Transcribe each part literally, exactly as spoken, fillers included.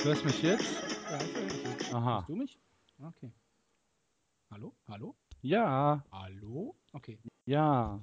Hörst mich jetzt? Ja, ich höre dich jetzt. Aha. Hörst du mich? Okay. Hallo? Hallo? Ja, Hallo? Okay. ja.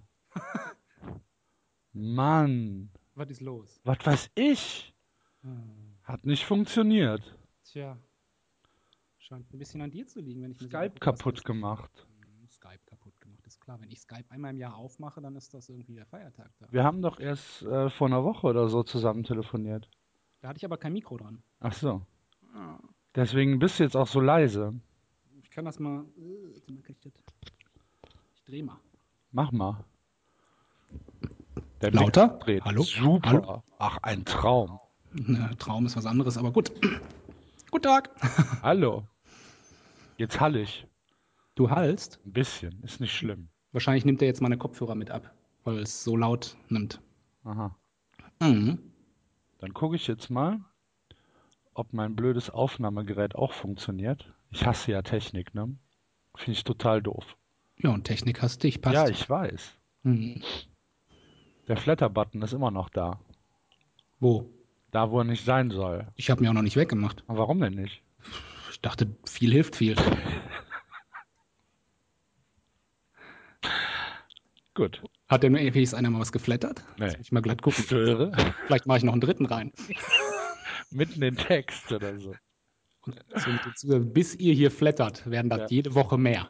Mann, Was ist los? was weiß ich? Hm. Hat nicht funktioniert. Tja, scheint ein bisschen an dir zu liegen, wenn ich mir so Skype angucke, was kaputt alles gemacht. Hm, Skype kaputt gemacht. Ist klar, wenn ich Skype einmal im Jahr aufmache, dann ist das irgendwie der Feiertag da. Wir haben doch erst äh, vor einer Woche oder so zusammen telefoniert. Da hatte ich aber kein Mikro dran. Ach so. Ah, Deswegen bist du jetzt auch so leise. Ich kann das mal. äh, warte mal, kann ich das? Ich dreh mal. Mach mal. Der Lauter? Mix dreht. Hallo? Super. Hallo? Ach, ein Traum. Ne, Traum ist was anderes, aber gut. Guten Tag. Hallo. Jetzt hall ich. Du hallst? Ein bisschen. Ist nicht schlimm. Wahrscheinlich nimmt er jetzt meine Kopfhörer mit ab, weil es so laut nimmt. Aha. Mhm. Dann gucke ich jetzt mal, ob mein blödes Aufnahmegerät auch funktioniert. Ich hasse ja Technik, ne? Finde ich total doof. Ja, und Technik hast dich, passt. Ja, ich weiß. Mhm. Der Flatter-Button ist immer noch da. Wo? Da, wo er nicht sein soll. Ich habe mir auch noch nicht weggemacht. Aber warum denn nicht? Ich dachte, viel hilft viel. Gut. Hat denn wenigstens einer mal was geflattert? Nee. Lass mich mal glatt gucken. Störe. Vielleicht mache ich noch einen dritten rein. Mitten in den Text oder so. Und so mit den Zuhörern, bis ihr hier flattert, werden das Ja. jede Woche mehr.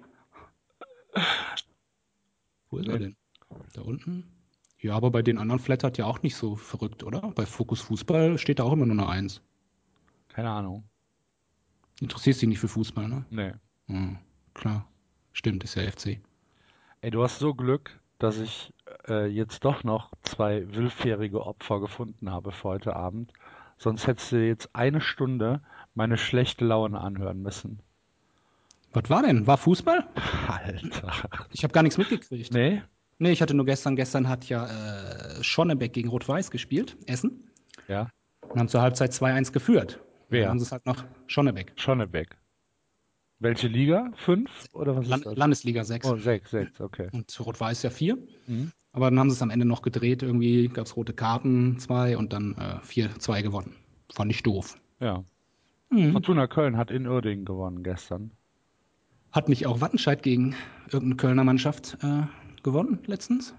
Wo ist er Nee. denn? Da unten? Ja, aber bei den anderen flattert ja auch nicht so verrückt, oder? Bei Fokus Fußball steht da auch immer nur eine Eins. Keine Ahnung. Interessierst dich nicht für Fußball, ne? Nee. Hm, klar. Stimmt, ist ja F C. Ey, du hast so Glück, dass ich äh, jetzt doch noch zwei willfährige Opfer gefunden habe für heute Abend. Sonst hättest du jetzt eine Stunde meine schlechte Laune anhören müssen. Was war denn? War Fußball? Alter. Ich habe gar nichts mitgekriegt. Nee? Nee, ich hatte nur gestern, gestern hat ja äh, Schonnebeck gegen Rot-Weiß gespielt, Essen. Ja. Und haben zur Halbzeit zwei eins geführt. Und dann Wer? haben sie es halt noch Schonnebeck. Schonnebeck. Welche Liga? Fünf? Oder was ist Land das? Landesliga sechs. Oh, sechs, sechs, okay. Und Rot-Weiß ja vier. Mhm. Aber dann haben sie es am Ende noch gedreht. Irgendwie gab es rote Karten, zwei und dann äh, vier zwei gewonnen. Fand ich doof. Ja. Mhm. Fortuna Köln hat in Uerdingen gewonnen gestern. Hat nicht auch Wattenscheid gegen irgendeine Kölner Mannschaft äh, gewonnen letztens?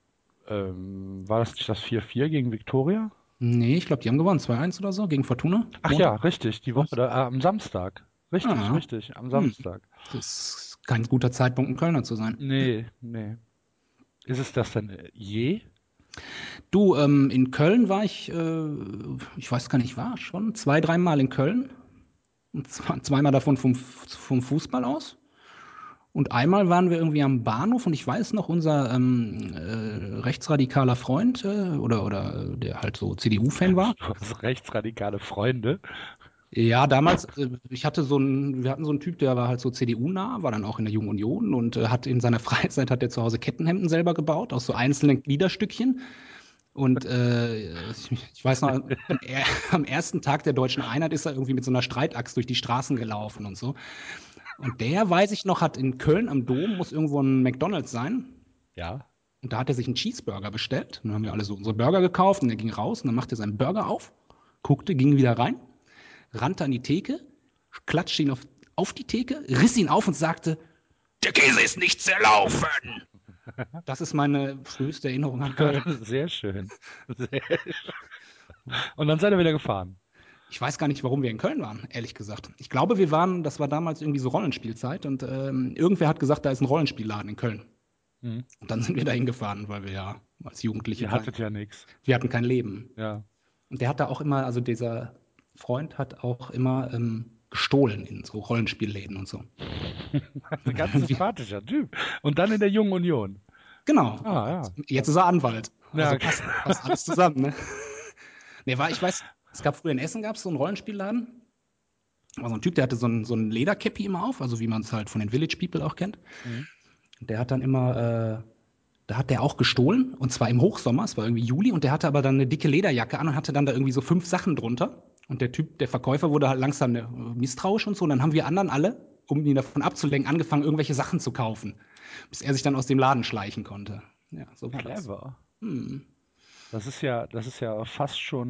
Ähm, war das nicht das vier vier gegen Viktoria? Nee, ich glaube, die haben gewonnen. zwei eins oder so gegen Fortuna. Ach Montag. ja, richtig, die Woche, da, äh, am Samstag. Richtig, Ah. richtig, am Hm. Samstag. Das ist kein guter Zeitpunkt, ein Kölner zu sein. Nee, nee. Ist es das denn äh, je? Du, ähm, in Köln war ich, äh, ich weiß gar nicht, war schon zwei, dreimal in Köln. Und zwar zweimal davon vom, vom Fußball aus. Und einmal waren wir irgendwie am Bahnhof und ich weiß noch, unser ähm, äh, rechtsradikaler Freund äh, oder, oder äh, der halt so C D U-Fan war. Du hast rechtsradikale Freunde. Ja, damals, äh, ich hatte so einen, wir hatten so einen Typ, der war halt so C D U-nah, war dann auch in der Jungen Union und äh, hat in seiner Freizeit hat er zu Hause Kettenhemden selber gebaut, aus so einzelnen Gliederstückchen. Und äh, ich, ich weiß noch, am, er, am ersten Tag der deutschen Einheit ist er irgendwie mit so einer Streitaxt durch die Straßen gelaufen und so. Und der, weiß ich noch, hat in Köln am Dom, muss irgendwo ein McDonald's sein. Ja. Und da hat er sich einen Cheeseburger bestellt. Und dann haben wir alle so unsere Burger gekauft und er ging raus und dann machte er seinen Burger auf, guckte, ging wieder rein, rannte an die Theke, klatschte ihn auf, auf die Theke, riss ihn auf und sagte, der Käse ist nicht zerlaufen. Das ist meine früheste Erinnerung an Köln. Sehr schön. Sehr schön. Und dann seid ihr wieder gefahren. Ich weiß gar nicht, warum wir in Köln waren, ehrlich gesagt. Ich glaube, wir waren, das war damals irgendwie so Rollenspielzeit und ähm, irgendwer hat gesagt, da ist ein Rollenspielladen in Köln. Mhm. Und dann sind wir da hingefahren, weil wir ja als Jugendliche Ihr kein, hattet ja nichts. wir hatten kein Leben. Ja. Und der hat da auch immer, also dieser Freund hat auch immer ähm, gestohlen in so Rollenspielläden und so. Ein ganz sympathischer Typ. Und dann in der Jungen Union. Genau. Ah, ja. Jetzt ist er Anwalt. Ja, Also okay. passt, passt alles zusammen, ne? Nee, war, ich weiß, es gab früher in Essen gab es so einen Rollenspielladen. War so ein Typ, der hatte so ein, so ein Lederkäppi immer auf, also wie man es halt von den Village People auch kennt. Mhm. Der hat dann immer, äh, da hat der auch gestohlen, und zwar im Hochsommer, es war irgendwie Juli, und der hatte aber dann eine dicke Lederjacke an und hatte dann da irgendwie so fünf Sachen drunter. Und der Typ, der Verkäufer wurde halt langsam äh, misstrauisch und so. Und dann haben wir anderen alle, um ihn davon abzulenken, angefangen, irgendwelche Sachen zu kaufen, bis er sich dann aus dem Laden schleichen konnte. Ja, so war das. Clever. Hm. Das ist ja, das ist ja fast schon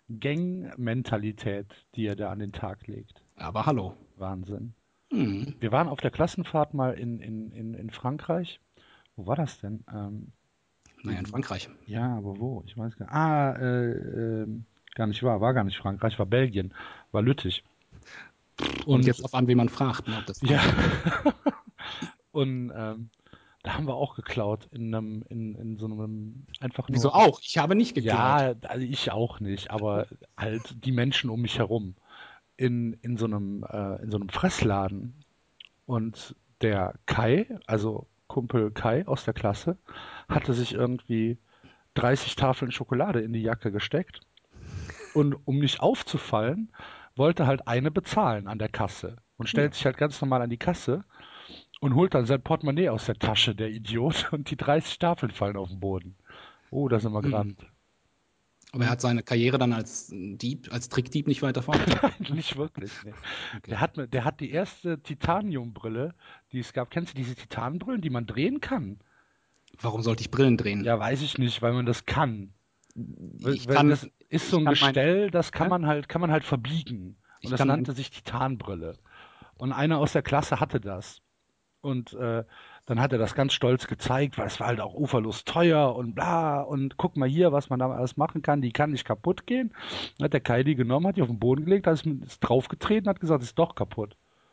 Gang-Mentalität, die er da an den Tag legt. Aber hallo. Wahnsinn. Hm. Wir waren auf der Klassenfahrt mal in, in, in, in Frankreich. Wo war das denn? Ähm, Naja, in Frankreich. ja, aber wo? Ich weiß gar nicht. Ah, äh, äh, gar nicht wahr. War gar nicht Frankreich, war Belgien. War Lüttich. Und jetzt auf an, wen man fragt, ne, ob das Ja. Und ähm, da haben wir auch geklaut in einem, in, in so einem einfach nur. Wieso auch? Ich habe nicht geklaut. Ja, also ich auch nicht, aber halt die Menschen um mich herum in, in so einem, äh, in so einem Fressladen. Und der Kai, also Kumpel Kai aus der Klasse, hatte sich irgendwie dreißig Tafeln Schokolade in die Jacke gesteckt. Und um nicht aufzufallen, wollte halt eine bezahlen an der Kasse. Und stellt sich halt ganz normal an die Kasse und holt dann sein Portemonnaie aus der Tasche, der Idiot, und die dreißig Tafeln fallen auf den Boden. Oh, da sind wir Hm. gerannt. Aber er hat seine Karriere dann als Dieb, als Trickdieb nicht weiter fortgesetzt. Nicht wirklich, nee. Okay. Der hat, mir- der hat die erste Titaniumbrille, die es gab. Kennst du diese Titanbrillen, die man drehen kann? Warum sollte ich Brillen drehen? Ja, weiß ich nicht, weil man das kann. Weil, ich weil kann, das ist so ein kann mein- Gestell, das kann Ja? man halt, kann man halt verbiegen. Ich Und das kann nannte sich Titanbrille. Und einer aus der Klasse hatte das. Und äh, dann hat er das ganz stolz gezeigt, weil es war halt auch uferlos teuer und bla. Und guck mal hier, was man da alles machen kann. Die kann nicht kaputt gehen. Dann hat der Kai die genommen, hat die auf den Boden gelegt, hat es ist draufgetreten, hat gesagt, ist doch kaputt.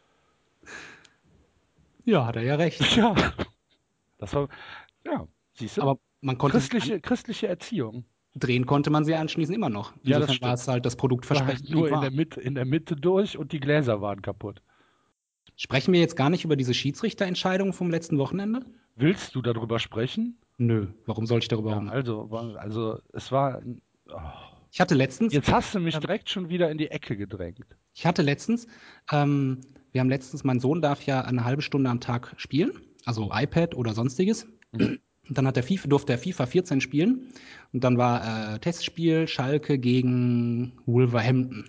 Ja, hat er ja recht. Ja, das war, ja, siehst du, Aber man konnte sie christliche, christliche Erziehung. an, drehen konnte man sie anschließend immer noch. Ja, das Insofern war es halt das Produkt War halt versprechend. nur wie in wahr. der, Mitte, in der Mitte durch und die Gläser waren kaputt. Sprechen wir jetzt gar nicht über diese Schiedsrichterentscheidung vom letzten Wochenende? Willst du darüber sprechen? Nö, warum soll ich darüber Ja, reden? also, war- also es war. Oh. Ich hatte letztens, Jetzt hast du mich direkt schon wieder in die Ecke gedrängt. ich hatte letztens, ähm, wir haben letztens, mein Sohn darf ja eine halbe Stunde am Tag spielen, also iPad oder sonstiges. Mhm. Und dann hat der FIFA, durfte er FIFA vierzehn spielen. Und dann war äh, Testspiel Schalke gegen Wolverhampton.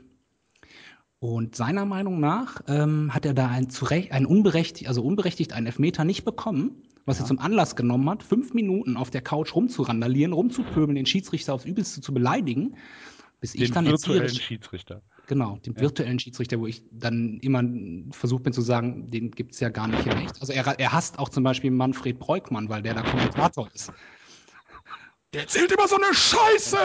Und seiner Meinung nach ähm, hat er da ein, zurecht, ein unberechtigt, also unberechtigt einen Elfmeter nicht bekommen, was Ja. er zum Anlass genommen hat, fünf Minuten auf der Couch rumzurandalieren, rumzupöbeln, den Schiedsrichter aufs Übelste zu beleidigen, bis ich Den dann virtuellen erzieherisch, Schiedsrichter. genau, den Ja. virtuellen Schiedsrichter, wo ich dann immer versucht bin zu sagen, den gibt's ja gar nicht in echt. Also er, er hasst auch zum Beispiel Manfred Breukmann, weil der da Kommentator ist. Der erzählt immer so eine Scheiße!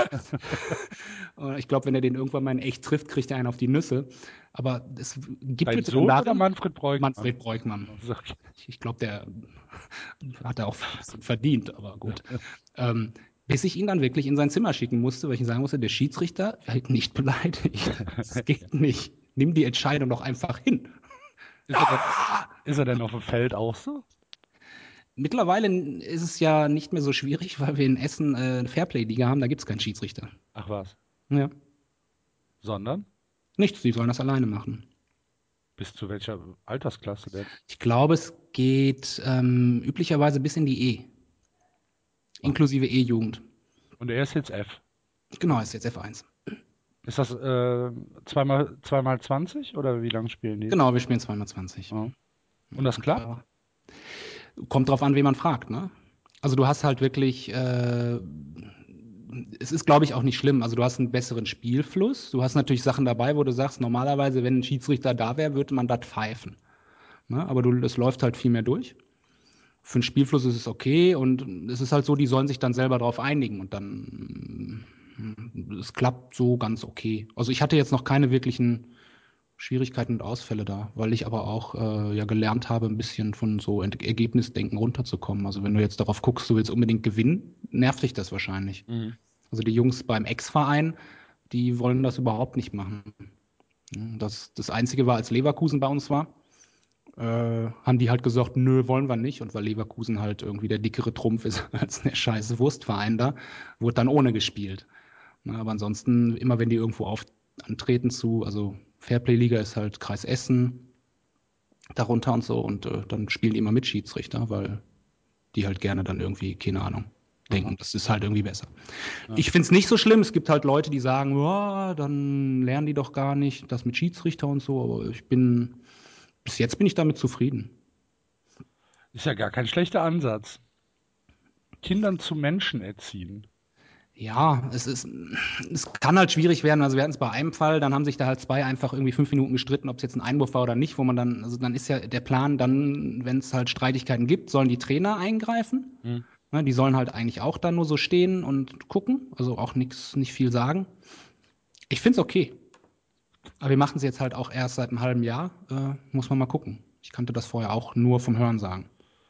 Und ich glaube, wenn er den irgendwann mal in echt trifft, kriegt er einen auf die Nüsse. Aber es Dein gibt Sohn darin, oder Manfred Breukmann? Manfred Breukmann. So, Ich, ich glaube, der hat er auch ein bisschen verdient, aber gut. Ähm, bis ich ihn dann wirklich in sein Zimmer schicken musste, weil ich ihm sagen musste, der Schiedsrichter wird nicht beleidigt. Das geht nicht. Nimm die Entscheidung doch einfach hin. Ist er, denn, ist er denn auf dem Feld auch so? Mittlerweile ist es ja nicht mehr so schwierig, weil wir in Essen äh, eine Fairplay-Liga haben, da gibt es keinen Schiedsrichter. Ach was. Ja. Sondern? Nichts, die sollen das alleine machen. Bis zu welcher Altersklasse denn? Ich glaube, es geht ähm, üblicherweise bis in die E. Inklusive E-Jugend. Und er ist jetzt F. Genau, ist jetzt F eins. Ist das äh, zweimal, zweimal zwanzig oder wie lange spielen die? Genau, wir spielen zweimal zwanzig. Ja. Und das klappt? Ja. Kommt drauf an, wen man fragt, ne? Also du hast halt wirklich, äh, es ist, glaube ich, auch nicht schlimm. Also du hast einen besseren Spielfluss. Du hast natürlich Sachen dabei, wo du sagst, normalerweise, wenn ein Schiedsrichter da wäre, würde man das pfeifen. Ne? Aber du, das läuft halt viel mehr durch. Für den Spielfluss ist es okay und es ist halt so, die sollen sich dann selber darauf einigen und dann, mm, es klappt so ganz okay. Also ich hatte jetzt noch keine wirklichen Schwierigkeiten und Ausfälle da, weil ich aber auch äh, ja gelernt habe, ein bisschen von so Ent- Ergebnisdenken runterzukommen. Also wenn du jetzt darauf guckst, du willst unbedingt gewinnen, nervt dich das wahrscheinlich. Mhm. Also die Jungs beim Ex-Verein, die wollen das überhaupt nicht machen. Das, das Einzige war, als Leverkusen bei uns war, äh, haben die halt gesagt, nö, wollen wir nicht. Und weil Leverkusen halt irgendwie der dickere Trumpf ist als der scheiße Wurstverein da, wurde dann ohne gespielt. Na, aber ansonsten, immer wenn die irgendwo auf, antreten zu, also Fairplay-Liga ist halt Kreis Essen darunter und so und äh, dann spielen die immer mit Schiedsrichter, weil die halt gerne dann irgendwie, keine Ahnung, denken, das ist halt irgendwie besser. Ja. Ich finde es nicht so schlimm. Es gibt halt Leute, die sagen, ja, dann lernen die doch gar nicht das mit Schiedsrichter und so, aber ich bin, bis jetzt bin ich damit zufrieden. Ist ja gar kein schlechter Ansatz. Kindern zu Menschen erziehen. Ja, es ist, es kann halt schwierig werden. Also wir hatten es bei einem Fall, dann haben sich da halt zwei einfach irgendwie fünf Minuten gestritten, ob es jetzt ein Einwurf war oder nicht, wo man dann, also dann ist ja der Plan, dann, wenn es halt Streitigkeiten gibt, sollen die Trainer eingreifen. Hm. Ne, die sollen halt eigentlich auch da nur so stehen und gucken, also auch nichts, nicht viel sagen. Ich finde es okay. Aber wir machen es jetzt halt auch erst seit einem halben Jahr. Äh, muss man mal gucken. Ich kannte das vorher auch nur vom Hören sagen.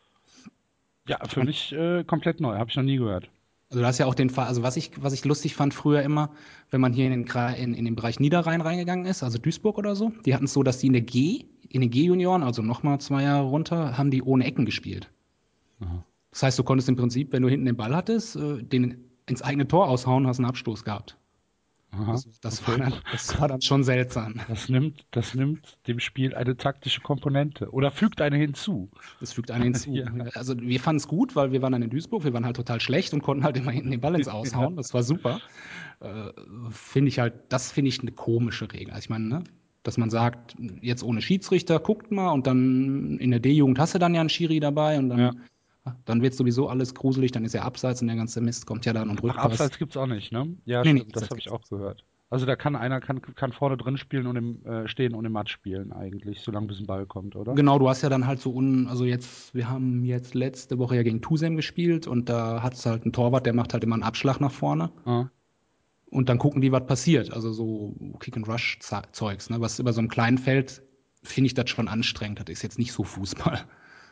Ja, für mich äh, komplett neu, habe ich noch nie gehört. Also du hast ja auch den Fall, also was ich, was ich lustig fand früher immer, wenn man hier in den, Kra- in, in den Bereich Niederrhein reingegangen ist, also Duisburg oder so, die hatten es so, dass die in der G, in den G-Junioren, also nochmal zwei Jahre runter, haben die ohne Ecken gespielt. Aha. Das heißt, du konntest im Prinzip, wenn du hinten den Ball hattest, äh, den ins eigene Tor aushauen, hast einen Abstoß gehabt. Aha, Das, das war okay. dann, das war dann schon seltsam. Das nimmt, das nimmt dem Spiel eine taktische Komponente oder fügt eine hinzu. Das fügt einen hinzu. Ja, Also wir fanden es gut, weil wir waren dann in Duisburg, wir waren halt total schlecht und konnten halt immer hinten den Ball ins ja. Aushauen. Das war super. Äh, finde ich halt, das finde ich eine komische Regel. Also ich meine, ne, dass man sagt, jetzt ohne Schiedsrichter, guckt mal und dann in der D-Jugend hast du dann ja einen Schiri dabei und Ja. dann, dann wird sowieso alles gruselig, dann ist ja Abseits und der ganze Mist kommt ja dann und Ach, Rückpass. Abseits gibt's auch nicht, ne? Ja, Nee, nee, stimmt, das Abseits habe ich gibt's auch nicht. gehört. Also da kann einer kann, kann vorne drin spielen und im äh, stehen und im Matt spielen eigentlich, solange bis ein Ball kommt, oder? Genau, du hast ja dann halt so un, also jetzt, wir haben jetzt letzte Woche ja gegen Tusem gespielt und da hat es halt einen Torwart, der macht halt immer einen Abschlag nach vorne. Ah, Und dann gucken die, was passiert. Also so Kick-and-Rush-Zeugs, ne? Was über so einem kleinen Feld finde ich das schon anstrengend. Das ist jetzt nicht so Fußball.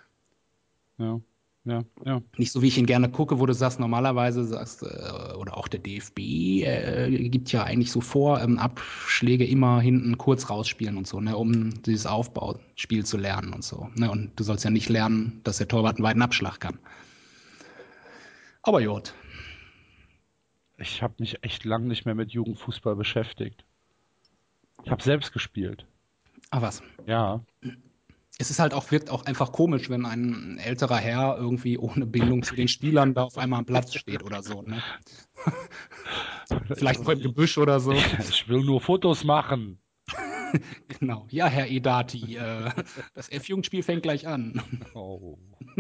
ja, ja, ja. Nicht so, wie ich ihn gerne gucke, wo du sagst, normalerweise sagst, äh, oder auch der D F B äh, gibt ja eigentlich so vor, ähm, Abschläge immer hinten kurz rausspielen und so, ne, um dieses Aufbauspiel zu lernen und so. Ne? Und du sollst ja nicht lernen, dass der Torwart einen weiten Abschlag kann. Aber gut. Ich habe mich echt lang nicht mehr mit Jugendfußball beschäftigt. Ich habe selbst gespielt. Ach was. Ja. Es ist halt auch, wirkt auch einfach komisch, wenn ein älterer Herr irgendwie ohne Bindung zu den Spielern da auf einmal am Platz steht oder so, ne? Vielleicht vor im Gebüsch oder so. Ich will nur Fotos machen. Genau. Ja, Herr Edati, äh, das F-Jugendspiel fängt gleich an. Oh,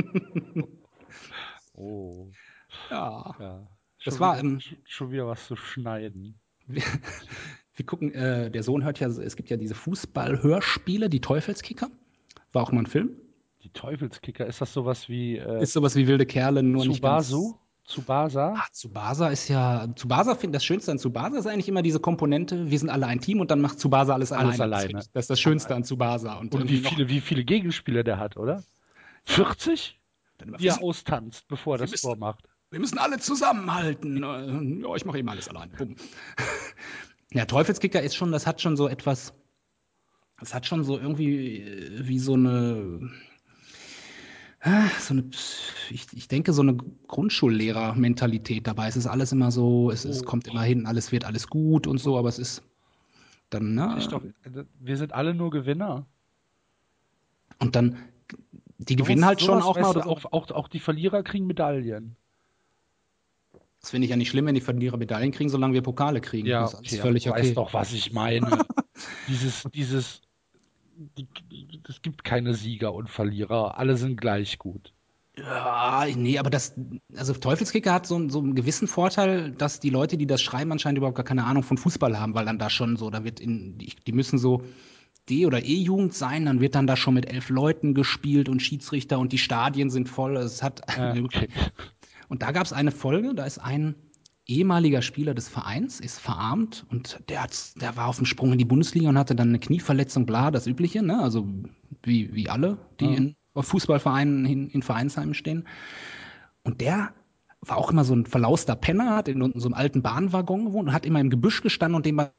oh, Ja, ja. das Schon war, wieder, ähm, sch- schon wieder was zu schneiden. wir, wir gucken, äh, der Sohn hört ja, es gibt ja diese Fußball-Hörspiele, die Teufelskicker. War auch mal ein Film. Die Teufelskicker, ist das sowas wie äh, Ist sowas wie wilde Kerle, nur nicht Tsubasu? ganz. Tsubasa? Ah, Tsubasa ist ja, Tsubasa finde das Schönste an Tsubasa ist eigentlich immer diese Komponente, wir sind alle ein Team und dann macht Tsubasa alles Alles alleine. Das, alleine. find ich, das ist das Schönste an Tsubasa. Und Und wie irgendwie noch, viele, wie viele Gegenspieler der hat, oder? ja, vierzig? dann immer, Die wir, er sind, austanzt, bevor er wir, das müssen, Tor macht. wir müssen alle zusammenhalten. Äh, Ja, ich mache eben alles alleine. Bumm. Ja, Teufelskicker ist schon, das hat schon so etwas, das hat schon so irgendwie äh, wie so eine, ah, so eine, ich, ich denke, so eine Grundschullehrer-Mentalität dabei. Es ist alles immer so, es, es Oh, kommt immer hin, alles wird alles gut und so, aber es ist dann, ist ne? doch, wir sind alle nur Gewinner. Und dann, die gewinnen Sowas, halt schon sowas, auch mal weißt oder du, so. auch, auch, auch die Verlierer kriegen Medaillen. Das finde ich ja nicht schlimm, wenn die Verlierer Medaillen kriegen, solange wir Pokale kriegen. Ja, Das ist alles okay, aber du völlig weißt okay. doch, was ich meine. Dieses, dieses, die, es gibt keine Sieger und Verlierer. Alle sind gleich gut. Ja, nee, aber das, also Teufelskicker hat so, einen- so einen gewissen Vorteil, dass die Leute, die das schreiben, anscheinend überhaupt gar keine Ahnung von Fußball haben, weil dann da schon so, da wird in, die, die müssen so D- oder E-Jugend sein, dann wird dann da schon mit elf Leuten gespielt und Schiedsrichter und die Stadien sind voll. Es hat Äh, okay. Und da gab es eine Folge, da ist ein ehemaliger Spieler des Vereins, ist verarmt und der, hat, der war auf dem Sprung in die Bundesliga und hatte dann eine Knieverletzung, bla, das Übliche, ne? Also wie, wie alle, die Ja. in auf Fußballvereinen in, in Vereinsheimen stehen. Und der war auch immer so ein verlauster Penner, hat in so einem alten Bahnwaggon gewohnt und hat immer im Gebüsch gestanden und dem beim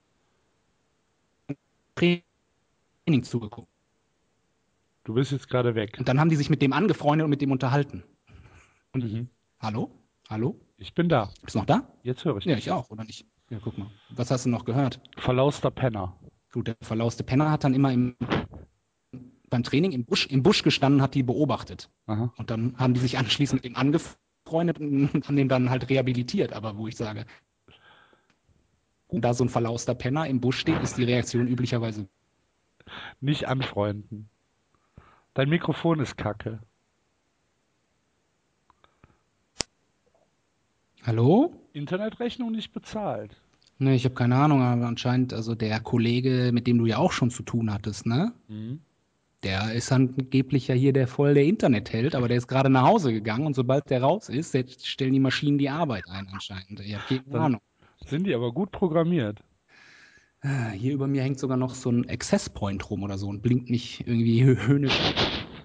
Training zugeguckt. Du bist jetzt gerade weg. Und dann haben die sich mit dem angefreundet und mit dem unterhalten. Und Mhm. hallo? Hallo? Ich bin da. Bist du noch da? Jetzt höre ich Ja, dich. ich auch, oder nicht? Ja, guck mal. Was hast du noch gehört? Verlauster Penner. Gut, der verlauste Penner hat dann immer im, beim Training im Busch, im Busch gestanden, hat die beobachtet. Aha. Und dann haben die sich anschließend mit ihm angefreundet und haben den dann halt rehabilitiert. Aber wo ich sage, da so ein verlauster Penner im Busch steht, ist die Reaktion üblicherweise. Nicht anfreunden. Dein Mikrofon ist kacke. Hallo? Internetrechnung nicht bezahlt. Ne, ich habe keine Ahnung, aber anscheinend, also der Kollege, mit dem du ja auch schon zu tun hattest, ne? Mhm. Der ist angeblich ja hier der voll der Internetheld, aber der ist gerade nach Hause gegangen und sobald der raus ist, jetzt stellen die Maschinen die Arbeit ein anscheinend. Ich habe keine Dann Ahnung. sind die aber gut programmiert. Ah, hier über mir hängt sogar noch so ein Access Point rum oder so und blinkt mich irgendwie hö- höhnisch an.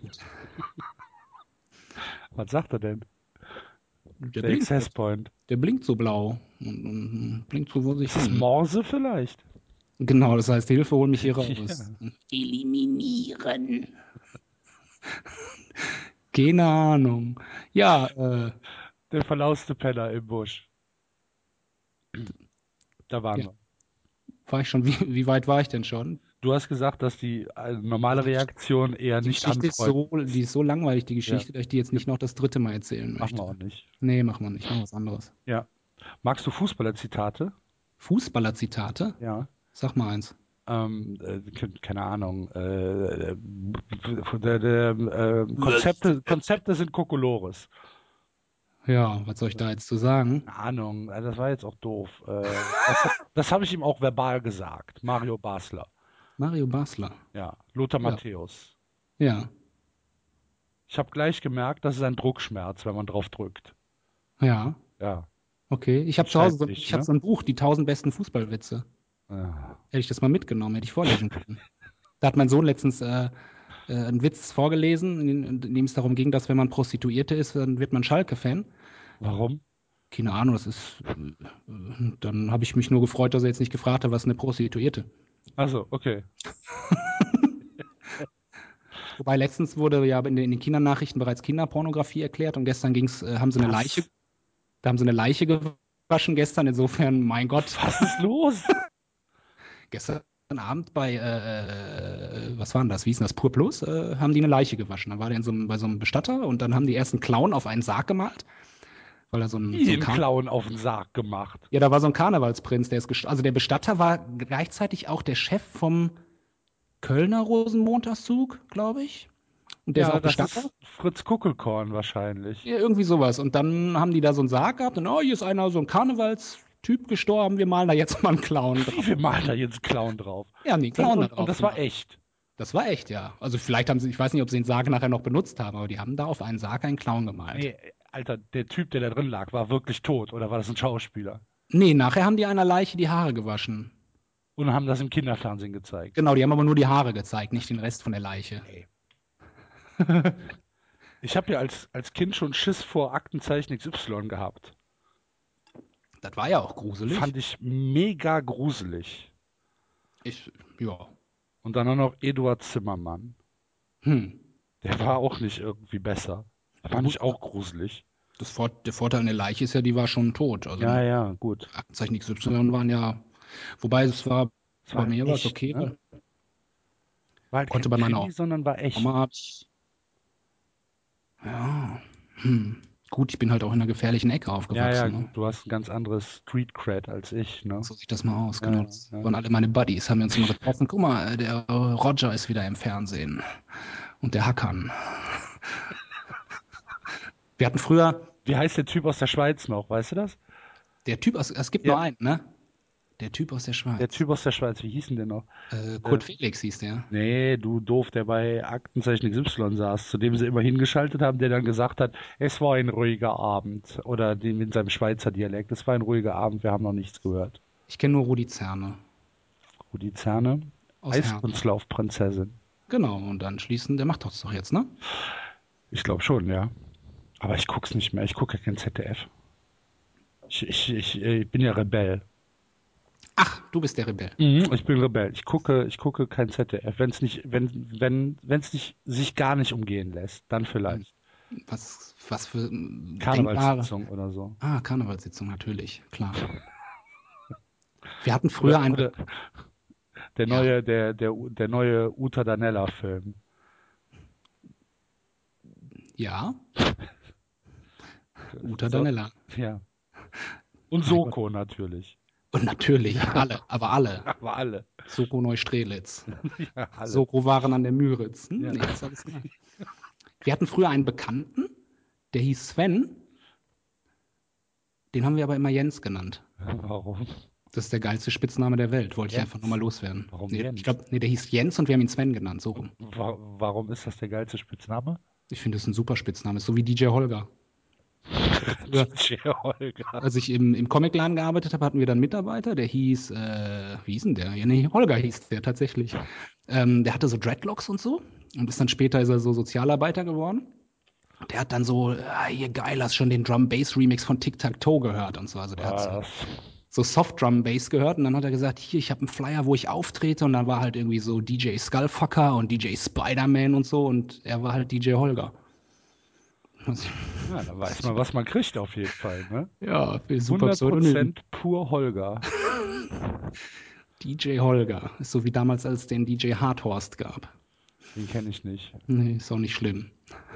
Was sagt er denn? Der Der blinkt Access halt. Point. Der blinkt so blau und, und blinkt so vor sich Ist das hin. Morse vielleicht? Genau, das heißt, Hilfe, hol mich hier raus. Ja. Eliminieren. Keine Ahnung. Ja, äh, Der verlauste Penner im Busch. Da waren ja, wir. war ich schon, wie, wie weit war ich denn schon? Du hast gesagt, dass die äh, Also normale die, Reaktion eher die nicht Geschichte ist anfreunden so, die ist. ist so langweilig, die Ja, Geschichte, dass ich die jetzt nicht noch das dritte Mal erzählen machen wir möchte. auch nicht. Nee, machen wir nicht, machen wir was anderes. Ja. Magst du Fußballer-Zitate? Fußballer-Zitate? Ja. Sag mal eins. Ähm, äh, ke- keine Ahnung. Äh, äh, der, der, äh, Konzepte, Konzepte sind Kokolores. Ja, was soll ich da jetzt zu sagen? Keine Ahnung. Also das war jetzt auch doof. Äh, das das habe ich ihm auch verbal gesagt. Mario Basler. Mario Basler. Ja. Lothar Ja, Matthäus. ja, Ich habe gleich gemerkt, das ist ein Druckschmerz, wenn man drauf drückt. ja. Ja. Okay. Ich habe zu Hause Anscheinend so, nicht, ich habe ne? so ein Buch, die tausend besten Fußballwitze. Ja. Hätte ich das mal mitgenommen, hätte ich vorlesen können. Da hat mein Sohn letztens äh, äh, einen Witz vorgelesen, in, in dem es darum ging, dass wenn man Prostituierte ist, dann wird man Schalke-Fan. Warum? Keine Ahnung, das ist. Äh, äh, dann habe ich mich nur gefreut, dass er jetzt nicht gefragt hat, was eine Prostituierte. Also, okay. Wobei letztens wurde ja in den, in den Kindernachrichten bereits Kinderpornografie erklärt und gestern ging's, äh, haben sie eine Leiche, Was? da haben sie eine Leiche gewaschen gestern. Insofern, mein Gott, Was ist los? gestern Abend bei, äh, äh, was war denn das? Wie hieß denn das? Pur Plus, äh, haben die eine Leiche gewaschen. Da war der in so einem, bei so einem Bestatter und dann haben die erst einen Clown auf einen Sarg gemalt, weil er so ein, so Wie ein einen Kar Clown auf den Sarg gemacht. ja, da war so ein Karnevalsprinz, der ist gest also der Bestatter war gleichzeitig auch der Chef vom Kölner Rosenmontagszug, glaube ich. Und der ist Ja, auch das Bestatter. ist Fritz Kuckelkorn wahrscheinlich. Ja, irgendwie sowas. Und dann haben die da so einen Sarg gehabt und oh, hier ist einer, so ein Karnevalstyp gestorben, wir malen da jetzt mal einen Clown Wie drauf. viel malt da jetzt einen Clown drauf? Ja, haben die einen Das, Clown da und, und drauf das war gemacht. echt. Das war echt, ja. Also vielleicht haben sie, ich weiß nicht, ob sie den Sarg nachher noch benutzt haben, aber die haben da auf einen Sarg einen Clown gemalt. Nee, Alter, der Typ, der da drin lag, war wirklich tot. Oder war das ein Schauspieler? Nee, nachher haben die einer Leiche die Haare gewaschen. Und haben das im Kinderfernsehen gezeigt. Genau, die haben aber nur die Haare gezeigt, nicht den Rest von der Leiche. Ey. Ich habe ja als, als Kind schon Schiss vor Aktenzeichen X Y gehabt. Das war ja auch gruselig. Fand ich mega gruselig. Ich, ja. Und dann auch noch Eduard Zimmermann. Hm. Der war auch nicht irgendwie besser. Fand ich auch gruselig. Das Vor der Vorteil an der Leiche ist ja, die war schon tot. Also Ja, die ja, gut. Aktenzeichen X Y waren ja, wobei es war, Es bei war mir war es echt, okay, ne? weil War halt konnte kein bei Krimi, meiner sondern war echt. Oma hab ich, ja, hm. Gut, ich bin halt auch in einer gefährlichen Ecke Ja, ja, aufgewachsen, ne? gut, du hast ein ganz anderes Street Cred als ich, ne? So sieht das mal aus, Ja, genau. ja, Das ja. waren alle meine Buddies, haben wir uns immer getroffen. Guck mal, äh, der äh, Roger ist wieder im Fernsehen. Und der Hackern. Wir hatten früher, Wie heißt der Typ aus der Schweiz noch, weißt du das? der Typ aus, es gibt Ja, nur einen, ne? Der Typ aus der der Schweiz. Typ aus der Schweiz, wie hieß denn der noch? Äh, Äh, Kurt Felix hieß der. nee, du doof, der bei Aktenzeichen X Y saß, zu dem sie immer hingeschaltet haben, der dann gesagt hat, es war ein ruhiger Abend. Oder dem in seinem Schweizer Dialekt, es war ein ruhiger Abend, wir haben noch nichts gehört. Ich kenne nur Rudi Zerne Rudi Zerne, aus Herne. Eiskunstlaufprinzessin. Genau, und anschließend, der macht das doch jetzt, ne? Ich glaube schon, ja. Aber ich guck's nicht mehr, ich gucke ja kein Z D F. Ich, ich, ich, ich bin ja Rebell. Ach, du bist der Rebell. Mhm, ich bin Rebell. Ich gucke, ich gucke kein Z D F. Wenn's nicht, wenn, wenn, wenn's nicht, sich gar nicht umgehen lässt, dann vielleicht. Was, was für mm, denkbare. Karnevalssitzung oder so. Ah, Karnevalssitzung, natürlich, klar. Wir hatten Oder, früher einen, Be oder der ja, neue, der, der, der neue Uta Danella-Film. ja, Uta So, Danella. ja. Und Mein Gott. Soko natürlich. Und natürlich, alle, aber alle. Aber alle. Soko Neustrelitz. Ja, alle. Soko waren an der Müritz. Hm, Ja. nee, ist alles klar. Wir hatten früher einen Bekannten, der hieß Sven. Den haben wir aber immer Jens genannt. Warum? Das ist der geilste Spitzname der Welt. Wollte ich Jens? einfach nur mal loswerden. Warum Nee, Jens? ich glaube, nee, der hieß Jens und wir haben ihn Sven genannt, so rum. Wa warum ist das der geilste Spitzname? Ich finde, das ist ein super Spitzname. Ist so wie D J Holger. Früher, D J Holger. als ich im, im Comicladen gearbeitet habe, hatten wir dann einen Mitarbeiter, der hieß, äh, wie hieß denn der? Ja, nee, Holger hieß der tatsächlich. Ähm, der hatte so Dreadlocks und so und ist dann später ist er so Sozialarbeiter geworden. Der hat dann so, ah, hier geil, hast schon den Drum-Bass-Remix von Tic-Tac-Toe gehört und so. Also der hat so, Was? so Soft-Drum-Bass gehört und dann hat er gesagt, hier, ich habe einen Flyer, wo ich auftrete und dann war halt irgendwie so D J Skullfucker und D J Spider-Man und so und er war halt D J Holger. Ja, da weiß man, was man kriegt auf jeden Fall, ne? Ja, super hundert Pseudonym. Prozent pur Holger. D J Holger. Ist so wie damals, als es den D J Hardhorst gab. Den kenne ich nicht. Nee, ist auch nicht schlimm.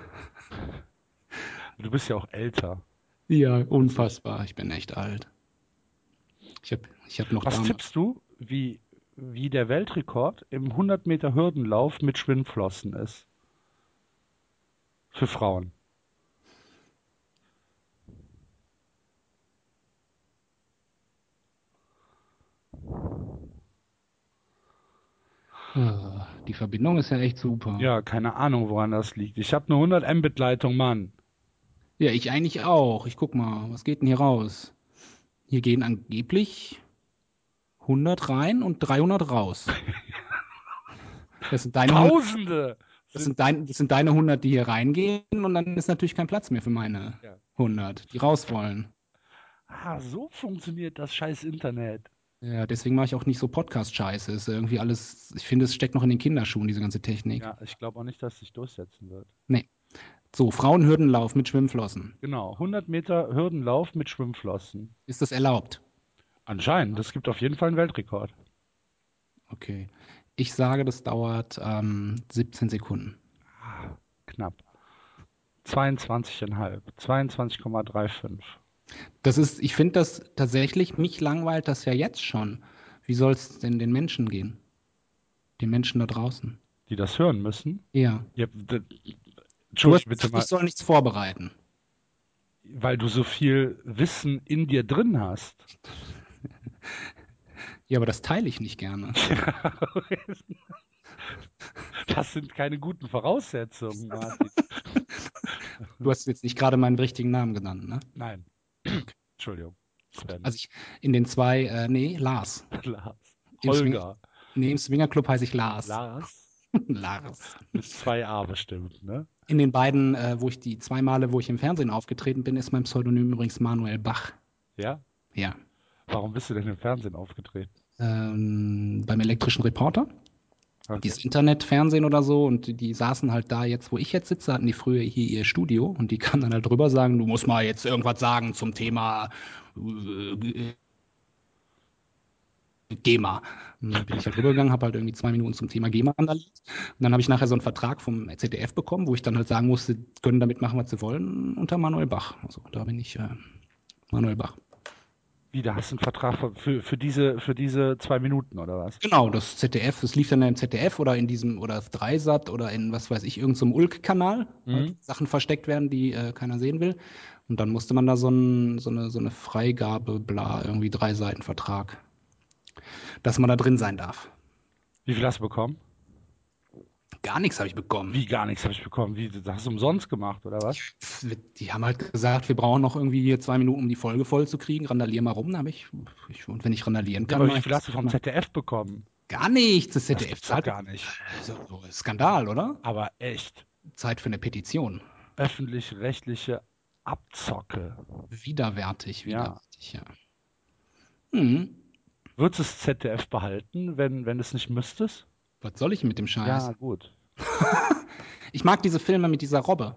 Du bist ja auch älter. Ja, unfassbar. Ich bin echt alt. Ich habe ich hab noch Was damals. tippst du, wie, wie der Weltrekord im hundert Meter Hürdenlauf mit Schwimmflossen ist? Für Frauen. Ah, die Verbindung ist ja echt super. Ja, keine Ahnung, woran das liegt. Ich habe eine hundert Mbit-Leitung, Mann. Ja, ich eigentlich auch. Ich guck mal, was geht denn hier raus? Hier gehen angeblich hundert rein und dreihundert raus. Das sind deine hundert, Tausende! das Sind, sind dein, das sind deine hundert, die hier reingehen und dann ist natürlich kein Platz mehr für meine ja. hundert, die raus wollen. Ah, so funktioniert das scheiß Internet. Ja, deswegen mache ich auch nicht so Podcast-Scheiße. Ist irgendwie alles, ich finde, es steckt noch in den Kinderschuhen, diese ganze Technik. Ja, ich glaube auch nicht, dass sich durchsetzen wird. Nee. So, Frauenhürdenlauf mit Schwimmflossen. Genau, hundert Meter Hürdenlauf mit Schwimmflossen. Ist das erlaubt? Anscheinend, das gibt auf jeden Fall einen Weltrekord. Okay. Ich sage, das dauert ähm, siebzehn Sekunden. Ah, knapp. zweiundzwanzig Komma fünf. zweiundzwanzig Komma fünfunddreißig. Das ist, ich finde das tatsächlich, mich langweilt das ja jetzt schon. Wie soll es denn den Menschen gehen? Den Menschen da draußen? Die das hören müssen. Ja. Ja, d- Du hast Entschuldige bitte gesagt, mal, ich soll nichts vorbereiten. weil du so viel Wissen in dir drin hast. Ja, aber das teile ich nicht gerne. Das sind keine guten Voraussetzungen, Martin. Du hast jetzt nicht gerade meinen richtigen Namen genannt, ne? Nein. Entschuldigung. Sven. Also ich in den zwei, äh, nee, Lars. Lars. Im Swing- Holger. Nee, im Swingerclub heiße ich Lars. Lars. Lars. Mit zwei A bestimmt, ne? In den beiden, äh, wo ich die zwei Male, wo ich im Fernsehen aufgetreten bin, ist mein Pseudonym übrigens Manuel Bach. Ja? Ja. Warum bist du denn im Fernsehen aufgetreten? Ähm, beim elektrischen Reporter. Okay. Dieses Internetfernsehen oder so und die, die saßen halt da jetzt, wo ich jetzt sitze, hatten die früher hier ihr Studio und die kamen dann halt drüber sagen, du musst mal jetzt irgendwas sagen zum Thema äh, GEMA. Und dann bin ich halt rübergegangen, habe halt irgendwie zwei Minuten zum Thema GEMA analysiert. Und dann habe ich nachher so einen Vertrag vom Z D F bekommen, wo ich dann halt sagen musste, können damit machen, was sie wollen, unter Manuel Bach. Also da bin ich äh, Manuel Bach. Wie, da hast du einen Vertrag für, für, für, diese, für diese zwei Minuten oder was? Genau, das Z D F, das lief dann im Z D F oder in diesem, oder Dreisat oder in, was weiß ich, irgendeinem so Ulk-Kanal, Mhm. halt Sachen versteckt werden, die äh, keiner sehen will. Und dann musste man da so, ein, so, eine, so eine Freigabe, bla, irgendwie drei Seiten Vertrag, dass man da drin sein darf. Wie viel hast du bekommen? Gar nichts habe ich bekommen. Wie gar nichts habe ich bekommen? Wie, das hast du umsonst gemacht oder was? Die haben halt gesagt, wir brauchen noch irgendwie hier zwei Minuten, um die Folge voll zu kriegen. Randalier mal rum, da habe ich, ich, und wenn ich randalieren Ja, kann, aber mach wie ich viel hast du vom das. Z D F bekommen? Gar nichts, das Das Z D F gibt's doch zahlt. gar nicht. So, so, Skandal, oder? Aber echt. Zeit für eine Petition. Öffentlich-rechtliche Abzocke. Widerwärtig, Ja. widerwärtig, ja. Hm. Würdest du das Z D F behalten, wenn, wenn du es nicht müsstest? Was soll ich mit dem Scheiß? Ja, gut. Ich mag diese Filme mit dieser Robbe.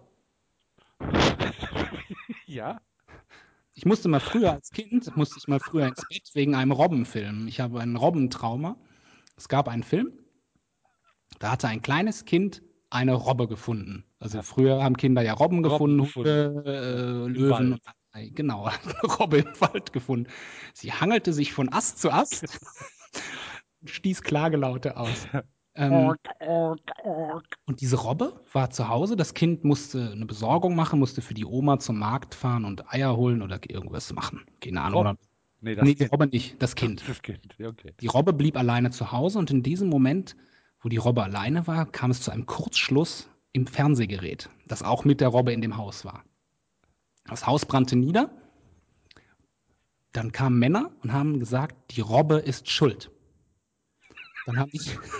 Ja? Ich musste mal früher als Kind, musste ich mal früher ins Bett wegen einem Robbenfilm. Ich habe ein Robbentrauma. Es gab einen Film, da hatte ein kleines Kind eine Robbe gefunden. Also Ja. früher haben Kinder ja Robben, Robben gefunden, gefunden. Hunde, äh, Im Löwen. Wald. Und, genau, eine Robbe im Wald gefunden. Sie hangelte sich von Ast zu Ast und stieß Klagelaute aus. Ähm, und diese Robbe war zu Hause. Das Kind musste eine Besorgung machen, musste für die Oma zum Markt fahren und Eier holen oder irgendwas machen. Keine Ahnung. Robben. Oder, Nee, das nee, die Kind. Robbe nicht, das Kind. Das Kind. Ja, okay. Die Robbe blieb alleine zu Hause und in diesem Moment, wo die Robbe alleine war, kam es zu einem Kurzschluss im Fernsehgerät, das auch mit der Robbe in dem Haus war. Das Haus brannte nieder. Dann kamen Männer und haben gesagt, die Robbe ist schuld. Dann haben die,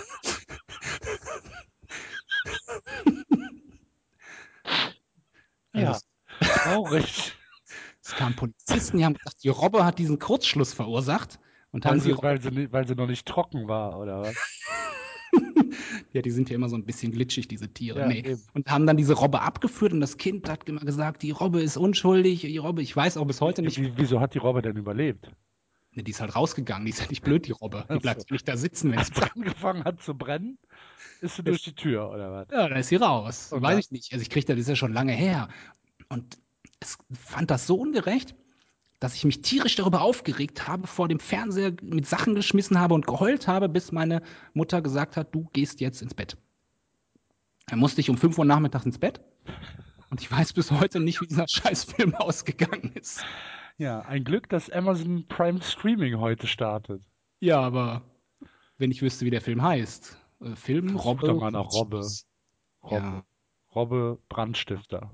also Ja, es, traurig. es kamen Polizisten, die haben gesagt, die Robbe hat diesen Kurzschluss verursacht und Weil haben die sie, Robbe, weil sie, ni- weil sie noch nicht trocken war, oder was? ja, die sind ja immer so ein bisschen glitschig, diese Tiere, Ja, nee, eben. und haben dann diese Robbe abgeführt und das Kind hat immer gesagt, die Robbe ist unschuldig, die Robbe, ich weiß auch bis Wie, heute nicht, wie, wieso hat die Robbe denn überlebt? ne, die ist halt rausgegangen, die ist ja nicht blöd, die Robbe, die bleibt Also, ja nicht da sitzen, wenn es als es brennt. angefangen hat zu brennen, ist sie durch Ist, die Tür, oder was? ja, dann ist sie raus, Und weiß dann? ich nicht, also ich kriege das, ist ja schon lange her und es fand das so ungerecht, dass ich mich tierisch darüber aufgeregt habe, vor dem Fernseher mit Sachen geschmissen habe und geheult habe, bis meine Mutter gesagt hat, du gehst jetzt ins Bett. Dann musste ich um fünf Uhr nachmittags ins Bett und ich weiß bis heute nicht, wie dieser Scheißfilm ausgegangen ist. Ja, ein Glück, dass Amazon Prime Streaming heute startet. Ja, aber wenn ich wüsste, wie der Film heißt. Äh, Film, Such doch Robbe, mal nach Robbe. Kurzschluss. Robbe. Ja, Robbe Brandstifter.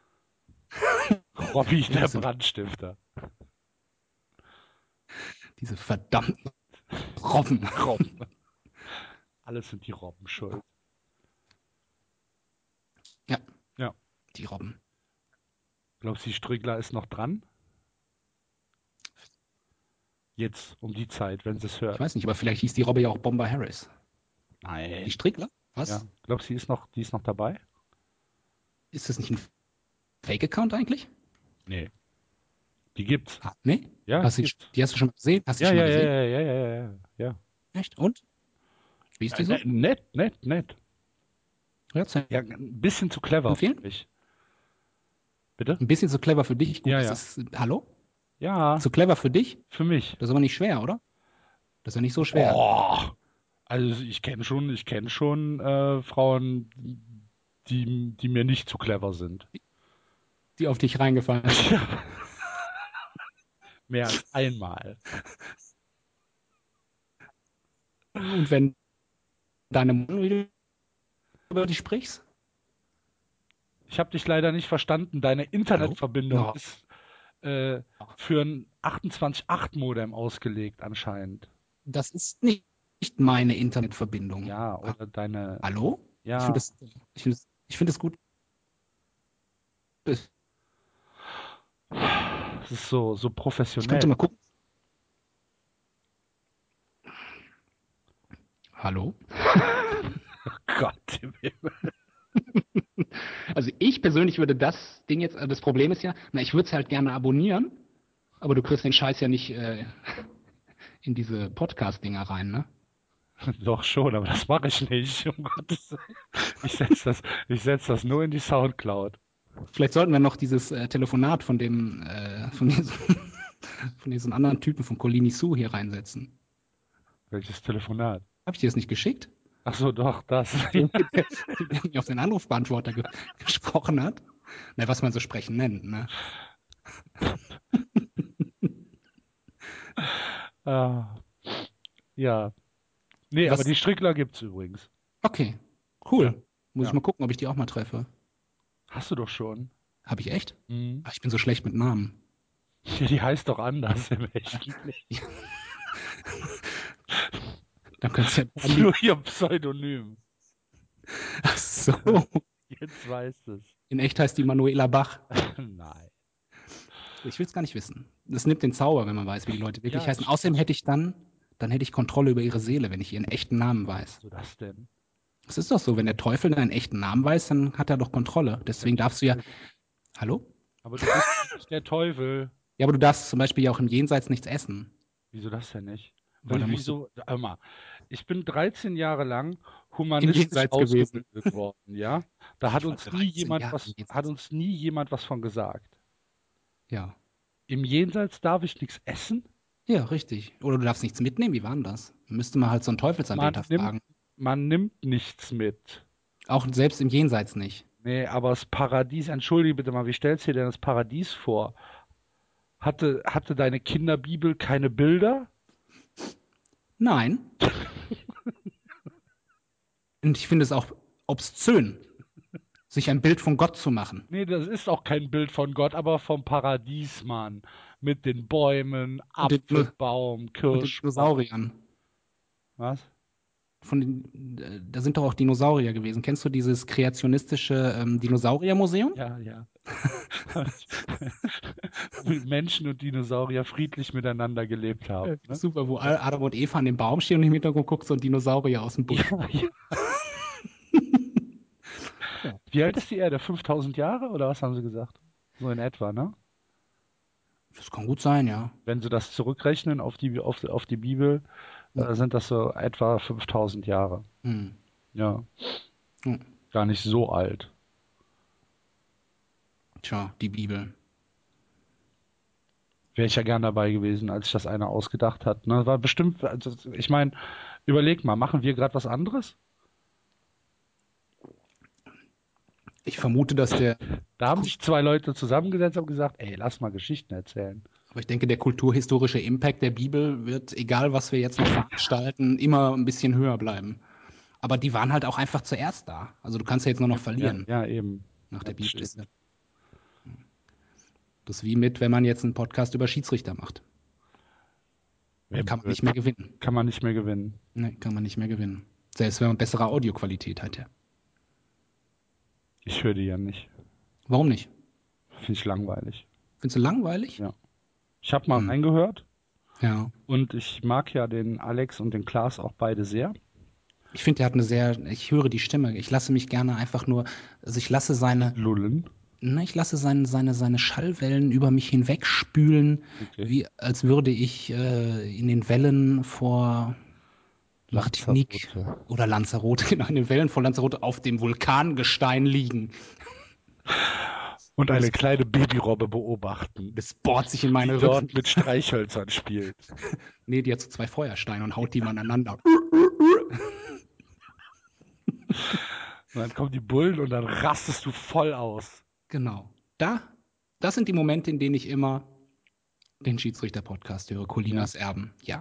Robby ja, der das sind Brandstifter. diese verdammten Robben. Robben. Alles sind die Robben schuld. Ja, Ja. die Robben. Glaubst du, die Strickler ist noch dran? Jetzt, um die Zeit, wenn sie es Ich hört. weiß nicht, aber vielleicht hieß die Robbe ja auch Bomber Harris. Die Nein. Strickler? Ja. Was? Glaubst du, die ist noch, die ist noch dabei? Ist das nicht ein Fake-Account eigentlich? Nee. Die gibt's. Ah, nee? Ja, die Hast du, gibt's. die hast du schon mal gesehen? Hast du die Ja, schon mal ja, ja, gesehen? ja, ja, ja, ja, ja. Ja. Echt? Und? Wie ist Äh, die so? ne- Nett, nett, nett. Ja, zu Ja, ein bisschen zu clever für empfehlen? mich. Bitte? Ein bisschen zu clever für dich. Gut, Ja, das ja. ist. Hallo? Ja, Zu clever für dich? für mich. Das ist aber nicht schwer, oder? Das ist ja nicht so schwer. Oh, also ich kenne schon, ich kenne schon äh, Frauen, die, die mir nicht zu clever sind. Die auf dich reingefallen sind. Ja, mehr als einmal. Und wenn deine Mutter, wie du über dich sprichst? Ich habe dich leider nicht verstanden. Deine Hallo? Internetverbindung Ja. ist äh, für ein achtundzwanzig Punkt acht Modem ausgelegt anscheinend. Das ist nicht, nicht meine Internetverbindung. Ja, Ah, oder deine, hallo? Ich finde ja, das, ich finde das, ich finde das gut. es ist so, so Ich könnte professionell. mal gucken. Hallo? Gott im Himmel. Also ich persönlich würde das Ding jetzt, das Problem ist ja, na, ich würde es halt gerne abonnieren, aber du kriegst den Scheiß ja nicht äh, in diese Podcast-Dinger rein, ne? Doch schon, aber das mache ich nicht. Um Gottes Willen. Ich setze das, ich setz das nur in die Soundcloud. Vielleicht sollten wir noch dieses äh, Telefonat von dem, äh, von diesem, von diesem anderen Typen von Colini Su hier reinsetzen. Welches Telefonat? Habe ich dir das nicht geschickt? Ach so, doch, das. Der, der, der mir auf den Anrufbeantworter ge gesprochen hat. Na, was man so sprechen nennt, ne? Ah, ja. Nee, aber Was? die Strickler gibt's übrigens. Okay, cool. Muss ich Ja. mal gucken, ob ich die auch mal treffe. Hast du doch schon. Habe ich echt? Mhm. Ach, ich bin so schlecht mit Namen. Ja, die heißt doch anders im echten Leben. Dann könntest du ja. Nur ihr Pseudonym. Ach so. Jetzt weißt es. In echt heißt die Manuela Bach. Nein. Ich will es gar nicht wissen. Das nimmt den Zauber, wenn man weiß, wie die Leute wirklich Ja, heißen. das Außerdem hätte ich dann, dann hätte ich Kontrolle über ihre Seele, wenn ich ihren echten Namen weiß. so das denn? Es ist doch so, wenn der Teufel deinen echten Namen weiß, dann hat er doch Kontrolle. Deswegen darfst du ja. Hallo? Aber du bist nicht der Teufel. Ja, aber du darfst zum Beispiel ja auch im Jenseits nichts essen. Wieso das denn nicht? Weil Weil dann musst du wieso, hör mal, ich bin dreizehn Jahre lang im humanistisch Jenseits gewesen. ausgebildet worden, ja? Da hat Ich war uns nie dreizehn jemand Jahre was, im hat Jenseits. uns nie jemand was von gesagt. Ja. Im Jenseits darf ich nichts essen? Ja, richtig. Oder du darfst nichts mitnehmen. Wie war denn das? Müsste man halt so einen Teufelsanbeter Man nimmt, fragen. man nimmt nichts mit. Auch selbst im Jenseits nicht. Nee, aber das Paradies, entschuldige bitte mal, wie stellst du dir denn das Paradies vor? Hatte, hatte deine Kinderbibel keine Bilder? Nein. Und ich finde es auch obszön, sich ein Bild von Gott zu machen. Nee, das ist auch kein Bild von Gott, aber vom Paradies, Mann. Mit den Bäumen, Und den, Dino- Apfelbaum, und den Kirschbaum. Dinosauriern. Was? Von den, äh, da sind doch auch Dinosaurier gewesen. Kennst du dieses kreationistische ähm, Dinosauriermuseum? Ja, ja. Wo Menschen und Dinosaurier friedlich miteinander gelebt haben. Äh, Ne? Super, wo Adam und Eva an dem Baum stehen und im Hintergrund guckt so ein Dinosaurier aus dem Busch. Ja, ja. Ja. Wie alt ist die Erde? fünftausend Jahre oder was haben sie gesagt? So in etwa, ne? Das kann gut sein, ja. Wenn sie das zurückrechnen auf die, auf, auf die Bibel, Hm. äh, sind das so etwa fünftausend Jahre. Hm. Ja, Hm. gar nicht so alt. Tja, die Bibel. Wäre ich ja gern dabei gewesen, als sich das einer ausgedacht hat. Ne? War bestimmt, also ich meine, überleg mal, machen wir gerade was anderes? Ich vermute, dass der, Da haben sich zwei Leute zusammengesetzt und gesagt, ey, lass mal Geschichten erzählen. aber ich denke, der kulturhistorische Impact der Bibel wird, egal was wir jetzt noch veranstalten, immer ein bisschen höher bleiben. Aber die waren halt auch einfach zuerst da. Also du kannst ja jetzt nur noch Ja, verlieren ja, eben. nach der Ja, das Bibel. stimmt. Das ist wie mit, wenn man jetzt einen Podcast über Schiedsrichter macht. Wer Kann man wird- nicht mehr gewinnen. Kann man nicht mehr gewinnen. Nee, kann man nicht mehr gewinnen. Selbst wenn man bessere Audioqualität hat, ja. Ich höre die ja nicht. Warum nicht? Finde ich langweilig. Findest du langweilig? Ja. Ich habe mal Hm. reingehört Ja. und ich mag ja den Alex und den Klaas auch beide sehr. Ich finde, der hat eine sehr, ich höre die Stimme. Ich lasse mich gerne einfach nur, also ich lasse seine, Lullen. ne, ich lasse seine, seine, seine Schallwellen über mich hinwegspülen, Okay. wie als würde ich äh, in den Wellen vor Martinique Lanzarote. oder Lanzarote, genau, in den Wellen vor Lanzarote auf dem Vulkangestein liegen. Und eine kleine Babyrobbe beobachten, Das bohrt sich in die meine dort Rücken. mit Streichhölzern spielt. Nee, die hat so zwei Feuersteine und haut die mal aneinander. Und dann kommen die Bullen und dann rastest du voll aus. Genau. Da, das sind die Momente, in denen ich immer den Schiedsrichter-Podcast höre, Colinas Erben. Ja.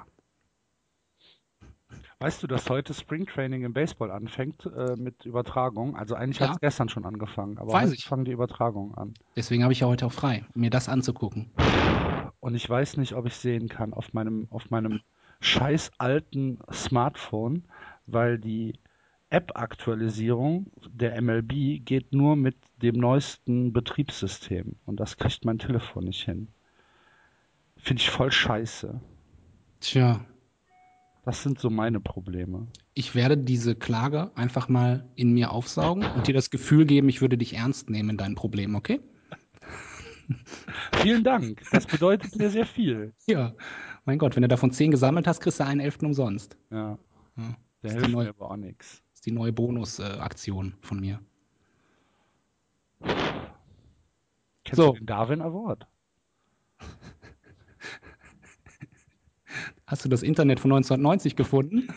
Weißt du, dass heute Springtraining im Baseball anfängt äh, mit Übertragung? Also eigentlich hat Ja. es gestern schon angefangen, aber Weiß heute ich. fangen die Übertragungen an. Deswegen habe ich ja heute auch frei, um mir das anzugucken. Und ich weiß nicht, ob ich sehen kann auf meinem, auf meinem scheiß alten Smartphone, weil die App-Aktualisierung der M L B geht nur mit dem neuesten Betriebssystem. Und das kriegt mein Telefon nicht hin. Finde ich voll scheiße. Tja, Das sind so meine Probleme. ich werde diese Klage einfach mal in mir aufsaugen und dir das Gefühl geben, ich würde dich ernst nehmen in deinen Problemen, okay? Vielen Dank. Das bedeutet mir sehr viel. Ja. Mein Gott, wenn du davon zehn gesammelt hast, kriegst du einen Elften umsonst. Ja, Ja. der Das ist die hilft neue, mir aber auch nichts. das ist die neue Bonus-Aktion von mir. Kennst So. du den Darwin Award? Hast du das Internet von neunzehnhundertneunzig gefunden?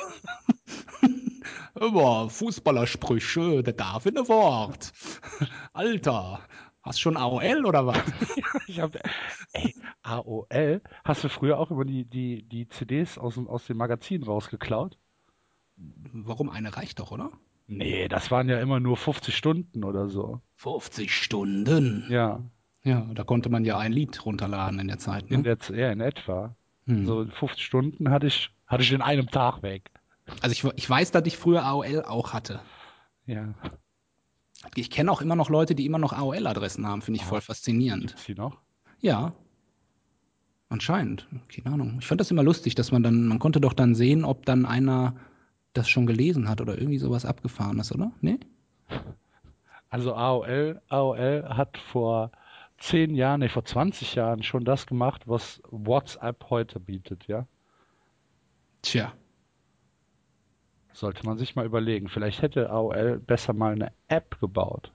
Boah, Fußballersprüche, der Darwin Award. Alter, hast schon A O L oder was? Ich hab, ey, A O L, hast du früher auch immer die, die, die C Ds aus, dem- aus dem Magazin rausgeklaut? Warum? Eine reicht doch, oder? Nee, das waren ja immer nur fünfzig Stunden oder so. fünfzig Stunden. Ja, Ja, da konnte man ja ein Lied runterladen in der Zeit, in ne? der, Z- ja, in etwa. Hm. So fünfzig Stunden hatte ich, hatte ich in einem Tag weg. Also ich, ich weiß, dass ich früher A O L auch hatte. Ja, Ich kenne auch immer noch Leute, die immer noch A O L-Adressen haben, finde ich Ah. voll faszinierend. gibt's die noch? Ja, anscheinend. Keine Ahnung. Ich fand das immer lustig, dass man dann, man konnte doch dann sehen, ob dann einer das schon gelesen hat oder irgendwie sowas Abgefahrenes, oder? Nee? Also A O L, A O L hat vor zehn Jahren, nee, vor zwanzig Jahren schon das gemacht, was WhatsApp heute bietet, ja? Tja, Sollte man sich mal überlegen. Vielleicht hätte A O L besser mal eine App gebaut.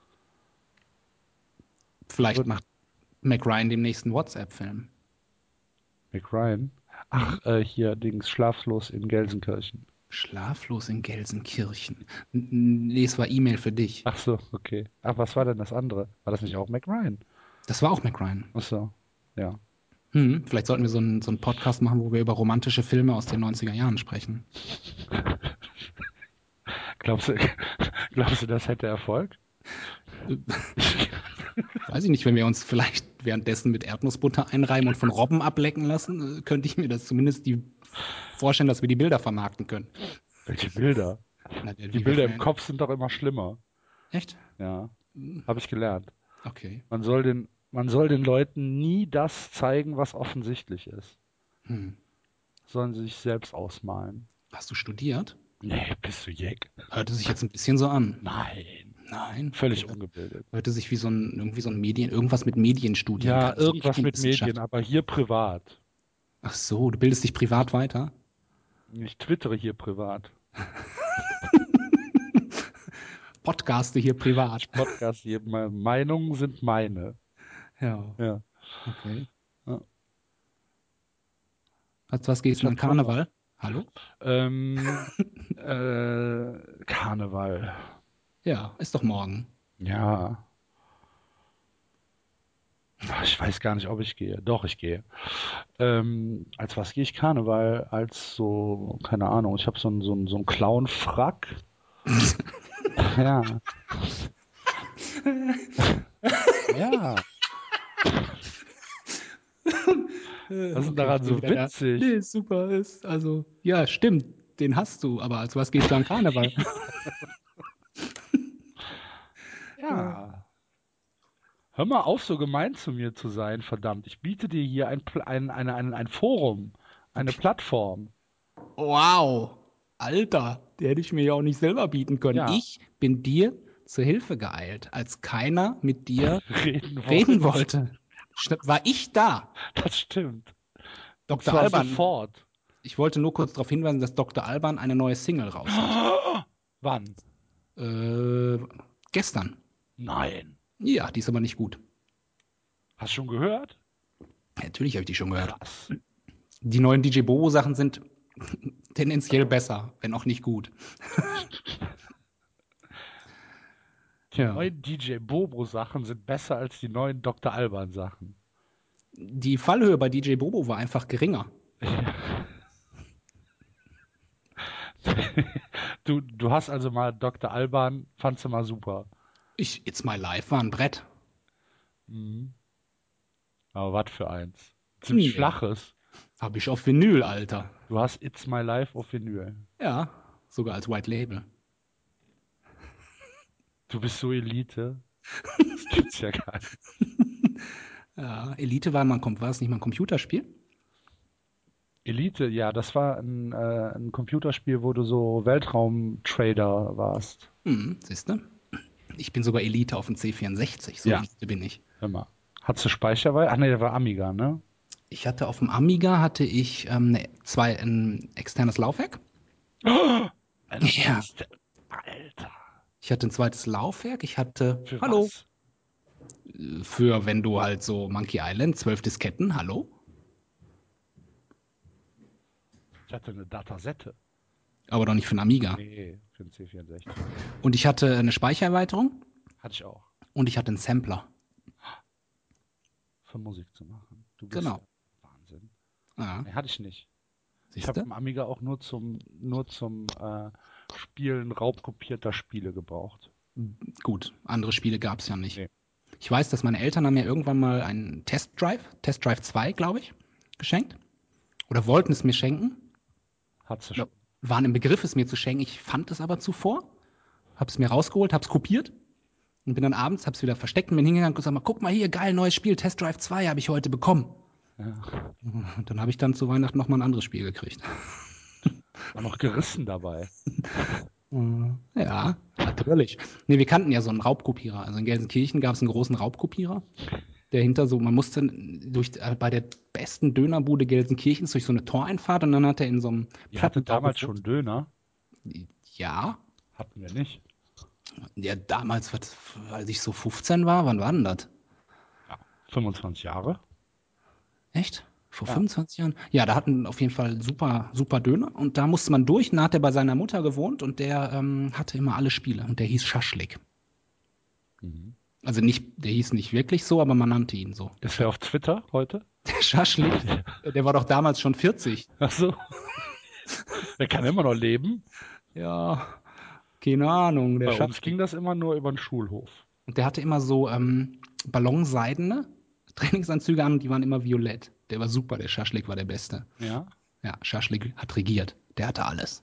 vielleicht Wird- macht Mac Ryan demnächst einen WhatsApp-Film. Mac Ryan. Ach, äh, hier Dings, Schlaflos in Gelsenkirchen. Schlaflos in Gelsenkirchen. N- n- Nee, es war E-Mail für dich. Ach so, okay. Ach, was war denn das andere? War das nicht auch Mac Ryan? Das war auch Mac Ryan. Ach so, ja. Hm, vielleicht sollten wir so einen, so einen Podcast machen, wo wir über romantische Filme aus den neunziger Jahren sprechen. Glaubst du, glaubst du, das hätte Erfolg? Äh, Weiß ich nicht, wenn wir uns vielleicht währenddessen mit Erdnussbutter einreiben und von Robben ablecken lassen, äh, könnte ich mir das zumindest die vorstellen, dass wir die Bilder vermarkten können. Welche Bilder? Na, die Die wir Bilder von im den- Kopf sind doch immer schlimmer. Echt? Ja, Hm, habe ich gelernt. okay. Man soll den, man soll den Leuten nie das zeigen, was offensichtlich ist. Hm. Sollen sie sich selbst ausmalen. Hast du studiert? Nee, bist du Jeck? Hörte sich jetzt ein bisschen so an. Nein. Nein. Völlig Okay. ungebildet. Hörte sich wie so ein, irgendwie so ein Medien, irgendwas mit Medienstudien. Ja, gerade, so irgendwas mit Medienwissenschaft. Medien, aber hier privat. Ach so, du bildest dich privat weiter? Ich twittere hier privat. Podcaste hier privat. Podcast hier. Meine Meinungen sind meine. Ja, Ja. okay. Ja. Was, was geht's Ich denn an hab Hunger. Karneval? Hallo? Ähm, äh, Karneval. Ja, ist doch morgen. Ja. Ach, ich weiß gar nicht, ob ich gehe. Doch, ich gehe. Ähm, als was gehe ich Karneval? Als so, keine Ahnung, ich habe so einen so einen- so einen Clown-Frack. Ja. Ja. Was ist denn daran ich bin so wieder da. witzig? Nee, super ist. Also, ja, stimmt. Den hast du, aber als was gehst du an Karneval? Ja. Hör mal auf, so gemein zu mir zu sein, verdammt. Ich biete dir hier ein, Pl- ein, eine, ein, ein Forum, eine Plattform. Wow. Alter, der hätte ich mir ja auch nicht selber bieten können. Ja, Ich bin dir zur Hilfe geeilt, als keiner mit dir reden reden wollen. wollte. St- War ich da? Das stimmt. Und Doktor zwar Alban, sofort. ich wollte nur kurz darauf hinweisen, dass Doktor Alban eine neue Single raus hat. Wann? Äh, gestern. Nein. Ja, die ist aber nicht gut. Hast schon gehört? Natürlich habe ich die schon gehört. Krass. Die neuen D J Bobo-Sachen sind tendenziell besser, wenn auch nicht gut. Die Ja. neuen D J Bobo-Sachen sind besser als die neuen Doktor Alban-Sachen. Die Fallhöhe bei D J Bobo war einfach geringer. Du, du hast also mal Doktor Alban, fandst du mal super. Ich, It's My Life war ein Brett. Mhm. Aber was für eins. Ziemlich Ja. flaches. Habe ich auf Vinyl, Alter. Du hast It's My Life auf Vinyl. Ja, sogar als White Label. Du bist so Elite. Das gibt's ja gar nicht. Ja, Elite war, man kommt, war es nicht mal ein Computerspiel? Elite, ja, das war ein, äh, ein Computerspiel, wo du so Weltraum-Trader warst. Hm, siehst du? Ich bin sogar Elite auf dem C vierundsechzig, so Ja. Elite bin ich. Hör mal. Hattest du Speicherweite? Ach nee, der war Amiga, ne? Ich hatte auf dem Amiga hatte ich ähm, ne, zwei, ein externes Laufwerk. Ein Ja. Insta- Alter. Ich hatte ein zweites Laufwerk. Ich hatte, Für hallo, was? für wenn du halt so Monkey Island, zwölf Disketten, hallo. Ich hatte eine Datasette. Aber doch nicht für den Amiga. Nee, für den C vierundsechzig. Und ich hatte eine Speichererweiterung Hatte ich auch. und ich hatte einen Sampler. Für Musik zu machen. Du bist Genau. Wahnsinn. Ja, Nee, hatte ich nicht. Ich siehst habe du? im Amiga auch nur zum, nur zum äh, Spielen raubkopierter Spiele gebraucht. Gut, andere Spiele gab es ja nicht. Nee. Ich weiß, dass meine Eltern haben mir irgendwann mal einen Test Drive, Test Drive zwei, glaube ich, geschenkt. Oder wollten es mir schenken. Hat's Ja. schon. Waren im Begriff, es mir zu schenken. Ich fand es aber zuvor. Habe es mir rausgeholt, habe es kopiert. Und bin dann abends, habe es wieder versteckt und bin hingegangen und gesagt, guck mal hier, geil, neues Spiel, Test Drive zwei habe ich heute bekommen. Ja. Und dann habe ich dann zu Weihnachten nochmal ein anderes Spiel gekriegt. War noch gerissen dabei. Ja, natürlich. Nee, wir kannten ja so einen Raubkopierer. Also in Gelsenkirchen gab es einen großen Raubkopierer, der hinter so, man musste durch, äh, bei der besten Dönerbude Gelsenkirchens durch so eine Toreinfahrt und dann hat er in so einem Ihr hattet Plattenbau damals gewohnt. schon Döner? Ja, Hatten wir nicht. ja, damals, was, als ich so fünfzehn war, wann war denn das? Ja. fünfundzwanzig Jahre? Echt? Vor Ja. fünfundzwanzig Jahren? Ja, da hatten auf jeden Fall super, super Döner und da musste man durch. Und da hat er bei seiner Mutter gewohnt und der ähm, hatte immer alle Spiele und der hieß Schaschlik. Mhm. Also nicht, der hieß nicht wirklich so, aber man nannte ihn so. Ist er auf Twitter heute? Der Schaschlik, der war doch damals schon vierzig. Ach so. Der kann immer noch leben. Ja, keine Ahnung, der Bei uns Schaschlik. ging das immer nur über den Schulhof. Und der hatte immer so ähm, ballonseidene Trainingsanzüge an und die waren immer violett. Der war super, der Schaschlik war der Beste. Ja. Ja, Schaschlik hat regiert. Der hatte alles.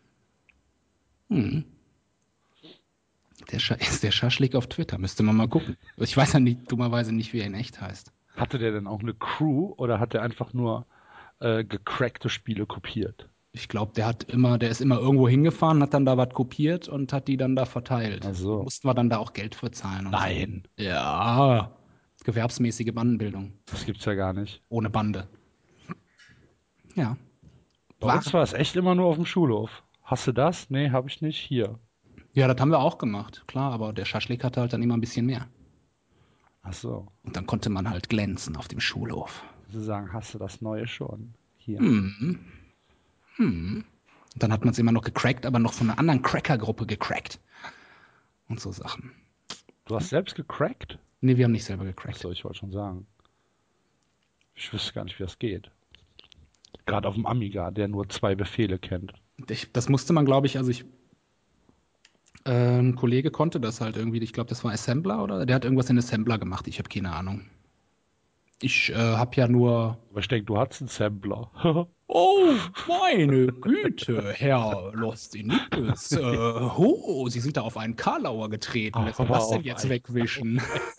Hm. Der Scha ist der Schaschlik auf Twitter, müsste man mal gucken. Ich weiß ja nicht, dummerweise nicht, wie er in echt heißt. Hatte der denn auch eine Crew oder hat der einfach nur äh, gecrackte Spiele kopiert? Ich glaube, der hat immer, der ist immer irgendwo hingefahren, hat dann da was kopiert und hat die dann da verteilt. Ach so. Mussten wir dann da auch Geld für zahlen. Und Nein, so. Ja, gewerbsmäßige Bandenbildung. das gibt's ja gar nicht. Ohne Bande. Ja. Bei War, uns war es echt immer nur auf dem Schulhof. Hast du das? Nee, habe ich nicht. Hier. ja, das haben wir auch gemacht, klar, aber der Schaschlik hatte halt dann immer ein bisschen mehr. Ach so. Und dann konnte man halt glänzen auf dem Schulhof. Sie sagen, hast du das Neue schon? Hier. Hm. Hm. Und dann hat man es immer noch gecrackt, aber noch von einer anderen Cracker-Gruppe gecrackt. Und so Sachen. Du hast selbst gecrackt? Nee, wir haben nicht selber Ach gecrackt. so, ich wollte schon sagen. Ich wüsste gar nicht, wie das geht. Gerade auf dem Amiga, der nur zwei Befehle kennt. Ich, das musste man, glaube ich, also ich, äh, ein Kollege konnte das halt irgendwie, ich glaube, das war Assembler oder der hat irgendwas in Assembler gemacht, ich habe keine Ahnung. Ich äh, habe ja nur, Aber ich denke, du hattest einen Sampler. oh, meine Güte, Herr Lost in Nippes, äh, oh, Sie sind da auf einen Karlauer getreten, Ach, wer soll aber das denn auf jetzt einen- wegwischen?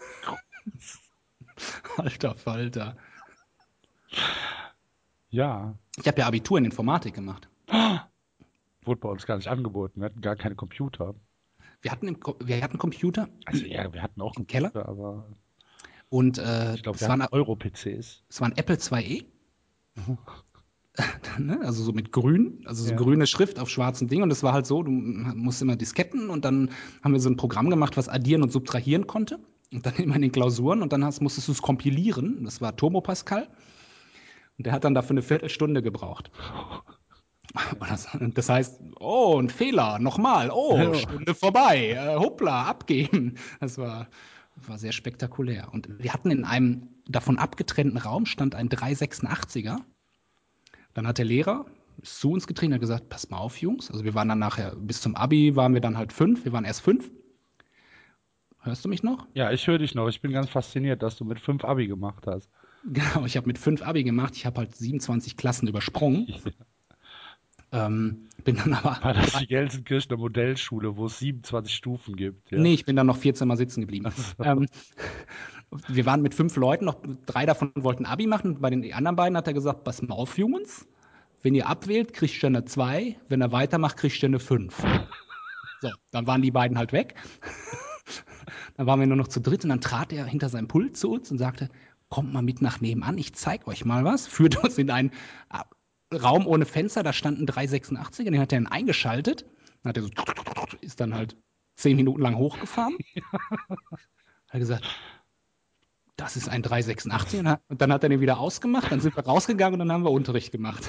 Alter Falter. Ja, Ich habe ja Abitur in Informatik gemacht. wurde bei uns gar nicht angeboten. Wir hatten gar keine Computer. Wir hatten, im, Ko- wir hatten Computer Also ja, wir hatten auch im Keller Computer, aber und äh, ich glaube, es, wir waren, hatten Euro-P Cs. es waren Apple zwei E. Ne? Also so mit grün, also so Ja. grüne Schrift auf schwarzem Ding. Und es war halt so, du musst immer Disketten und dann haben wir so ein Programm gemacht, was addieren und subtrahieren konnte. Und dann immer in den Klausuren und dann hast, musstest du es kompilieren. Das war Turbo Pascal. Und der hat dann dafür eine Viertelstunde gebraucht. Und Das, das heißt, oh, ein Fehler, nochmal, oh, Stunde vorbei, äh, hoppla, abgeben. Das war, war sehr spektakulär. Und wir hatten in einem davon abgetrennten Raum stand ein drei sechsundachtziger. Dann hat der Lehrer ist zu uns getreten und hat gesagt, pass mal auf, Jungs. Also wir waren dann nachher, bis zum Abi waren wir dann halt fünf, wir waren erst fünf. Hörst du mich noch? Ja, ich höre dich noch. Ich bin ganz fasziniert, dass du mit fünf Abi gemacht hast. Genau, ich habe mit fünf Abi gemacht, ich habe halt siebenundzwanzig Klassen übersprungen. Ähm, bin dann aber, War das die Gelsenkirchener Modellschule, wo es siebenundzwanzig Stufen gibt? Ja? nee, ich bin dann noch vierzehn Mal sitzen geblieben. Ähm, wir waren mit fünf Leuten, noch drei davon wollten Abi machen. Bei den anderen beiden hat er gesagt, pass mal auf, Jungs, wenn ihr abwählt, kriegt ihr eine zwei, wenn er weitermacht, kriegt ihr eine fünf. So, dann waren die beiden halt weg. Dann waren wir nur noch zu dritt und dann trat er hinter seinem Pult zu uns und sagte, kommt mal mit nach nebenan, ich zeig euch mal was. Führte uns in einen äh, Raum ohne Fenster, da standen drei sechsundachtziger, den hat er dann eingeschaltet. Dann hat er so, ist dann halt zehn Minuten lang hochgefahren. Hat gesagt, das ist ein drei sechsundachtzig. Und, hat, und dann hat er den wieder ausgemacht, dann sind wir rausgegangen und dann haben wir Unterricht gemacht.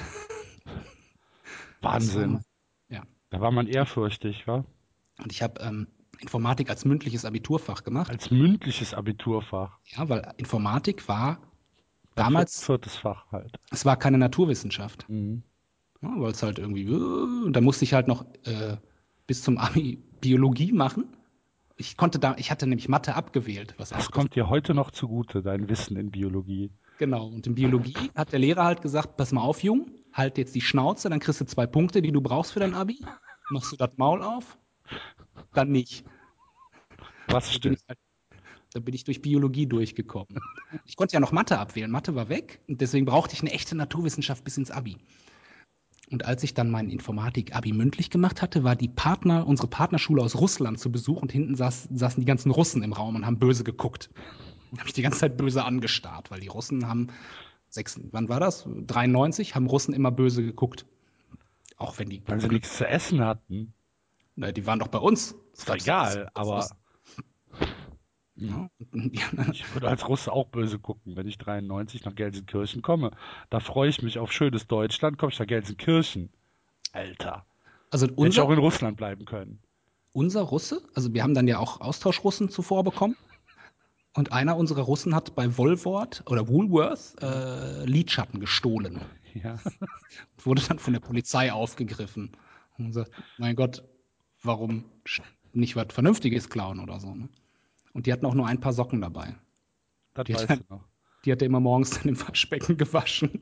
Wahnsinn. Ja. Da war man ehrfürchtig, wa? Und ich habe ähm, Informatik als mündliches Abiturfach gemacht. Als mündliches Abiturfach. Ja, weil Informatik war damals, Viertes Fach halt. es war keine Naturwissenschaft. Mhm. Ja, weil es halt irgendwie, und da musste ich halt noch äh, bis zum Abi Biologie machen. Ich konnte da, ich hatte nämlich Mathe abgewählt. Was Das auch kommt dir heute noch zugute, dein Wissen in Biologie. Genau, und in Biologie hat der Lehrer halt gesagt, pass mal auf, Jung, halt jetzt die Schnauze, dann kriegst du zwei Punkte, die du brauchst für dein Abi. Machst du das Maul auf? Dann nicht. Was Da bin stimmt? ich, halt, da bin ich durch Biologie durchgekommen. Ich konnte ja noch Mathe abwählen. Mathe war weg und deswegen brauchte ich eine echte Naturwissenschaft bis ins Abi. Und als ich dann mein Informatik-Abi mündlich gemacht hatte, war die Partner, unsere Partnerschule aus Russland zu Besuch und hinten saß, saßen die ganzen Russen im Raum und haben böse geguckt. Und habe ich die ganze Zeit böse angestarrt, weil die Russen haben, sechs, wann war das? dreiundneunzig, haben Russen immer böse geguckt. Auch wenn die, Weil sie nichts zu essen hatten. na, die waren doch bei uns. Ist doch egal, aber Ja? Ich würde als Russe auch böse gucken, wenn ich dreiundneunzig nach Gelsenkirchen komme. Da freue ich mich auf schönes Deutschland, komme ich nach Gelsenkirchen. Alter, Also hätte ich auch unser, in Russland bleiben können. unser Russe, also wir haben dann ja auch Austauschrussen zuvor bekommen. Und einer unserer Russen hat bei Woolworth oder Woolworth äh, Lidschatten gestohlen. Ja. Wurde dann von der Polizei aufgegriffen. Und sagt, mein Gott, warum nicht was Vernünftiges klauen oder so. Ne? Und die hatten auch nur ein paar Socken dabei. Das Die hat, weißt er- du noch. die hat er immer morgens dann im Waschbecken gewaschen.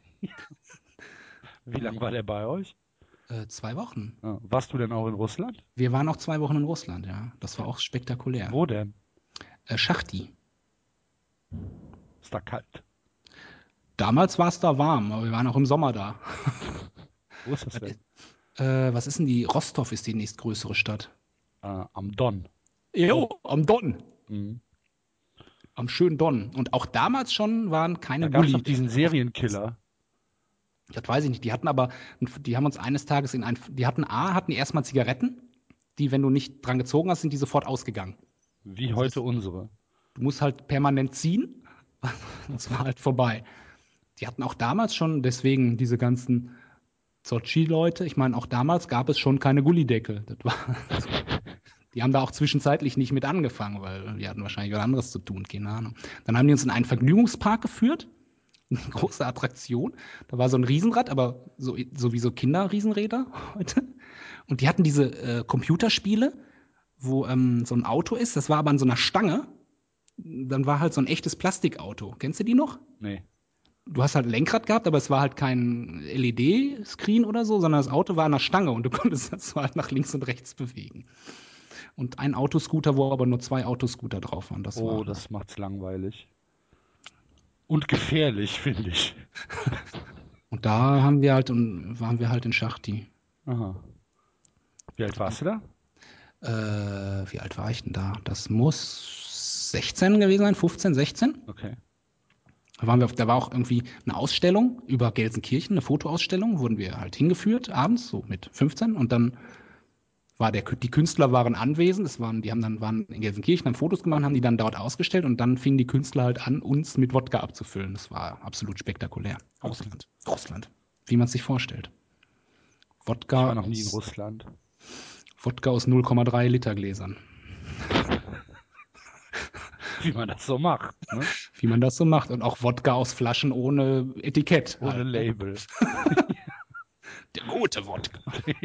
Wie lange war der bei euch? Äh, zwei Wochen. Ja. Warst du denn auch in Russland? Wir waren auch zwei Wochen in Russland, ja. Das war auch spektakulär. Wo denn? Äh, Schachti. Ist da kalt? Damals war es da warm, aber wir waren auch im Sommer da. Wo ist das denn? Äh, was ist denn die? Rostov ist die nächstgrößere Stadt. Äh, am Don. Jo, am Don. Mhm. Am schönen Don. Und auch damals schon waren keine Da gab es doch Gulli. diesen Serienkiller. Das weiß ich nicht. Die hatten aber, die haben uns eines Tages in ein, die hatten A, hatten die erstmal Zigaretten, die, wenn du nicht dran gezogen hast, sind die sofort ausgegangen. Wie Das heute heißt, unsere. du musst halt permanent ziehen. Und es war halt vorbei. Die hatten auch damals schon, deswegen diese ganzen Sochi-Leute, ich meine, auch damals gab es schon keine Gullideckel. Das war, die haben da auch zwischenzeitlich nicht mit angefangen, weil die hatten wahrscheinlich was anderes zu tun, keine Ahnung. Dann haben die uns in einen Vergnügungspark geführt, eine große Attraktion. Da war so ein Riesenrad, aber so, so wie so Kinder-Riesenräder heute. Und die hatten diese äh, Computerspiele, wo ähm, so ein Auto ist, das war aber an so einer Stange. Dann war halt so ein echtes Plastikauto. Kennst du die noch? Nee. Du hast halt ein Lenkrad gehabt, aber es war halt kein L E D-Screen oder so, sondern das Auto war an der Stange und du konntest das halt nach links und rechts bewegen. Und ein Autoscooter, wo aber nur zwei Autoscooter drauf waren. Das Oh, war. das macht's langweilig. Und gefährlich, finde ich. Und da haben wir halt und waren wir halt in Schachti. Aha. Wie alt warst du da? Äh, wie alt war ich denn da? Das muss sechzehn gewesen sein, fünfzehn, sechzehn. Okay. Da waren wir auf, da war auch irgendwie eine Ausstellung über Gelsenkirchen, eine Fotoausstellung, wurden wir halt hingeführt abends, so mit fünfzehn. Und dann war der, die Künstler waren anwesend, es waren, die haben dann waren in Gelsenkirchen, haben Fotos gemacht, haben die dann dort ausgestellt und dann fingen die Künstler halt an, uns mit Wodka abzufüllen. Das war absolut spektakulär. Russland. Russland. Wie man es sich vorstellt. Ich Wodka war noch nie in aus, Russland. Wodka aus null Komma drei Liter Gläsern. Wie man das so macht, ne? Wie man das so macht. Und auch Wodka aus Flaschen ohne Etikett. Ohne halt. Label. Der gute Wodka.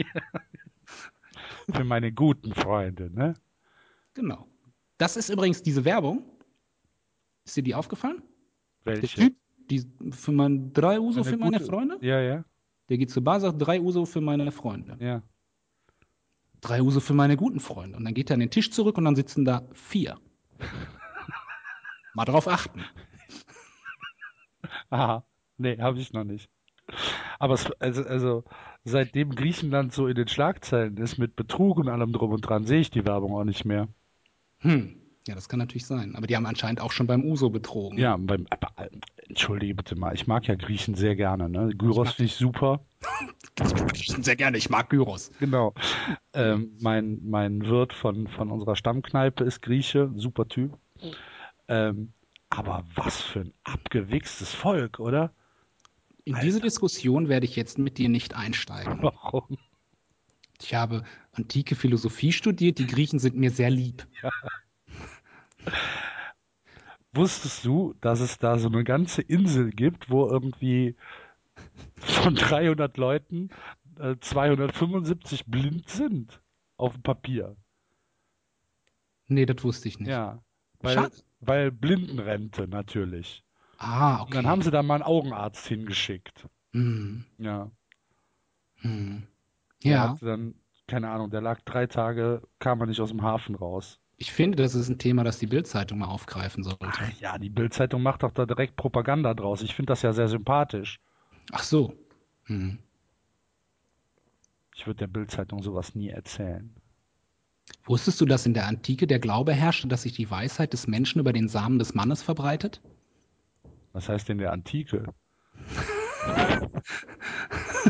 Für meine guten Freunde, ne? Genau. Das ist übrigens diese Werbung. Ist dir die aufgefallen? Der Welche? Typ, die für mein drei Uso Eine für meine gute- Freunde, Ja, ja, der geht zur Bar, sagt drei Uso für meine Freunde. ja. Drei Uso für meine guten Freunde. Und dann geht er an den Tisch zurück und dann sitzen da vier. Mal drauf achten. Aha. Nee, habe ich noch nicht. Aber es, also, also seitdem Griechenland so in den Schlagzeilen ist mit Betrug und allem drum und dran, sehe ich die Werbung auch nicht mehr. Hm. Ja, das kann natürlich sein. Aber die haben anscheinend auch schon beim Uso betrogen. Ja, beim, aber, äh, entschuldige bitte mal, ich mag ja Griechen sehr gerne, ne? Gyros finde ich super. Sehr gerne. Ich mag Gyros. Genau. Ähm, mein, mein Wirt von, von unserer Stammkneipe ist Grieche, super Typ. Ähm, aber was für ein abgewichstes Volk, oder? In Alter. diese Diskussion werde ich jetzt mit dir nicht einsteigen. Warum? Ich habe antike Philosophie studiert. Die Griechen sind mir sehr lieb. Wusstest du, dass es da so eine ganze Insel gibt, wo irgendwie von dreihundert Leuten äh, zweihundertfünfundsiebzig blind sind? Auf dem Papier. Nee, das wusste ich nicht. Ja. Weil, Schade. weil Blindenrente natürlich. Ah, Und dann okay. haben sie da mal einen Augenarzt hingeschickt. Hm. Ja. Hm. Der Ja, hatte dann, keine Ahnung, der lag drei Tage, kam er nicht aus dem Hafen raus. ich finde, das ist ein Thema, das die Bild-Zeitung mal aufgreifen sollte. Ach ja, die Bild-Zeitung macht doch da direkt Propaganda draus. Ich finde das ja sehr sympathisch. Ach so. Hm. Ich würde der Bild-Zeitung sowas nie erzählen. Wusstest du, dass in der Antike der Glaube herrschte, dass sich die Weisheit des Menschen über den Samen des Mannes verbreitet? Was heißt denn der Antike?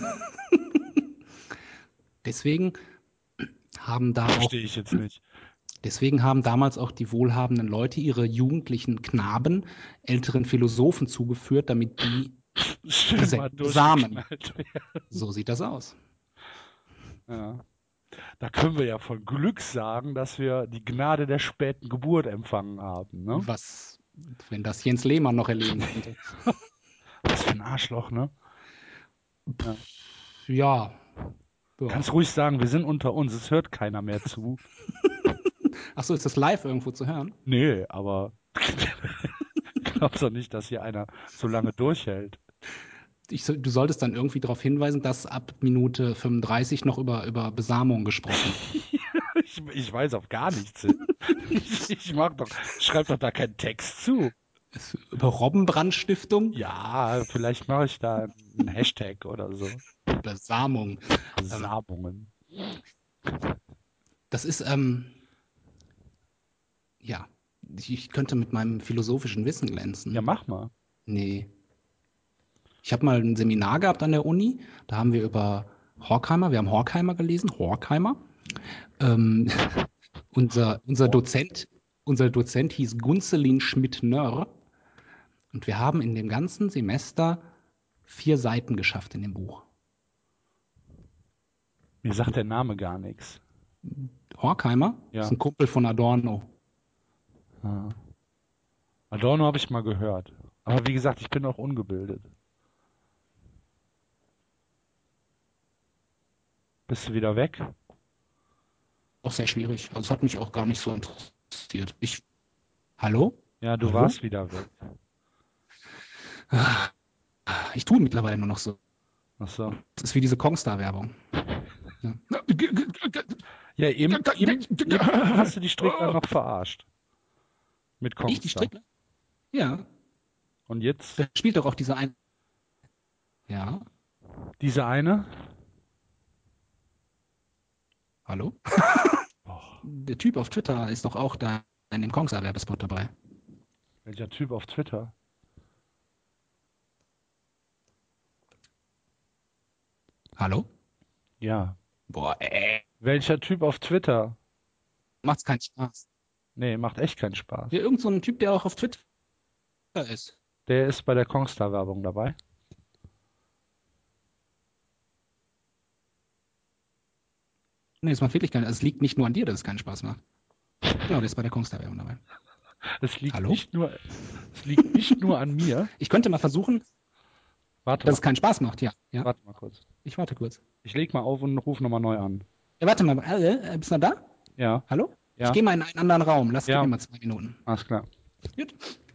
Deswegen haben da auch, Verstehe ich jetzt nicht. Deswegen haben damals auch die wohlhabenden Leute ihre jugendlichen Knaben älteren Philosophen zugeführt, damit die Schön mal dieselben besamen. durchgeknallt werden. So sieht das aus. Ja. Da können wir ja von Glück sagen, dass wir die Gnade der späten Geburt empfangen haben, ne? Was, wenn das Jens Lehmann noch erleben könnte. Was für ein Arschloch, ne? Ja. Ja. Ja. Kannst ruhig sagen, wir sind unter uns, es hört keiner mehr zu. Achso, ist das live irgendwo zu hören? Nee, aber glaubst doch nicht, dass hier einer so lange durchhält. Ich, so- du solltest dann irgendwie darauf hinweisen, dass ab Minute fünfunddreißig noch über, über Besamung gesprochen wird. Ich, ich weiß auf gar nichts hin. Ich, ich mag doch, schreib doch da keinen Text zu. Ist über Robbenbrandstiftung? Ja, vielleicht mache ich da einen Hashtag oder so. Besamung. Besamungen. Das ist, ähm, ja, ich, ich könnte mit meinem philosophischen Wissen glänzen. Ja, mach mal. Nee. Ich habe mal ein Seminar gehabt an der Uni, da haben wir über Horkheimer, wir haben Horkheimer gelesen, Horkheimer. Ähm, unser, unser Dozent, unser Dozent hieß Gunzelin Schmidt-Nörr und wir haben in dem ganzen Semester vier Seiten geschafft in dem Buch. Mir sagt der Name gar nichts. Horkheimer Ja. ist ein Kumpel von Adorno. Ah. Adorno habe ich mal gehört. Aber wie gesagt, ich bin auch ungebildet. Bist du wieder weg? Auch sehr schwierig. Also es hat mich auch gar nicht so interessiert. Ich. Hallo? Ja, du Hallo? warst wieder weg. Ich tue mittlerweile nur noch so. Ach so. Das ist wie diese Kongstar-Werbung. Ja. Ja, eben, eben, eben hast du die Strickler noch verarscht. Mit Kongstar. Ich, die Strickler? Ja. Und jetzt Da spielt doch auch dieser ein. Ja. diese eine? Hallo? Oh, Der Typ auf Twitter ist doch auch da in dem Kongstar-Werbespot dabei. welcher Typ auf Twitter? Hallo? Ja. Boah, ey. Welcher Typ auf Twitter? Macht's keinen Spaß. Nee, macht echt keinen Spaß. Ja, irgend so ein Typ, der auch auf Twitter ist. Der ist bei der Kongstar-Werbung dabei. Nee, es macht wirklich keinen. Es liegt nicht nur an dir, dass es keinen Spaß macht. Genau, der ist bei der Kongstar-Werbung dabei. Es liegt Hallo? nicht nur, es liegt nicht nur an mir. Ich könnte mal versuchen, Warte dass es mal, keinen Spaß macht, ja. ja. warte mal kurz. Ich warte kurz. Ich leg mal auf und ruf nochmal neu an. Ja, warte mal. Äh, bist du noch da? Ja, Hallo? Ja. Ich gehe mal in einen anderen Raum. Lass Ja. mir mal zwei Minuten. alles klar. Gut.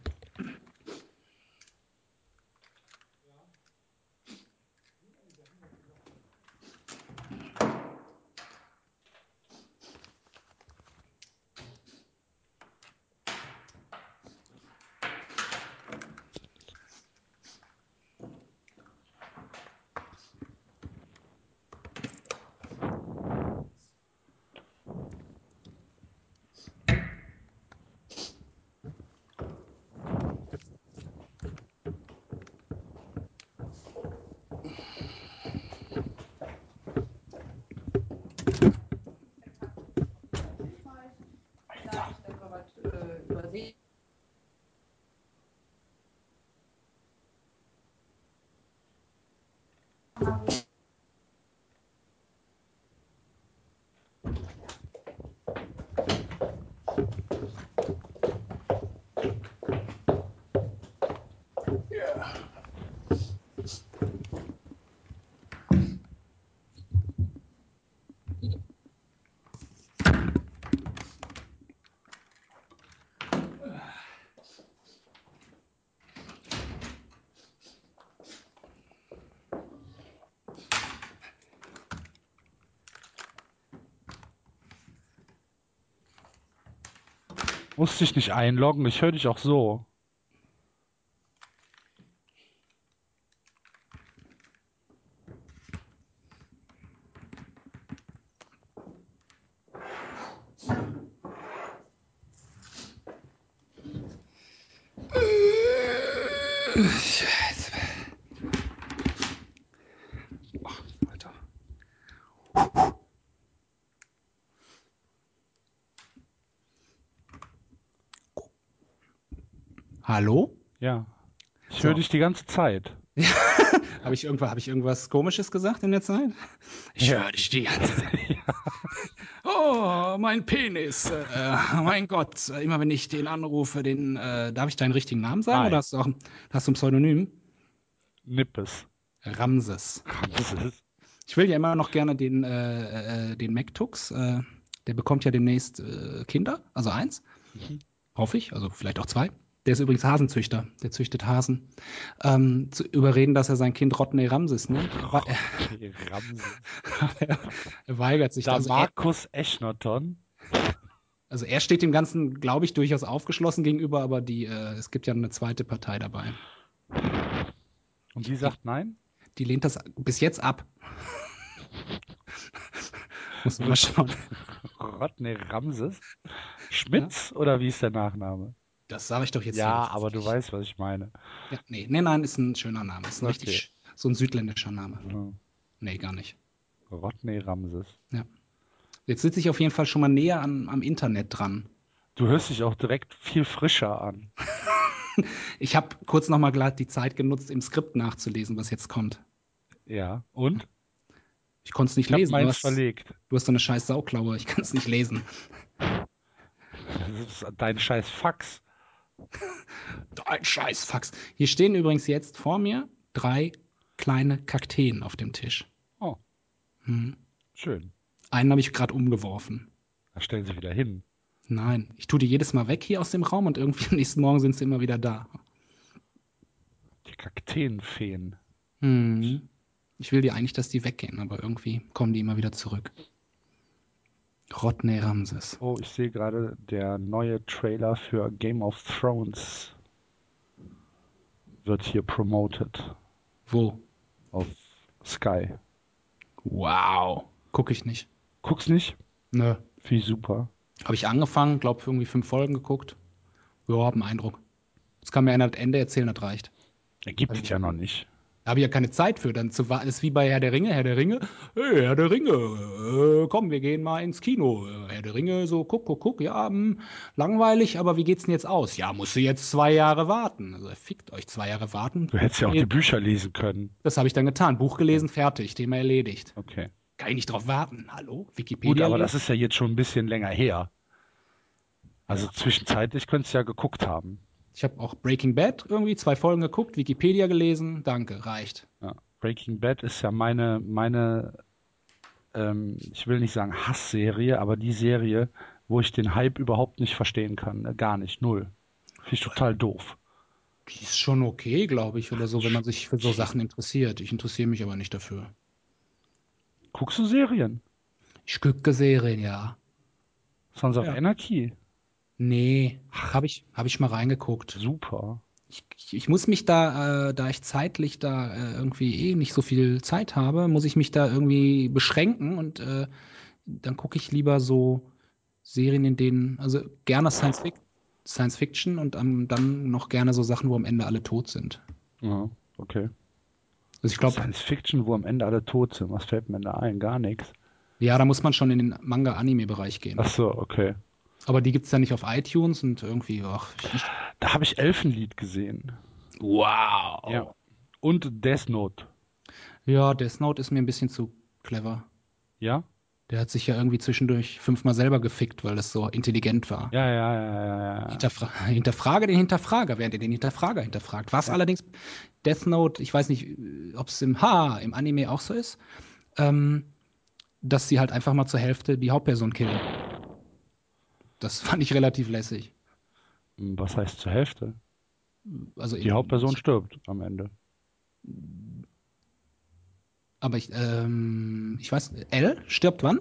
Musst dich nicht einloggen, ich höre dich auch so. Hallo? Ja. Ich So. höre dich die ganze Zeit. Habe ich irgendwas, habe ich irgendwas Komisches gesagt in der Zeit? Ich Ja. höre dich die ganze Zeit. Oh, mein Penis. Äh, mein Gott. Immer wenn ich den anrufe, den, äh, darf ich deinen richtigen Namen sagen oder Nein. hast du auch hast du ein Pseudonym? Nippes. Ramses. Ramses. Ich will ja immer noch gerne den, äh, äh, den MacTux. Äh, der bekommt ja demnächst äh, Kinder, also eins, Mhm. hoffe ich, also vielleicht auch zwei. Der ist übrigens Hasenzüchter, der züchtet Hasen. Ähm, zu überreden, dass er sein Kind Rodney Ramses nennt. Er, wei- Okay, Ramses. er, er weigert sich da. Da Also er, Markus Echnaton. also er steht dem Ganzen, glaube ich, durchaus aufgeschlossen gegenüber, aber die, äh, es gibt ja eine zweite Partei dabei. Und die Die, sagt nein? die lehnt das bis jetzt ab. Muss man mal schauen. Rodney Ramses? Ja, Schmitz oder wie ist der Nachname? das sage ich doch jetzt hier Ja, aber du öffentlich. weißt, was ich meine. Ja, nee, nee, nein, ist ein schöner Name. Ist ein Okay. richtig, so ein südländischer Name. Mhm. Nee, gar nicht. Rodney Ramses. Ja. Jetzt sitze ich auf jeden Fall schon mal näher an, am Internet dran. Du hörst dich auch direkt viel frischer an. Ich habe kurz noch mal glatt die Zeit genutzt, im Skript nachzulesen, was jetzt kommt. Ja. Und? Ich konnte es nicht Ich habe lesen. Du meins hast, verlegt. du hast so eine scheiß Sauklaue. Ich kann es nicht lesen. Das ist dein scheiß Fax. Ein scheiß Fax. Hier stehen übrigens jetzt vor mir drei kleine Kakteen auf dem Tisch. Oh, Hm. schön. Einen habe ich gerade umgeworfen. Da stellen sie wieder hin. Nein, ich tue die jedes Mal weg hier aus dem Raum und irgendwie am nächsten Morgen sind sie immer wieder da. Die Kakteenfeen. Hm. Ich will die eigentlich, dass die weggehen, aber irgendwie kommen die immer wieder zurück. Rodney Ramses. Oh, ich sehe gerade, der neue Trailer für Game of Thrones wird hier promoted Wo? auf Sky. Wow. Gucke ich nicht. Guck's nicht? Nö. Finde ich super. Habe ich angefangen, glaube irgendwie fünf Folgen geguckt. Ja, hab einen Eindruck. Jetzt kann mir einer das Ende erzählen, das reicht. Er gibt es ja noch nicht. Da habe ich ja keine Zeit für, dann zu warten. Ist wie bei Herr der Ringe. Herr der Ringe, hey, Herr der Ringe, äh, komm, wir gehen mal ins Kino. Äh, Herr der Ringe, so, guck, guck, guck, ja, hm, langweilig, aber wie geht's denn jetzt aus? Ja, musst du jetzt zwei Jahre warten. Also, fickt euch, zwei Jahre warten. Du hättest ja auch die Bücher lesen können. Das habe ich dann getan. Buch gelesen, fertig, Thema erledigt. Okay. Kann ich nicht drauf warten. Hallo? Gut, Wikipedia aber lesen? das ist ja jetzt schon ein bisschen länger her. Also Ja. zwischenzeitlich könntest du ja geguckt haben. Ich habe auch Breaking Bad irgendwie zwei Folgen geguckt, Wikipedia gelesen. Danke, reicht. Ja. Breaking Bad ist ja meine, meine, ähm, ich will nicht sagen Hassserie, aber die Serie, wo ich den Hype überhaupt nicht verstehen kann. Ne? Gar nicht, null. Finde ich total doof. Die ist schon okay, glaube ich, oder so, wenn man sich für so Sachen interessiert. Ich interessiere mich aber nicht dafür. Guckst du Serien? Ich gucke Serien, ja. Sons of Ja. Anarchy? Nee, habe ich, hab ich mal reingeguckt. Super. Ich, ich, ich muss mich da, äh, da ich zeitlich da äh, irgendwie eh nicht so viel Zeit habe, muss ich mich da irgendwie beschränken und äh, dann gucke ich lieber so Serien, in denen, also gerne Science, Fic Science Fiction und ähm, dann noch gerne so Sachen, wo am Ende alle tot sind. Ja, okay. Also ich glaube, Science Fiction, wo am Ende alle tot sind. Was fällt mir da ein? Gar nichts. ja, da muss man schon in den Manga-Anime-Bereich gehen. Ach so, okay. Aber die gibt es ja nicht auf iTunes und irgendwie, ach, ich, Da habe ich Elfenlied gesehen. wow. Ja. Und Death Note. Ja, Death Note ist mir ein bisschen zu clever. Ja? Der hat sich ja irgendwie zwischendurch fünfmal selber gefickt, weil das so intelligent war. Ja, ja, ja, ja, ja. Hinterfra hinterfrage den Hinterfrager, während er den Hinterfrager hinterfragt. Was Ja. allerdings Death Note, ich weiß nicht, ob es im H, im Anime auch so ist, ähm, dass sie halt einfach mal zur Hälfte die Hauptperson killen. Das fand ich relativ lässig. Was heißt zur Hälfte? Also Die Hauptperson stirbt am Ende. Aber ich, ähm, ich weiß, L stirbt wann?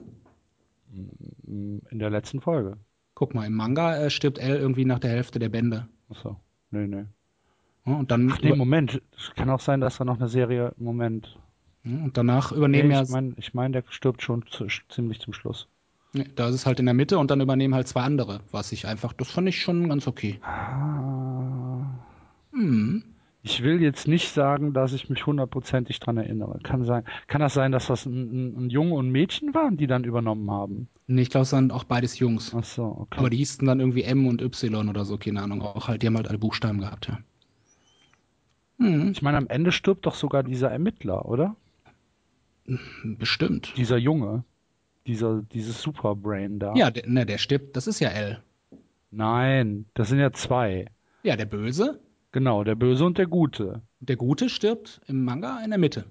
In der letzten Folge. Guck mal, im Manga äh, stirbt L irgendwie nach der Hälfte der Bände. Achso. Nee, nee. Ja, und dann Ach nee, Moment. Es kann auch sein, dass da noch eine Serie. Moment. ja, und danach übernehmen Nee, ja, ich meine, ich mein, der stirbt schon zu, ziemlich zum Schluss. ja, da ist es halt in der Mitte und dann übernehmen halt zwei andere, was ich einfach, das fand ich schon ganz okay. Ah. Hm. Ich will jetzt nicht sagen, dass ich mich hundertprozentig dran erinnere. Kann sein, kann das sein, dass das ein, ein, ein Junge und ein Mädchen waren, die dann übernommen haben? Nee, ich glaube, es waren auch beides Jungs. Ach so, okay. Aber die hießen dann irgendwie M und Y oder so, keine Ahnung. Auch halt, die haben halt alle Buchstaben gehabt, ja. Hm, Ich meine, am Ende stirbt doch sogar dieser Ermittler, oder? bestimmt. Dieser Junge, dieser, dieses Superbrain da. Ja, der, ne, der stirbt, das ist ja L. Nein, das sind ja zwei. Ja, der Böse, Genau, der Böse und der Gute. der Gute stirbt im Manga in der Mitte.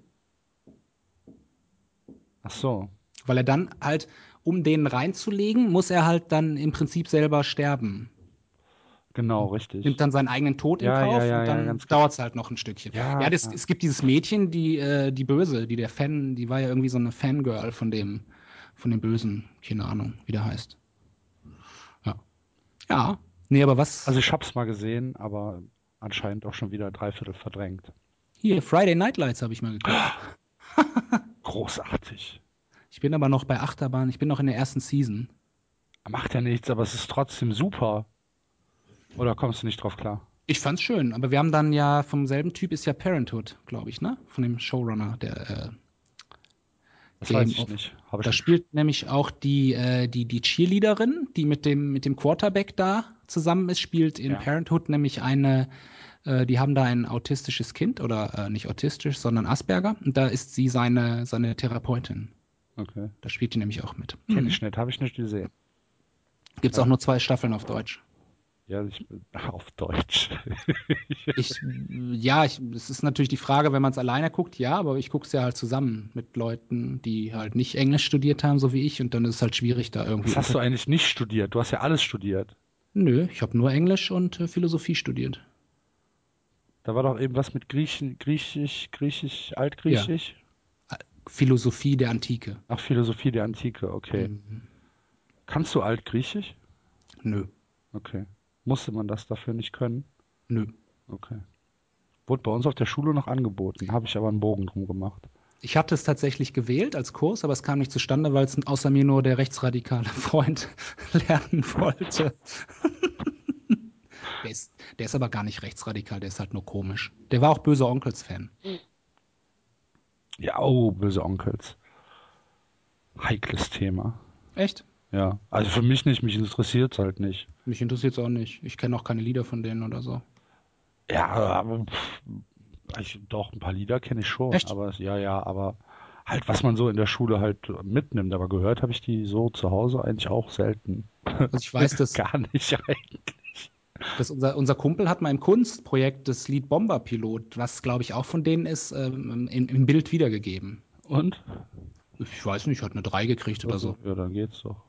Ach so. Weil er dann halt, um den reinzulegen, muss er halt dann im Prinzip selber sterben. Genau, Nimmt richtig. dann seinen eigenen Tod in Ja, ja, Kauf ja, und ja, dann ganz genau. dauert es halt noch ein Stückchen. Ja, Ja, das, ja. es gibt dieses Mädchen, die, äh, die Böse, die der Fan, die war ja irgendwie so eine Fangirl von dem, von dem Bösen. Keine Ahnung, wie der heißt. Ja. Ja. Nee, aber was? Also ich hab's mal gesehen, aber anscheinend auch schon wieder dreiviertel verdrängt. Hier, Friday Night Lights habe ich mal geguckt. Großartig. Ich bin aber noch bei Achterbahn, ich bin noch in der ersten Season. Macht ja nichts, aber es ist trotzdem super. Oder kommst du nicht drauf klar? Ich fand's schön, aber wir haben dann ja vom selben Typ ist ja Parenthood, glaube ich, ne? Von dem Showrunner, der äh, Das weiß Game ich of. nicht. Habe ich Da nicht. spielt nämlich auch die, äh, die, die Cheerleaderin, die mit dem, mit dem Quarterback da zusammen ist, spielt in Ja, Parenthood nämlich eine, äh, die haben da ein autistisches Kind oder äh, nicht autistisch, sondern Asperger. Und da ist sie seine, seine Therapeutin. okay. Da spielt die nämlich auch mit. Kenn Mhm. ich nicht, habe ich nicht gesehen. Gibt's auch Ja, nur zwei Staffeln auf Deutsch. ja, ich, auf Deutsch. Ich, ja, ich, es ist natürlich die Frage, wenn man es alleine guckt, ja, aber ich gucke es ja halt zusammen mit Leuten, die halt nicht Englisch studiert haben, so wie ich, und dann ist es halt schwierig, da irgendwie Was hast unter. du eigentlich nicht studiert? Du hast ja alles studiert. Nö, ich habe nur Englisch und äh, Philosophie studiert. Da war doch eben was mit Griechen, Griechisch, Griechisch, Ja, Altgriechisch. Philosophie der Antike. Ach, Philosophie der Antike, okay. Mhm. Kannst du Altgriechisch? Nö, Okay. Musste man das dafür nicht können? nö. Okay. Wurde bei uns auf der Schule noch angeboten, habe ich aber einen Bogen drum gemacht. Ich hatte es tatsächlich gewählt als Kurs, aber es kam nicht zustande, weil es außer mir nur der rechtsradikale Freund lernen wollte. Der ist, der ist aber gar nicht rechtsradikal, der ist halt nur komisch. Der war auch böse Onkels-Fan. Ja, oh, böse Onkels. Heikles Thema. Echt? Ja, also für mich nicht, mich interessiert es halt nicht. Mich interessiert es auch nicht. Ich kenne auch keine Lieder von denen oder so. Ja, aber pff, ich, doch, ein paar Lieder kenne ich schon, Echt? aber ja, ja, aber halt, was man so in der Schule halt mitnimmt. Aber gehört habe ich die so zu Hause eigentlich auch selten. Also ich weiß, dass, Gar nicht rein. dass unser, unser Kumpel hat mal im Kunstprojekt das Lied Bomberpilot, was glaube ich auch von denen ist, ähm, im, im Bild wiedergegeben. Und? Ich weiß nicht, hat eine drei gekriegt oder Also, so. ja, dann geht's doch.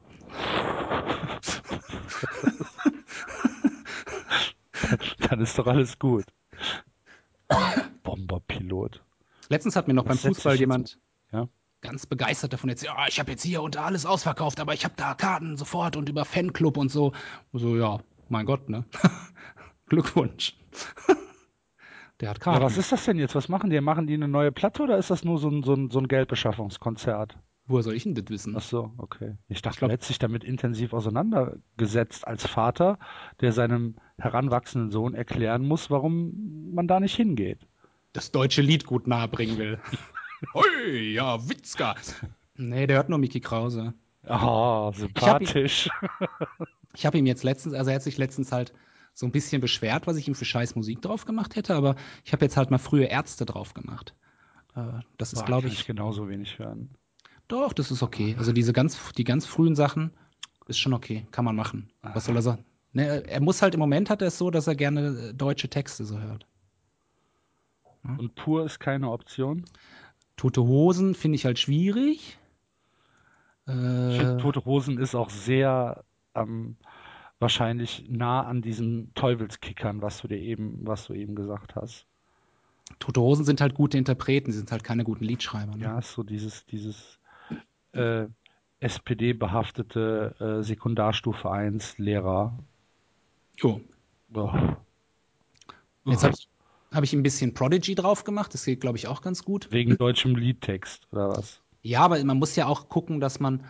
Dann ist doch alles gut. Bomberpilot. Letztens hat mir noch beim Was setzt Fußball sich jetzt? jemand Ja? ganz begeistert davon erzählt, ja, ich habe jetzt hier und da alles ausverkauft, aber ich habe da Karten sofort und über Fanclub und so. So, ja, mein Gott, ne? Glückwunsch. Der hat Ja, was Karten. ist das denn jetzt? Was machen die? Machen die eine neue Platte oder ist das nur so ein, so ein, so ein Geldbeschaffungskonzert? Woher soll ich denn das Ach wissen? so, okay. Ich Ich dachte, du glaube, hättest dich damit intensiv auseinandergesetzt als Vater, der seinem heranwachsenden Sohn erklären muss, warum man da nicht hingeht. das deutsche Lied gut nahebringen will. Hui, ja, Witzka. Nee, der hört nur Mickey Krause. Ah, Ich habe sympathisch. ich hab ihm jetzt letztens, also er hat sich letztens halt so ein bisschen beschwert, was ich ihm für scheiß Musik drauf gemacht hätte, aber ich habe jetzt halt mal frühe Ärzte drauf gemacht. Äh, das ist, Boah, glaube kann ich ich, genauso wenig hören. doch, das ist okay. Also diese ganz, die ganz frühen Sachen ist schon okay, kann man machen. Was soll er sagen? Ne, er muss halt im Moment hat er es so, dass er gerne äh, deutsche Texte so hört. Hm? Und pur ist keine Option. Tote Hosen finde ich halt schwierig. Ich finde, Äh, Tote Hosen ist auch sehr ähm, wahrscheinlich nah an diesen Teufelskickern, was du dir eben, was du eben gesagt hast. Tote Hosen sind halt gute Interpreten, sie sind halt keine guten Liedschreiber. Ne? Ja, ist so dieses, dieses äh, S P D-behaftete äh, Sekundarstufe eins Lehrer. Jo. Boah. Jetzt habe ich, hab ich ein bisschen Prodigy drauf gemacht, das geht, glaube ich, auch ganz gut. Wegen deutschem Liedtext oder was? Ja, aber man muss ja auch gucken, dass man,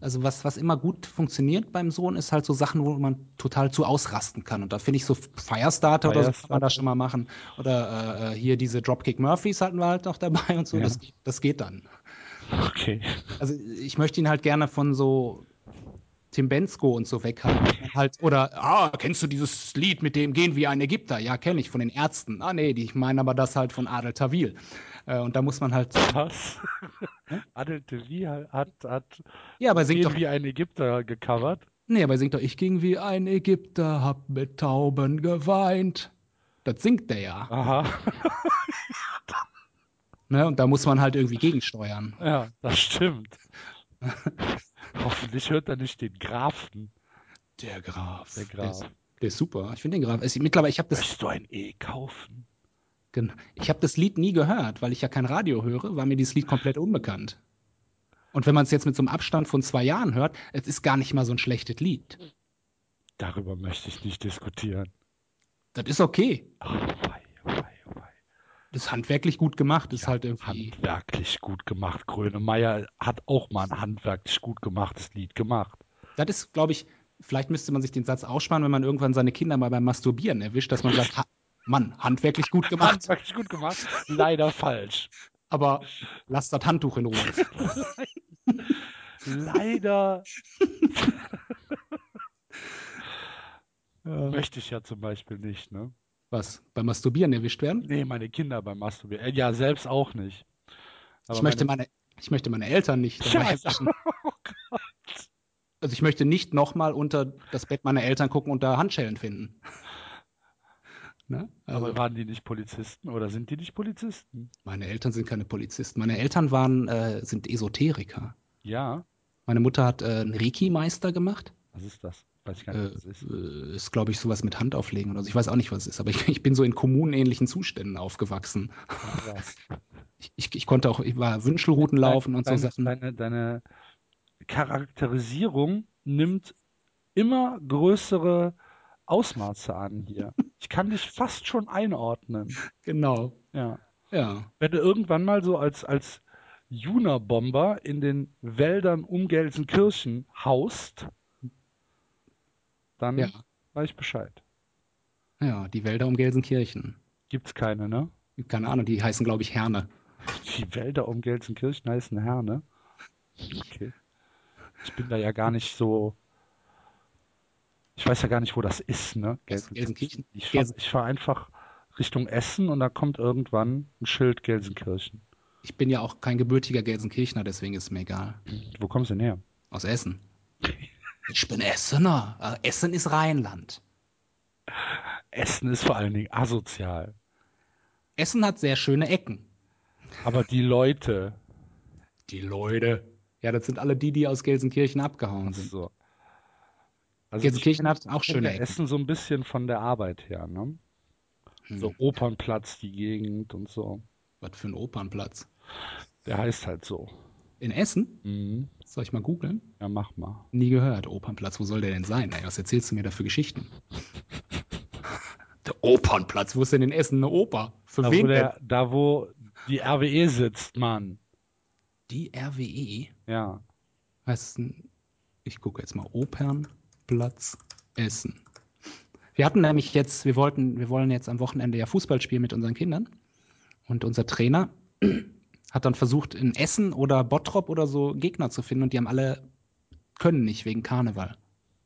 Also was, was immer gut funktioniert beim Sohn, ist halt so Sachen, wo man total zu ausrasten kann. Und da finde ich so Firestarter oder so kann man da Firestarter. schon mal machen. Oder äh, äh, hier diese Dropkick Murphys hatten wir halt noch dabei und so. Ja, Das, geht- das geht dann. okay. Also ich möchte ihn halt gerne von so Tim Bendzko und so weghaben. Dass man halt, oder, ah, kennst du dieses Lied mit dem Gehen wie ein Ägypter? Ja, kenne ich von den Ärzten. Ah, nee, die, ich meine aber das halt von Adel Tawil. Äh, und da muss man halt, Was? ne? Adel Tawil hat, hat Ja, aber er singt Gehen doch, wie ein Ägypter gecovert. nee, aber er singt doch, ich ging wie ein Ägypter, hab mit Tauben geweint. Das singt der ja. Aha. Ne? Und da muss man halt irgendwie gegensteuern. Ja, das stimmt. Hoffentlich hört er nicht den Grafen. Der Der Graf. Der ist, Graf. der ist super. Ich finde den Graf. Es, mittlerweile, ich habe das, Möchtest du ein E kaufen? gen- ich hab das Lied nie gehört, weil ich ja kein Radio höre, war mir dieses Lied komplett unbekannt. Und wenn man es jetzt mit so einem Abstand von zwei Jahren hört, es ist gar nicht mal so ein schlechtes Lied. Darüber möchte ich nicht diskutieren. Das ist okay. Oh, wei, oh, wei, oh, wei. Das ist handwerklich gut gemacht, ist Ja, halt irgendwie. handwerklich gut gemacht. Grönemeyer hat auch mal ein handwerklich gut gemachtes Lied gemacht. Das ist, glaube ich, vielleicht müsste man sich den Satz aussparen, wenn man irgendwann seine Kinder mal beim Masturbieren erwischt, dass man sagt, ha Mann, handwerklich gut gemacht, Handwerklich gut gemacht. Leider falsch. aber lass das Handtuch in Ruhe. Leider Ja. möchte ich ja zum Beispiel nicht, ne? Was? Beim Masturbieren erwischt werden? Nee, meine Kinder beim Masturbieren. Äh, Ja, selbst auch nicht. Aber Ich möchte meine. meine, ich möchte meine Eltern nicht dabei Scheiße. erwischen. Oh Gott. Also ich möchte nicht nochmal unter das Bett meiner Eltern gucken und da Handschellen finden. Ne? Also Aber waren die nicht Polizisten oder sind die nicht Polizisten? meine Eltern sind keine Polizisten. Meine Eltern waren, äh, sind Esoteriker. Ja. Meine Mutter hat äh, einen Reiki-Meister gemacht. Was ist das? Weiß ich gar Äh, nicht, was das ist. äh, ist, glaube ich, sowas mit Handauflegen oder so. Ich weiß auch nicht, was es ist, aber ich, ich bin so in kommunenähnlichen Zuständen aufgewachsen. Ach, was. Ich, ich, ich konnte auch, ich war Wünschelrouten laufen und so Deine, Sachen. deine, deine Charakterisierung nimmt immer größere Ausmaße an hier. Ich kann dich fast schon einordnen. Genau. Ja. Ja. Wenn du irgendwann mal so als, als Juna-Bomber in den Wäldern um Gelsenkirchen haust, dann Ja. weiß ich Bescheid. Ja, die Wälder um Gelsenkirchen. Gibt's keine, ne? Keine Ahnung, die heißen, glaube ich, Herne. Die Wälder um Gelsenkirchen heißen Herne. Okay. Ich bin da ja gar nicht so. Ich weiß ja gar nicht, wo das ist, ne? Was? Gelsenkirchen? Ich fahre Gelsen ich fahr einfach Richtung Essen und da kommt irgendwann ein Schild Gelsenkirchen. Ich bin ja auch kein gebürtiger Gelsenkirchner, deswegen ist es mir egal. Wo kommst du denn her? Aus Essen. Ich bin Essener. Äh, Essen ist Rheinland. Essen ist vor allen Dingen asozial. Essen hat sehr schöne Ecken. Aber die Leute, Die Leute. Ja, das sind alle die, die aus Gelsenkirchen abgehauen sind. so. Also Gelsenkirchen ich hat auch schöne kenne Ecken. Essen so ein bisschen von der Arbeit her, ne? So Hm. Opernplatz, die Gegend und so. Was für ein Opernplatz. Der heißt halt so. In Essen? Mhm. Soll ich mal googeln? Ja, mach mal. Nie gehört. Opernplatz, wo soll der denn sein? Ey, was erzählst du mir da für Geschichten? Der Opernplatz, wo ist denn in Essen eine Oper? Für Da, wo wen denn? der, da, wo die R W E sitzt, Mann. Die R W E? Ja. Heißt, ich gucke jetzt mal Opernplatz Essen. Wir hatten nämlich jetzt, wir wollten, wir wollen jetzt am Wochenende ja Fußball spielen mit unseren Kindern. Und unser Trainer hat dann versucht, in Essen oder Bottrop oder so Gegner zu finden und die haben alle können nicht wegen Karneval.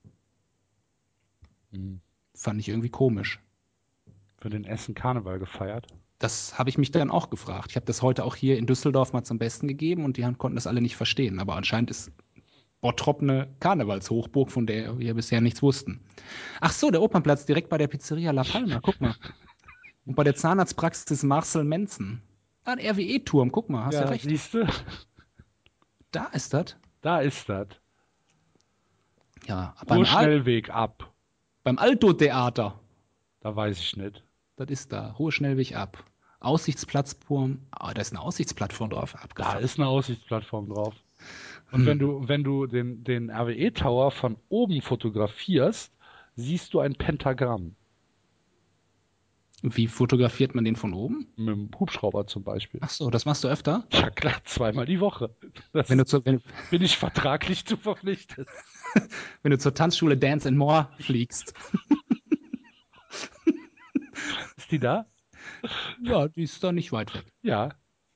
Mhm. Fand ich irgendwie komisch. Für den Essen Karneval gefeiert. Das habe ich mich dann auch gefragt. Ich habe das heute auch hier in Düsseldorf mal zum Besten gegeben und die haben, konnten das alle nicht verstehen. Aber anscheinend ist Bottrop eine Karnevalshochburg, von der wir bisher nichts wussten. Ach so, der Opernplatz direkt bei der Pizzeria La Palma, guck mal. Und bei der Zahnarztpraxis Marcel Menzen. Ah, ein R W E-Turm, guck mal, hast ja, Ja, recht. siehst du? Da ist das. Da ist das. Ja, beim, Al Ruhrschnellweg ab. beim Alto-Theater. Da weiß ich nicht. Das ist da. Hohe Schnellweg ab. Aussichtsplattform. Ah, da ist eine Aussichtsplattform drauf. Da Abgefahren. ist eine Aussichtsplattform drauf. Und Hm. wenn du, wenn du den, den R W E-Tower von oben fotografierst, siehst du ein Pentagramm. Wie fotografiert man den von oben? Mit dem Hubschrauber zum Beispiel. Ach so, das machst du öfter? Ja klar, zweimal die Woche. Das Wenn du, zur, wenn, bin ich vertraglich zu verpflichtet. wenn du zur Tanzschule Dance and More fliegst. Ist die da? Ja, die ist da nicht weit weg. Ja,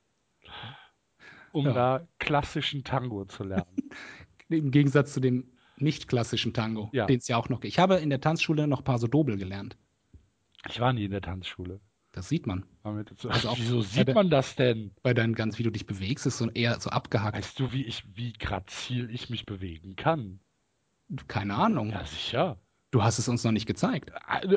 um Ja. da klassischen Tango zu lernen. Im Gegensatz zu dem nicht klassischen Tango, Ja. den es ja auch noch gibt. Ich habe in der Tanzschule noch Paso Doble gelernt. Ich war nie in der Tanzschule. Das sieht man. Damit jetzt- Also auch Wieso bei sieht der- man das denn? Bei deinem ganz, wie du dich bewegst, ist so eher so abgehackt. Weißt du, wie ich, wie grazil ich mich bewegen kann? Keine Ahnung. Ja, sicher. Du hast es uns noch nicht gezeigt. Eine-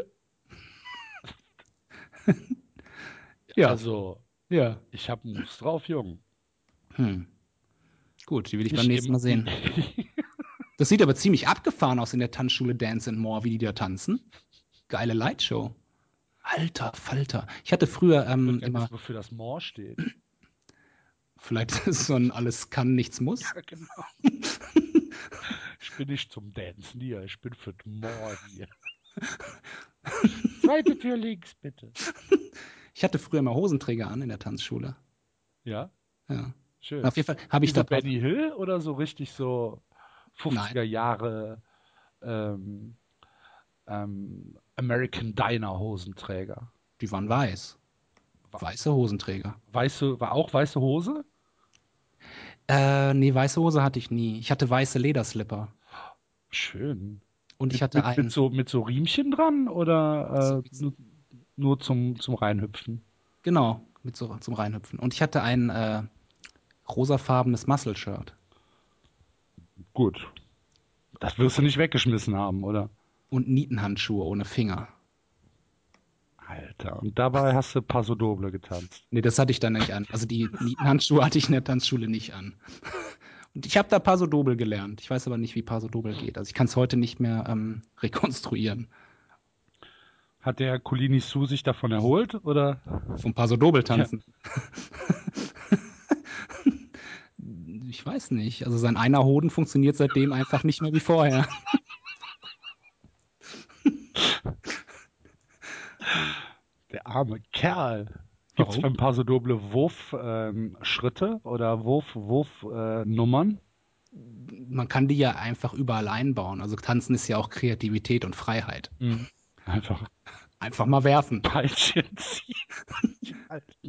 Ja. Also, Ja. ich habe Moves drauf, Jung. Hm. Gut, die will ich beim Nicht nächsten Mal sehen. Das sieht aber ziemlich abgefahren aus in der Tanzschule Dance and More, wie die da tanzen. Geile Lightshow. Alter Falter. Ich hatte früher ähm, Ich immer, weiß, wofür das More steht. vielleicht ist es so ein alles kann, nichts muss. Ja, genau. Ich bin nicht zum Dancen hier, ich bin für das More hier. Zweite Tür links, bitte. Ich hatte früher immer Hosenträger an in der Tanzschule. Ja, Ja. schön. Auf jeden Fall habe ich Wie so da Benny Hill oder so richtig so fünfziger Jahre ähm, ähm, American Diner Hosenträger? Die waren weiß. Weiße Hosenträger. Weiße, war auch weiße Hose? Äh, nee, weiße Hose hatte ich nie. Ich hatte weiße Lederslipper. Schön. Und ich Mit, hatte mit, einen. mit, so, mit so Riemchen dran oder äh, nur, nur zum, zum Reinhüpfen? Genau, mit so zum Reinhüpfen. Und ich hatte ein äh, rosafarbenes Muscle-Shirt. Gut. Das wirst du nicht weggeschmissen haben, oder? Und Nietenhandschuhe ohne Finger. Alter. Und dabei hast du Paso Doble getanzt. Nee, das hatte ich dann nicht an. Also die Nietenhandschuhe hatte ich in der Tanzschule nicht an. Und ich habe da Paso Doble gelernt. Ich weiß aber nicht, wie Paso Doble geht. Also ich kann es heute nicht mehr ähm, rekonstruieren. Hat der Colini Su sich davon erholt, oder? Vom Paso Doble tanzen. Ich weiß nicht. Also sein einer Hoden funktioniert seitdem einfach nicht mehr wie vorher. Der arme Kerl. Gibt es Warum? beim Paso Doble Wurf-Schritte ähm, oder Wurf-Wurf-Nummern? Man kann die ja einfach überall einbauen. Also tanzen ist ja auch Kreativität und Freiheit. Mhm. Einfach Einfach mal werfen. Peitschen ziehen.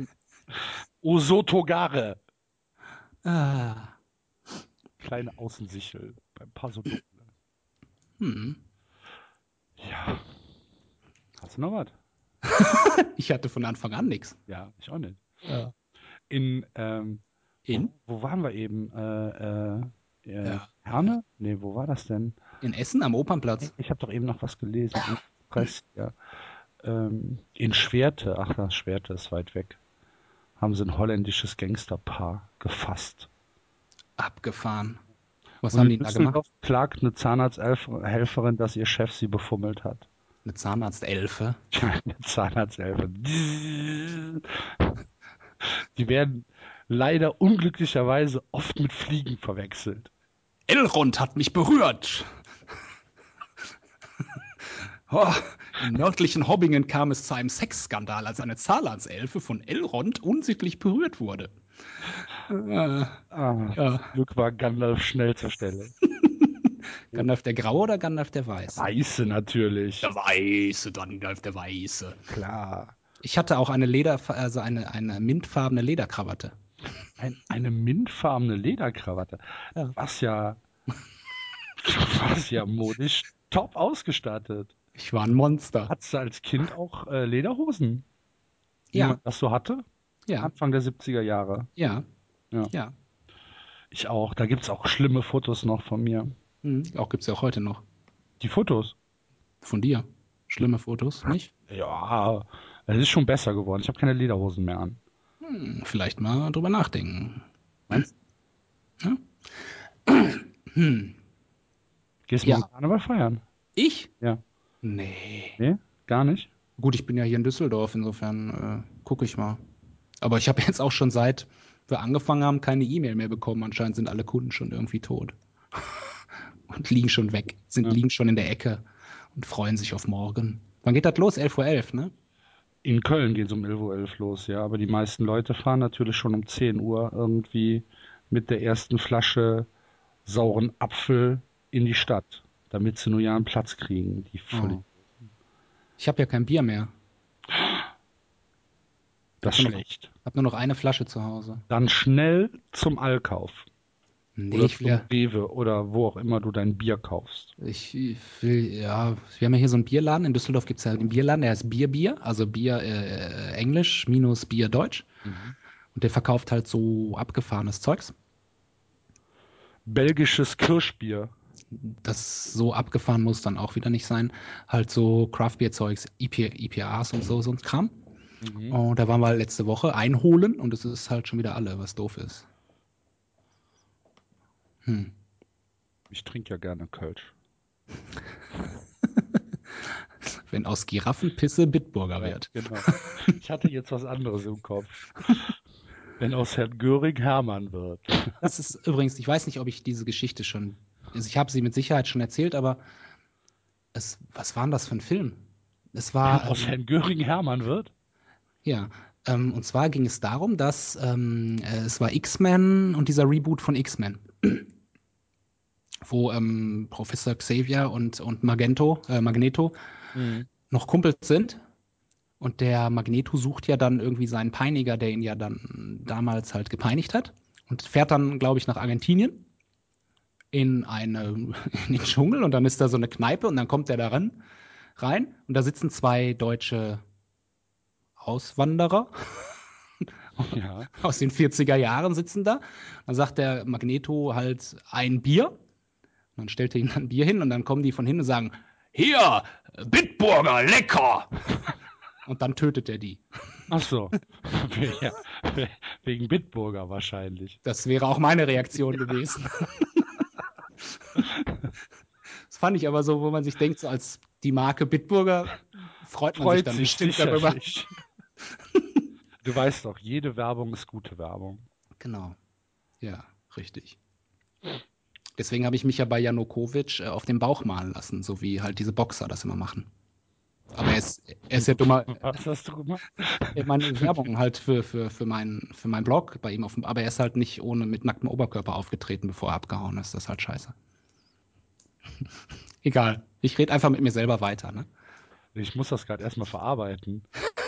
Osotogare. Ah. Kleine Außensichel beim Paso Doble. Hm. Ja. Hast du noch was? Ich hatte von Anfang an nichts. Ja, ich auch nicht. Ja. In, ähm, In? Wo, wo waren wir eben? Äh, äh, äh, Ja. Herne? Nee, wo war das denn? In Essen am Opernplatz. Ich habe doch eben noch was gelesen. In, Press, ja. ähm, in Schwerte, ach das Schwerte ist weit weg, haben sie ein holländisches Gangsterpaar gefasst. Abgefahren. Was Und haben in die da gemacht? Düsseldorf klagt eine Zahnarzthelferin, dass ihr Chef sie befummelt hat. Eine Zahnarztelfe. Eine Zahnarzthelferin. Die werden leider unglücklicherweise oft mit Fliegen verwechselt. Elrond hat mich berührt. Oh, im nördlichen Hobbingen kam es zu einem Sexskandal, als eine Zahnarztelfe von Elrond unsittlich berührt wurde. Äh, Ah, ja. Glück war Gandalf schnell zur Stelle. Gandalf der Graue oder Gandalf der Weiße? Weiße natürlich. Der Weiße, Gandalf der Weiße. Klar. Ich hatte auch eine Leder, also eine, eine mintfarbene Lederkrawatte. Ein, eine mintfarbene Lederkrawatte. Ja. Was ja, was ja modisch top ausgestattet. Ich war ein Monster. Hattest du als Kind auch äh, Lederhosen? Wie Ja. man das so hatte? Ja, Anfang der siebziger Jahre. ja, Ja. ja. Ich auch. Da gibt es auch schlimme Fotos noch von mir. Mhm. Auch gibt es ja auch heute noch. Die Fotos? Von dir. Schlimme Fotos, nicht? Ja, es ist schon besser geworden. Ich habe keine Lederhosen mehr an. Hm, vielleicht mal drüber nachdenken. Meinst Ja? Hm. Gehst du Ja. mal Karneval feiern? Ich? Ja. Nee. Nee? Gar nicht? Gut, ich bin ja hier in Düsseldorf, insofern äh, gucke ich mal. Aber ich habe jetzt auch schon seit wir angefangen haben keine E-Mail mehr bekommen. Anscheinend sind alle Kunden schon irgendwie tot. Und liegen schon weg, sind, Ja. liegen schon in der Ecke und freuen sich auf morgen. Wann geht das los? elf Uhr elf, ne? In Köln geht es um elf Uhr elf los, ja, aber die meisten Leute fahren natürlich schon um zehn Uhr irgendwie mit der ersten Flasche sauren Apfel in die Stadt, damit sie nur ja einen Platz kriegen. Die voll. Oh. Ich habe ja kein Bier mehr. Das ist schlecht. Ich habe nur noch eine Flasche zu Hause. Dann schnell zum Allkauf. Nee, oder ich zum will ja, Rewe oder wo auch immer du dein Bier kaufst. ich will, ja, wir haben ja hier so einen Bierladen. In Düsseldorf gibt es ja einen Bierladen, der heißt Bierbier, also Bier äh, Englisch minus Bier Deutsch. Mhm. Und der verkauft halt so abgefahrenes Zeugs. Belgisches Kirschbier. Das so abgefahren muss dann auch wieder nicht sein. Halt so Craft-Bier-Zeugs, I P, I P As und so, so ein Kram. Mhm. Und da waren wir letzte Woche einholen und es ist halt schon wieder alle, was doof ist. Hm. Ich trinke ja gerne Kölsch. Wenn aus Giraffenpisse Bitburger wird. Genau. Ich hatte jetzt was anderes im Kopf. Wenn aus Herrn Göring Hermann wird. Das ist übrigens, ich weiß nicht, ob ich diese Geschichte schon, also ich habe sie mit Sicherheit schon erzählt, aber es, was war denn das für ein Film? Es war, Aus ähm, Herrn Göring Hermann wird? ja, ähm, und zwar ging es darum, dass ähm, äh, es war X-Men und dieser Reboot von X-Men, wo ähm, Professor Xavier und, und Magento, äh, Magneto Mhm. noch Kumpels sind. Und der Magneto sucht ja dann irgendwie seinen Peiniger, der ihn ja dann damals halt gepeinigt hat. Und fährt dann, glaube ich, nach Argentinien in, eine, in den Dschungel. Und dann ist da so eine Kneipe und dann kommt er da ran, rein. Und da sitzen zwei deutsche Auswanderer Ja. aus den vierziger Jahren sitzen da. Dann sagt der Magneto halt ein Bier. Und dann stellt er ihm dann ein Bier hin und dann kommen die von hinten und sagen, hier, Bitburger, lecker! Und dann tötet er die. Ach so. Ja, wegen Bitburger wahrscheinlich. Das wäre auch meine Reaktion gewesen. Das fand ich aber so, wo man sich denkt, so als die Marke Bitburger freut man sich Freut dann sich bestimmt darüber. sicherlich. Du weißt doch, jede Werbung ist gute Werbung. Genau. Ja, richtig. Deswegen habe ich mich ja bei Janukowitsch äh, auf den Bauch malen lassen, so wie halt diese Boxer das immer machen. Aber er ist, er ist ja dummer. Was hast du gemacht? äh, Meine Werbung halt für, für, für, meinen, für meinen Blog bei ihm auf dem, aber er ist halt nicht ohne mit nacktem Oberkörper aufgetreten, bevor er abgehauen ist. Das ist halt scheiße. Egal. Ich rede einfach mit mir selber weiter, ne? Ich muss das gerade erstmal verarbeiten.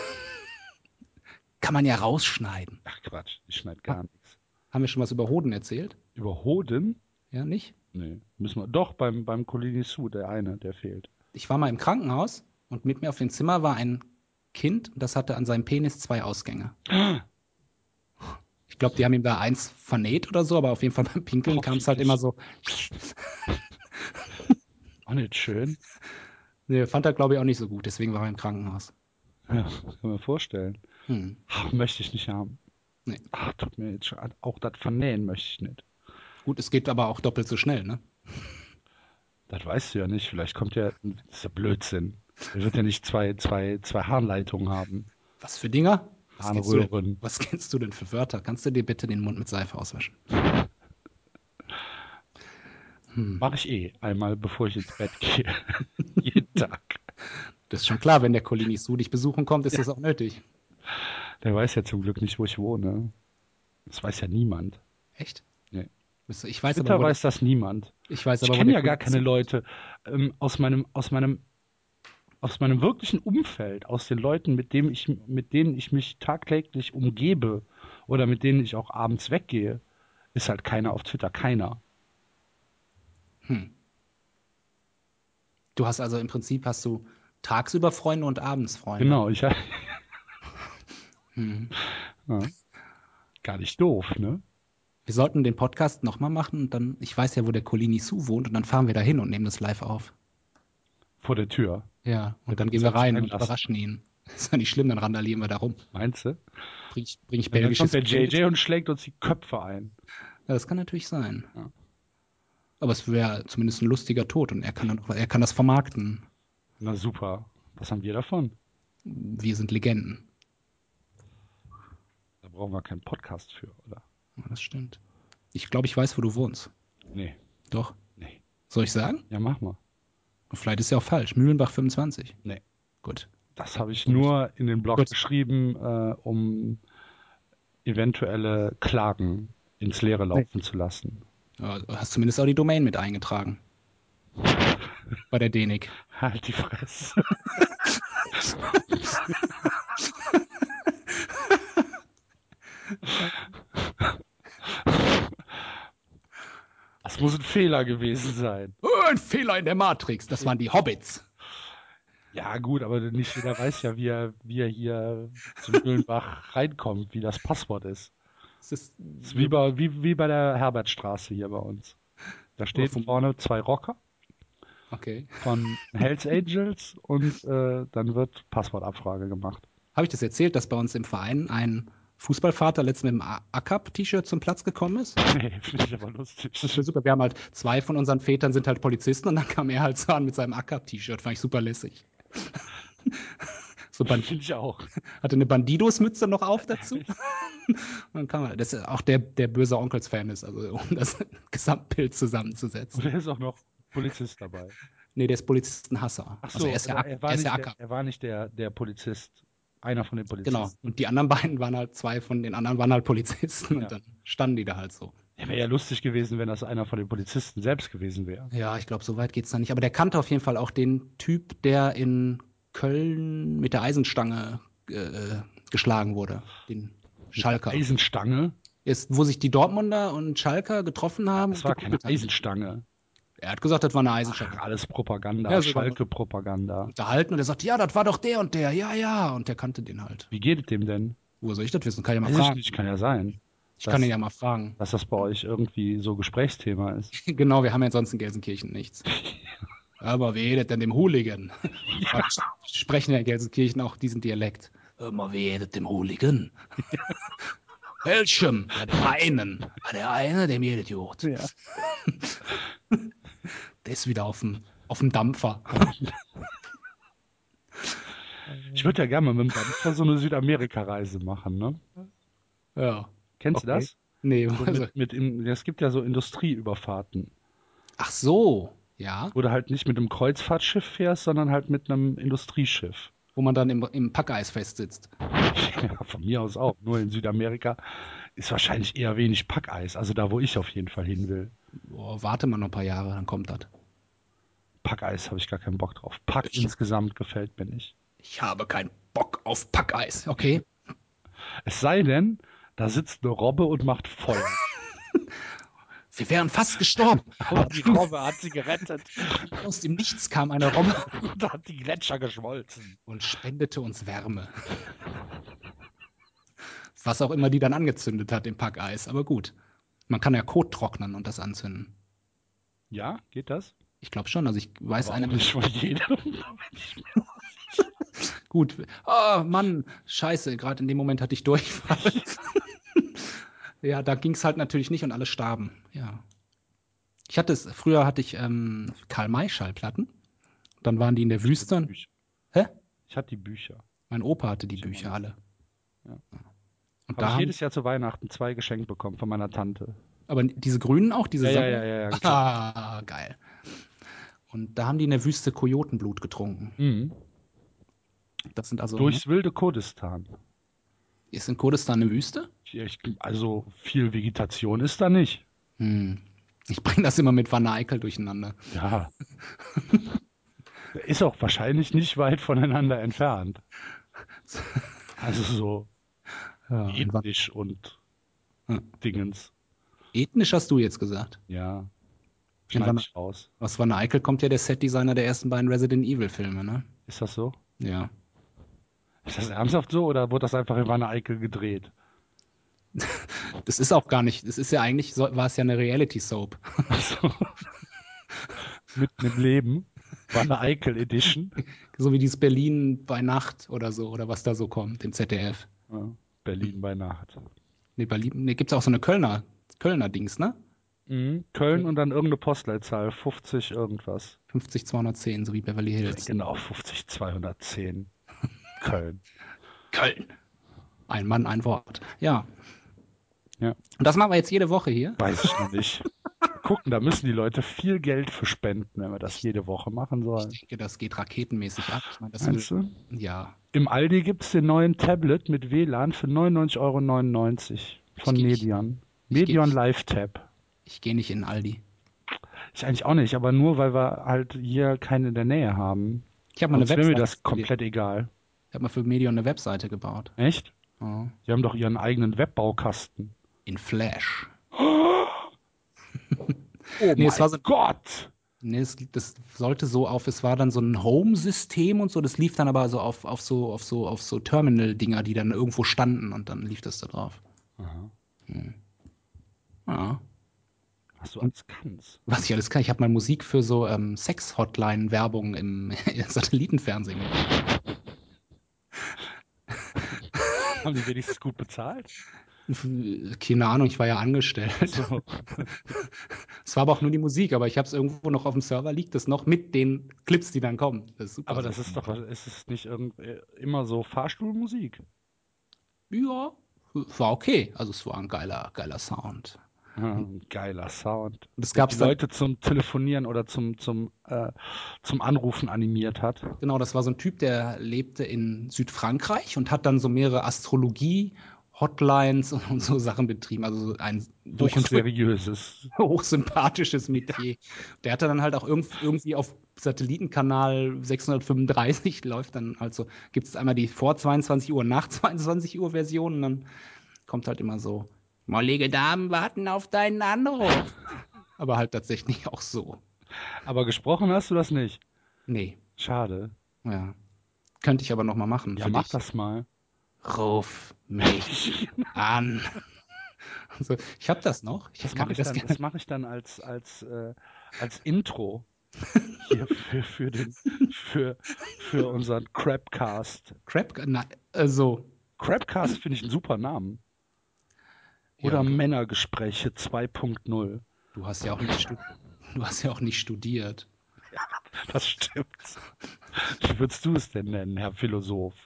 Kann man ja rausschneiden. Ach Quatsch, ich schneide gar nichts. Haben wir schon was über Hoden erzählt? Über Hoden? Ja, nicht? Nee, müssen wir. Doch, beim, beim Kolinisu, der eine, der fehlt. Ich war mal im Krankenhaus und mit mir auf dem Zimmer war ein Kind, das hatte an seinem Penis zwei Ausgänge. Ich glaube, die haben ihm da eins vernäht oder so, aber auf jeden Fall beim Pinkeln Oh, kam es halt immer so. Auch nicht schön. Nee, fand er, glaube ich, auch nicht so gut, deswegen war er im Krankenhaus. Ja, kann man vorstellen. Hm. Ach, möchte ich nicht haben. Nee. Ach, tut mir jetzt schon. Auch das Vernähen möchte ich nicht. Gut, es geht aber auch doppelt so schnell, ne? Das weißt du ja nicht. Vielleicht kommt ja. Das ist ja Blödsinn. Er wird ja nicht zwei, zwei, zwei Harnleitungen haben. Was für Dinger? Was kennst, du denn, Harnröhren. was kennst du denn für Wörter? Kannst du dir bitte den Mund mit Seife auswaschen? Hm. Mache ich eh. Einmal bevor ich ins Bett gehe. Jeden Tag. Das ist schon klar, wenn der Kolinisu dich besuchen kommt, ist das auch nötig. Der weiß ja zum Glück nicht, wo ich wohne. Das weiß ja niemand. Echt? Nee. Ich weiß Twitter aber, wo weiß das niemand. ich weiß Ich aber, wo kenne der ja gar keine Kolinisu- Leute ähm, aus meinem, aus meinem, aus meinem wirklichen Umfeld, aus den Leuten, mit dem ich, mit denen ich mich tagtäglich umgebe oder mit denen ich auch abends weggehe, ist halt keiner auf Twitter, keiner. Hm. Du hast also im Prinzip hast du tagsüber Freunde und abends Freunde. Genau, ich Hm. ja. Gar nicht doof, ne? Wir sollten den Podcast nochmal machen und dann, ich weiß ja, wo der Kolinisu wohnt und dann fahren wir da hin und nehmen das live auf. Vor der Tür. Ja, und Ja, dann wir gehen wir sollen uns rein und einlassen. überraschen ihn. ist ja nicht schlimm, dann randalieren wir da rum. Meinst du? Bring ich, bring ich Und dann belgisches kommt der Bier J J und schlägt uns die Köpfe ein. Ja, das kann natürlich sein. Ja. Aber es wäre zumindest ein lustiger Tod und er kann, dann, er kann das vermarkten. Na super. Was haben wir davon? Wir sind Legenden. Da brauchen wir keinen Podcast für, oder? Ja, das stimmt. Ich glaube, ich weiß, wo du wohnst. Nee, Doch. nee. Soll ich sagen? Ja, mach mal. Vielleicht ist ja auch falsch. Mühlenbach fünfundzwanzig. Nee. Gut. Das habe ich nur in den Blog Gut. geschrieben, äh, um eventuelle Klagen ins Leere laufen zu lassen. Ja, du hast zumindest auch die Domain mit eingetragen. Bei der D N I C. Halt die Fresse. Das muss ein Fehler gewesen sein. Oh, ein Fehler in der Matrix. Das waren die Hobbits. Ja gut, aber nicht jeder weiß ja, wie er, wie er hier zum Mühlenbach reinkommt, wie das Passwort ist. Das ist, Das ist wie, bei, wie, wie bei der Herbertstraße hier bei uns. Da steht vorne zwei Rocker okay. von Hells Angels und äh, dann wird Passwortabfrage gemacht. Habe ich das erzählt, dass bei uns im Verein ein Fußballvater letztens mit einem A C A P-T-Shirt zum Platz gekommen ist? Nee, finde ich aber lustig. Das ist super. Wir haben halt zwei von unseren Vätern sind halt Polizisten und dann kam er halt so an mit seinem A C A P-T-Shirt. Fand ich super lässig. So Finde ich auch. hatte eine Bandidos-Mütze noch auf dazu. Und dann kam er, dass er auch der, der böse Onkels-Fan ist, also um das Gesamtbild zusammenzusetzen. Und er ist auch noch Polizist dabei. Nee, der ist Polizistenhasser. Ach so, also er ist ja, er, er war er ist nicht, ja der, er war nicht der, der Polizist. Einer von den Polizisten. Genau. Und die anderen beiden waren halt, zwei von den anderen waren halt Polizisten und Ja. dann standen die da halt so. Ja, wäre ja lustig gewesen, wenn das einer von den Polizisten selbst gewesen wäre. Ja, ich glaube, so weit geht's da nicht. Aber der kannte auf jeden Fall auch den Typ, der in Köln mit der Eisenstange äh, geschlagen wurde. Den Schalker. Eisenstange? Ist, wo sich die Dortmunder und Schalker getroffen haben. Das war keine Eisenstange. Er hat gesagt, das war eine Eisenstange. Ach, alles Propaganda, Ja, so Schalke-Propaganda. Unterhalten und er sagt, ja, das war doch der und der. Ja, ja. Und der kannte den halt. Wie geht es dem denn? Wo soll ich das wissen? Kann ich ja mal Weiß ich fragen. nicht, kann ja sein. Ich kann ihn ja mal fragen. Dass das bei euch irgendwie so Gesprächsthema ist. Genau, wir haben ja sonst in Gelsenkirchen nichts. Aber wie redet denn dem Hooligan? Ja. Sprechen ja in Gelsenkirchen auch diesen Dialekt. Immer wie redet dem Hooligan? Welchem? Ja, der einen. Ja, der eine, dem redet gut. Ja. Der ist wieder auf dem, auf dem Dampfer. Ich würde ja gerne mal mit dem Dampfer so eine Südamerika-Reise machen, ne? Ja. Kennst Okay. du das? Nee, So also, mit, mit im, es gibt ja so Industrieüberfahrten, ach so. Ja. wo du halt nicht mit einem Kreuzfahrtschiff fährst, sondern halt mit einem Industrieschiff. Wo man dann im, im Packeis festsitzt. Ja, von mir aus auch. Nur in Südamerika ist wahrscheinlich eher wenig Packeis. Also da, wo ich auf jeden Fall hin will. Boah, warte mal noch ein paar Jahre, dann kommt das. Packeis habe ich gar keinen Bock drauf. Pack Ich- insgesamt gefällt mir nicht. Ich habe keinen Bock auf Packeis. Okay. Es sei denn, da sitzt eine Robbe und macht Feuer. Wir wären fast gestorben. Aber die Robbe hat sie gerettet. Aus dem Nichts kam eine Robbe Da hat die Gletscher geschmolzen. und spendete uns Wärme. Was auch immer die dann angezündet hat im Packeis. Aber gut. Man kann ja Kot trocknen und das anzünden. Ja, geht das? Ich glaube schon. Also ich weiß Aber eine. auch nicht von jedem. Gut. Oh Mann, scheiße. Gerade in dem Moment hatte ich Durchfall. Ja, da ging es halt natürlich nicht und alle starben. Ja. Ich hatte es, früher hatte ich ähm, Karl-May-Schallplatten. Dann waren die in der Wüste. Und, Bücher. hä? Ich hatte die Bücher. Mein Opa hatte die Ich Bücher auch alle. Ja. Und Habe da ich haben, jedes Jahr zu Weihnachten zwei geschenkt bekommen von meiner Tante. aber diese grünen auch, diese Ja, ja, Sammlung? ja, ja, ja, klar. Ah, geil. Und da haben die in der Wüste Kojotenblut getrunken. Mhm. Das sind also. Durchs wilde Kurdistan. Ist in Kurdistan eine Wüste? Ja, ich, also viel Vegetation ist da nicht. Hm. Ich bringe das immer mit Van Eyck durcheinander. Ja. Ist auch wahrscheinlich nicht weit voneinander entfernt. Also so Ja, in Van- ethnisch und Hm. Dingens. Ethnisch hast du jetzt gesagt. Ja. In Schneid Van- ich raus. Aus Van Eyck kommt ja der Setdesigner der ersten beiden Resident Evil Filme, ne? Ist das so? Ja. Ist das ernsthaft so oder wurde das einfach in Wanne Eickel gedreht? Das ist auch gar nicht, das ist ja eigentlich, so, war es ja eine Reality-Soap. Also, mitten im Leben. Wanne Eickel Edition. So wie dieses Berlin bei Nacht oder so, oder was da so kommt im Z D F. Ja, Berlin bei Nacht. Nee, Berlin, nee, gibt's auch so eine Kölner, Kölner Dings, ne? Mhm. Köln und dann irgendeine Postleitzahl. fünfzig irgendwas. fünfzig zweihundertzehn, so wie Beverly Hills. Genau, fünfzig zweihundertzehn. Köln. Köln. Ein Mann, ein Wort. Ja. Ja. Und das machen wir jetzt jede Woche hier. Weiß ich noch nicht. gucken, da müssen die Leute viel Geld für spenden, wenn wir das jede Woche machen Ich sollen. denke, das geht raketenmäßig ab. Ich meine, das Meinst will, du? ja, Im Aldi gibt es den neuen Tablet mit W L A N für neunundneunzig Euro neunundneunzig ich von gehe nicht, Medion. ich gehe Medion nicht, Live Tab. ich gehe nicht in Aldi. Ich eigentlich auch nicht, aber nur, weil wir halt hier keinen in der Nähe haben. Ich habe mal eine Sonst wäre mir Webseite das für Medion, komplett egal. ich habe mal für Medion eine Webseite gebaut. Echt? Ja. Die haben doch ihren eigenen Webbaukasten. In Flash. Oh Nee, es mein war so, Gott! nee, es, das sollte so auf, es war dann so ein Home-System und so, das lief dann aber so auf, auf so, auf so, auf so Terminal-Dinger, die dann irgendwo standen und dann lief das da drauf. Aha. Ja. Was du Und alles kannst. was ich alles kann, ich habe mal Musik für so ähm, Sex-Hotline-Werbung im, im Satellitenfernsehen gemacht. Haben die wenigstens gut bezahlt? Keine Ahnung, ich war ja angestellt. So. Es war aber auch nur die Musik, aber ich habe es irgendwo noch auf dem Server, liegt es noch mit den Clips, die dann kommen. Das ist super. Aber So. das ist doch, ist es nicht irgend, äh, immer so Fahrstuhlmusik? Ja, war okay. Also es war ein geiler, geiler Sound. Ja, ein geiler Sound. Und es Der gab die es dann, Leute zum Telefonieren oder zum, zum, äh, zum Anrufen animiert hat. genau, das war so ein Typ, der lebte in Südfrankreich und hat dann so mehrere Astrologie-Hotlines und, und so Sachen betrieben. Also so ein durch und durch Hochseriöses. hochsympathisches Metier. Der hatte dann halt auch irgend, irgendwie auf Satellitenkanal sechshundertfünfunddreißig läuft dann also, gibt es einmal die vor zweiundzwanzig Uhr und nach zweiundzwanzig Uhr Version und dann kommt halt immer so, mollige Damen warten auf deinen Anruf. Aber halt tatsächlich auch so. Aber gesprochen hast du das nicht. Nee, Schade. ja. Könnte ich aber noch mal machen Ja, für mach dich. das mal. Ruf mich an. Also, ich habe das noch. Ich Das kann mache dir ich das dann, gerne. das mache ich dann als, als, äh, als Intro hier für, für den, für, für unseren Crapcast. Crap, na, also, Crapcast finde ich einen super Namen. ja, Oder du, Männergespräche zwei Punkt null. du hast ja auch nicht stu- du hast ja auch nicht studiert. Das stimmt. Wie würdest du es denn nennen, Herr Philosoph?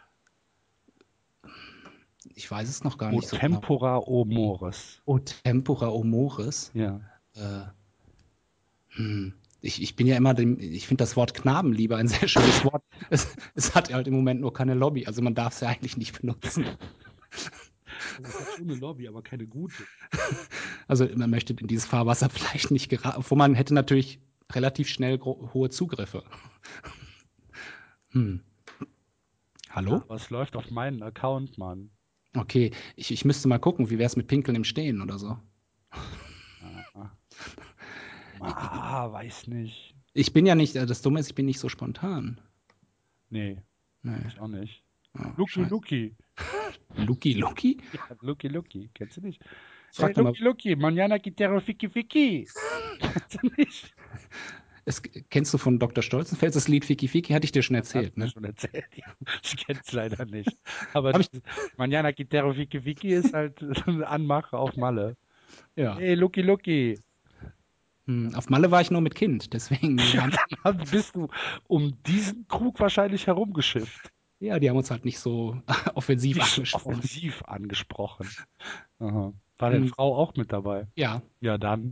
Ich weiß es noch gar O nicht so genau. tempora o mores. O tempora o mores. Ja. Äh, hm. Ich, ich bin ja immer dem, ich finde das Wort Knaben lieber ein sehr schönes Wort. Es, es hat halt im Moment nur keine Lobby, also man darf es ja eigentlich nicht benutzen. Also es hat schon eine Lobby, aber keine gute. Also man möchte in dieses Fahrwasser vielleicht nicht geraten, obwohl man hätte natürlich relativ schnell gro- hohe Zugriffe. Hm. Ja, Hallo? aber es läuft auf meinen Account, Mann. Okay, ich, ich müsste mal gucken, wie wäre es mit Pinkeln im Stehen oder so. Ah, ah, weiß nicht. Ich bin ja nicht, äh, das Dumme ist, ich bin nicht so spontan. Nee, Nee. ich auch nicht. Oh, Lucky scheiße. Lucky. Lucky Lucky? Ja, Lucky Lucky. Kennst du nicht? Hey, Frag doch mal, Lucky Lucky, mañana quiero Fiki Fiki. Kennst du nicht? es, kennst du von Doktor Stolzenfels das Lied Fiki Fiki? Hatte ich dir schon Das hast erzählt, du mir ne? schon erzählt. Ja. Ich kenn's leider nicht. Aber Hab ich, dieses mañana quiero Fiki Fiki ist halt eine Anmache auf Malle. ja. Hey, Lucky Lucky. Hm, auf Malle war ich nur mit Kind, deswegen, Ja, haben, dann bist du um diesen Krug wahrscheinlich herumgeschifft. ja, die haben uns halt nicht so offensiv Nicht so angesprochen. offensiv angesprochen. Aha. War deine Hm, Frau auch mit dabei? ja, Ja, dann.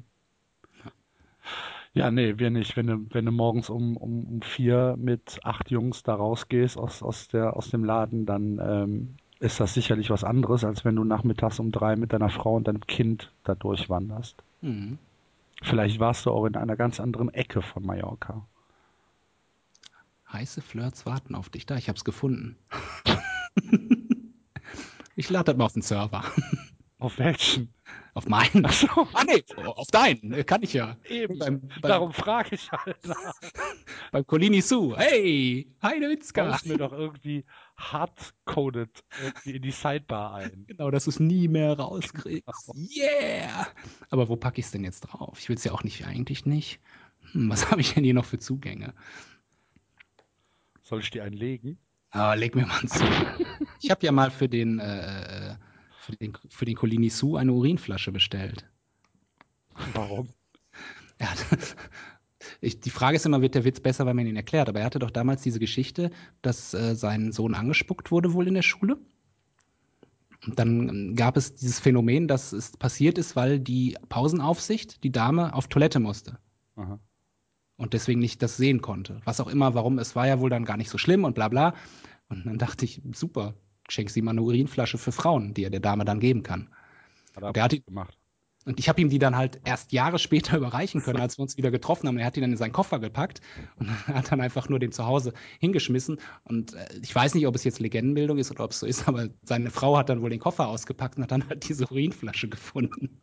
Ja, nee, wir nicht. Wenn du, wenn du morgens um, um, um vier mit acht Jungs da rausgehst aus, aus der, aus dem Laden, dann ähm, ist das sicherlich was anderes, als wenn du nachmittags um drei mit deiner Frau und deinem Kind da durchwanderst. hm. Vielleicht warst du auch in einer ganz anderen Ecke von Mallorca. Heiße Flirts warten auf dich. Da, ich hab's gefunden. Ich lade das mal auf den Server. Auf welchen? Auf meinen. Ach so, Ah, nee, auf deinen. Äh, Kann ich ja. eben. Beim, beim, Darum frage ich halt nach. beim Colini Su. Hey, Heidewitzka. Baust mir doch irgendwie hardcoded irgendwie in die Sidebar ein. Genau, dass du es nie mehr rauskriegst. Genau. Yeah! Aber wo packe ich es denn jetzt drauf? Ich will es ja auch nicht, eigentlich nicht. Hm, was habe ich denn hier noch für Zugänge? Soll ich dir einen legen? Ah, leg mir mal einen zu. Ich habe ja mal für den, äh, äh, für den, für den Colini Su eine Urinflasche bestellt. Warum? Er hat, ich, die Frage ist immer, wird der Witz besser, wenn man ihn erklärt? Aber er hatte doch damals diese Geschichte, dass äh, sein Sohn angespuckt wurde wohl in der Schule. Und dann ähm, gab es dieses Phänomen, dass es passiert ist, weil die Pausenaufsicht die Dame auf Toilette musste Aha. und deswegen nicht das sehen konnte. Was auch immer, warum, es war ja wohl dann gar nicht so schlimm und bla bla. Und dann dachte ich, super, schenk sie mal eine Urinflasche für Frauen, die er der Dame dann geben kann. Hat er Und, aber er hat die, nicht gemacht. und ich habe ihm die dann halt erst Jahre später überreichen können, als wir uns wieder getroffen haben. Er hat die dann in seinen Koffer gepackt und hat dann einfach nur den zu Hause hingeschmissen. Und äh, ich weiß nicht, ob es jetzt Legendenbildung ist oder ob es so ist, aber seine Frau hat dann wohl den Koffer ausgepackt und hat dann halt diese Urinflasche gefunden.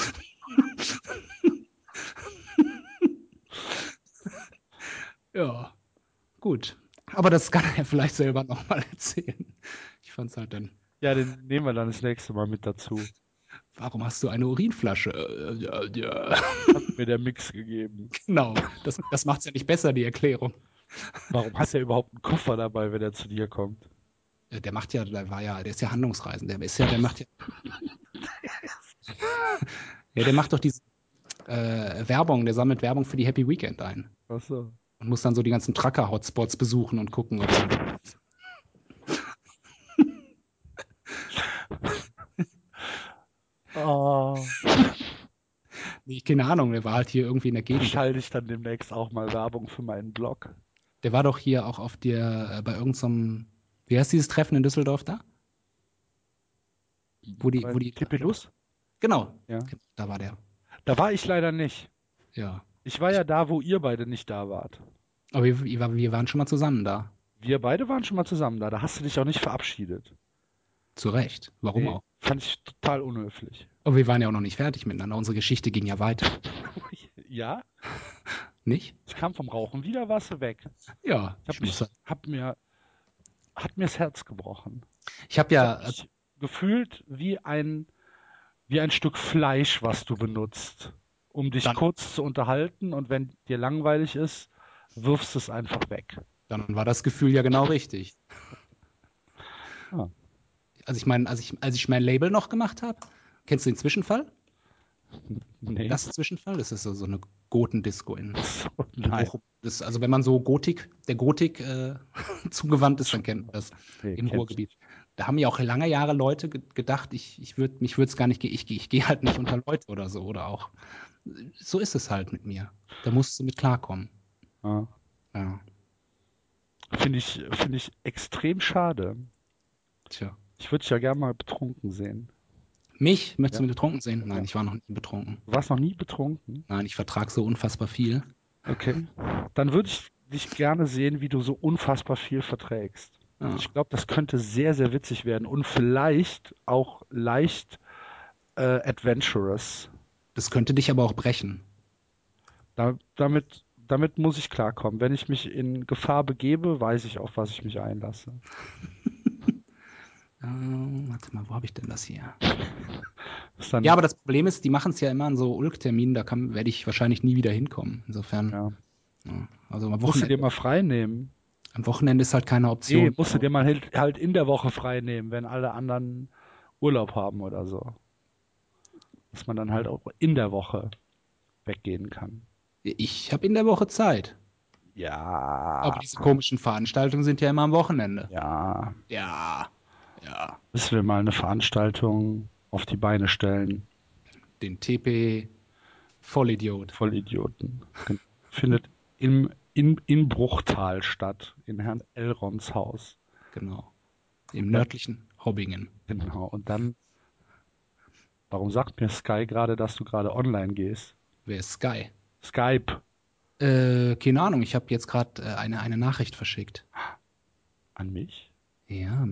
Ja, gut. Aber das kann er ja vielleicht selber nochmal erzählen. Ich fand's halt dann, Ja, den nehmen wir dann das nächste Mal mit dazu. warum hast du eine Urinflasche? Äh, ja, ja. Hat mir der Mix gegeben. Genau, das, das macht's ja nicht besser, die Erklärung. Warum hat er überhaupt einen Koffer dabei, wenn er zu dir kommt? Äh, Der macht ja, der war ja, der ist ja Handlungsreisend. Der ist ja, der macht ja, ja, der macht doch diese äh, Werbung, der sammelt Werbung für die Happy Weekend ein. Ach so. Und muss dann so die ganzen Trucker-Hotspots besuchen und gucken, ob er. Oh. Nee, keine Ahnung, der war halt hier irgendwie in der Gegend. Schalte ich dann demnächst auch mal Werbung für meinen Blog. Der war doch hier auch auf der, äh, bei irgendeinem, wie heißt dieses Treffen in Düsseldorf da? Wo die, Bei wo die, T P Plus? genau, Ja. da war der. Da war ich leider nicht. Ja. Ich war ja da, wo ihr beide nicht da wart. Aber wir, wir wir waren schon mal zusammen da. Wir beide waren schon mal zusammen da. Da hast du dich auch nicht verabschiedet. Zu Recht. Warum Nee, auch? fand ich total unhöflich. Aber wir waren ja auch noch nicht fertig miteinander. Unsere Geschichte ging ja weiter. Ja, Nicht? ich kam vom Rauchen wieder, warst du weg. Ja. Ich hab Ich muss mich, sagen. hab mir, hat mir das Herz gebrochen. Ich habe Ich ja, hab mich gefühlt wie ein, wie ein Stück Fleisch, was du benutzt, um dich dann, kurz zu unterhalten, und wenn dir langweilig ist, wirfst du es einfach weg. dann war das Gefühl ja genau richtig. Ah, Also ich meine, als ich, als ich mein Label noch gemacht habe, kennst du den Zwischenfall? nee. Das Zwischenfall, das ist so, so eine Gotendisco in So, nein. Bochum. Das, also wenn man so Gotik, der Gotik äh, zugewandt ist, dann kennt man das Nee, im kenn ich Ruhrgebiet. nicht. Da haben ja auch lange Jahre Leute ge gedacht, ich, ich würd, mich würde es gar nicht gehen. Ich, geh- ich gehe halt nicht unter Leute oder so. Oder auch. So ist es halt mit mir. Da musst du mit klarkommen. Ah. Ja, Finde ich, finde ich extrem schade. tja. Ich würde dich ja gerne mal betrunken sehen. Mich möchtest Ja, du mit betrunken sehen? Nein, ja. ich war noch nie betrunken. Du warst noch nie betrunken? Nein, ich vertrage so unfassbar viel. Okay. Dann würde ich dich gerne sehen, wie du so unfassbar viel verträgst. Ja. Ich glaube, das könnte sehr, sehr witzig werden und vielleicht auch leicht äh, adventurous. Das könnte dich aber auch brechen. Da, damit, damit muss ich klarkommen. Wenn ich mich in Gefahr begebe, weiß ich, auf was ich mich einlasse. Äh, warte mal, wo habe ich denn das hier? Das ist dann, Ja, aber das Problem ist, die machen es ja immer an so Ulk-Terminen, da kann, werde ich wahrscheinlich nie wieder hinkommen. Insofern, ja. ja, also am Musst du dir Wochenende, mal frei nehmen. am Wochenende ist halt keine Nee, Option. musst du dir mal halt, halt in der Woche frei nehmen, wenn alle anderen Urlaub haben oder so. Dass man dann halt auch in der Woche weggehen kann. Ich habe in der Woche Zeit. Aber Ja, diese komischen Veranstaltungen sind ja immer am Wochenende. ja. Ja, ja. Müssen wir mal eine Veranstaltung auf die Beine stellen. Den T P Vollidiot. Vollidioten. Findet im, in, in Bruchtal statt, in Herrn Elrons Haus. Genau. Im Ja. nördlichen Hobbingen. Genau. Und dann, warum sagt mir Sky gerade, dass du gerade online gehst? Wer ist Sky? Skype Äh, keine Ahnung, ich habe jetzt gerade äh, eine, eine Nachricht verschickt. an mich? Ja.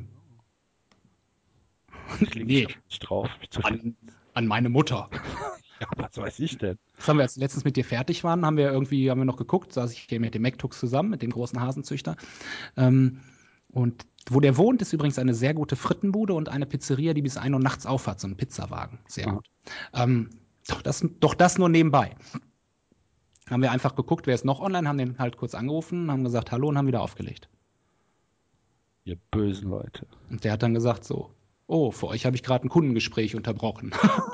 Ich leg Nee, nicht drauf. Ich zu viel. an, an meine Mutter. Ja, was weiß ich denn? Das haben wir, als wir letztens mit dir fertig waren, haben wir irgendwie, haben wir noch geguckt, saß ich hier mit dem MacTux zusammen, mit dem großen Hasenzüchter. Ähm, und wo der wohnt, ist übrigens eine sehr gute Frittenbude und eine Pizzeria, die bis ein Uhr nachts aufhat, so ein Pizzawagen. Sehr Aha. gut. Ähm, doch, das, doch das nur nebenbei. Haben wir einfach geguckt, wer ist noch online, haben den halt kurz angerufen, haben gesagt Hallo und haben wieder aufgelegt. Ihr bösen Leute. Und der hat dann gesagt so, oh, für euch habe ich gerade ein Kundengespräch unterbrochen.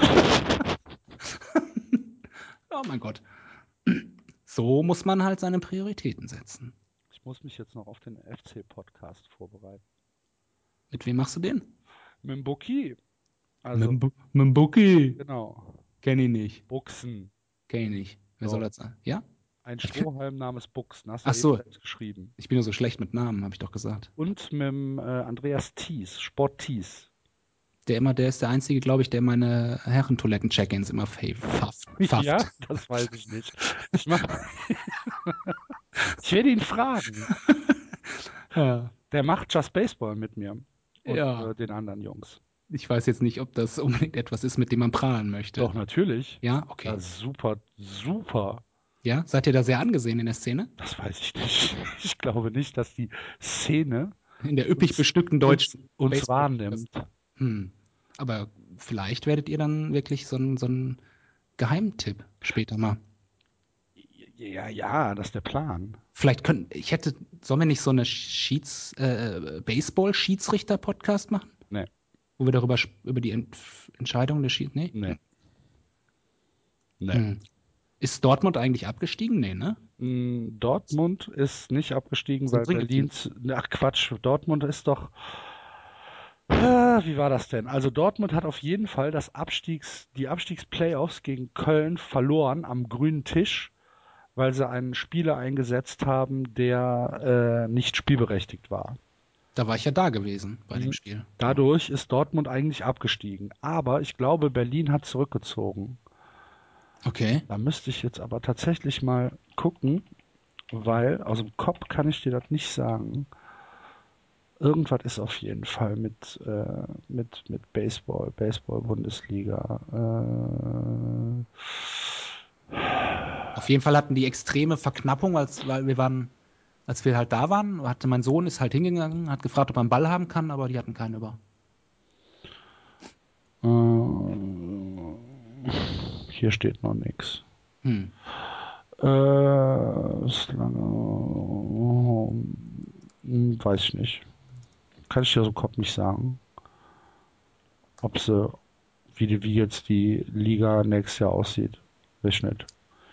Oh mein Gott. So muss man halt seine Prioritäten setzen. Ich muss mich jetzt noch auf den F C-Podcast vorbereiten. Mit wem machst du den? Mit dem Buki. Mit Also, dem Bu- mit dem Bucki. genau. Kenn ich nicht. Buchsen. Kenn ich nicht. Wer So. soll das sein? Ja? Ein Ich find, Strohhalm namens Buchsen. Hast du ach ja eben so, selbst geschrieben. ich bin nur so schlecht mit Namen, habe ich doch gesagt. Und mit dem äh, Andreas Thies. Sport Thies. Der immer, der ist der Einzige, glaube ich, der meine Herrentoiletten-Check-ins immer fafft. Ja, fafft. das weiß ich nicht. Ich, mach, ich werde ihn fragen. Ja. Der macht Just Baseball mit mir und Ja. äh, den anderen Jungs. Ich weiß jetzt nicht, ob das unbedingt etwas ist, mit dem man prahlen möchte. Doch, natürlich. Ja, okay. Ja, super, super. Ja, seid ihr da sehr angesehen in der Szene? Das weiß ich nicht. Ich glaube nicht, dass die Szene In der üppig uns, bestückten uns, deutschen uns Baseball- wahrnimmt. Hm. Aber vielleicht werdet ihr dann wirklich so ein, so ein Geheimtipp später mal. Ja, ja, das ist der Plan. Vielleicht können, ich hätte, sollen wir nicht so eine Schieds, äh, Baseball-Schiedsrichter-Podcast machen? Nee, Wo wir darüber sp- über die Ent Entscheidung der Schieds, nee? nee, nee. Hm. Ist Dortmund eigentlich abgestiegen? Nee, ne? Mm, Dortmund ist nicht abgestiegen, Ist ein weil Drittligateam. Berlin. Ach Quatsch, Dortmund ist doch. Ah, Wie war das denn? Also Dortmund hat auf jeden Fall das Abstiegs, die Abstiegsplayoffs gegen Köln verloren am grünen Tisch, weil sie einen Spieler eingesetzt haben, der äh, nicht spielberechtigt war. Da war ich ja da gewesen bei dem Mhm. Spiel. Dadurch ist Dortmund eigentlich abgestiegen. Aber ich glaube, Berlin hat zurückgezogen. Okay. Da müsste ich jetzt aber tatsächlich mal gucken, weil aus dem Kopf kann ich dir das nicht sagen. Irgendwas ist auf jeden Fall mit, äh, mit, mit Baseball, Baseball-Bundesliga. Äh, Auf jeden Fall hatten die extreme Verknappung, als, weil wir waren, als wir halt da waren, hatte mein Sohn ist halt hingegangen, hat gefragt, ob er einen Ball haben kann, aber die hatten keinen über. äh, hier steht noch nichts. Hm. Äh, ist lange, hm, weiß ich nicht. Kann ich dir so im Kopf nicht sagen. Ob sie, wie, die, wie jetzt die Liga nächstes Jahr aussieht. Weiß ich nicht.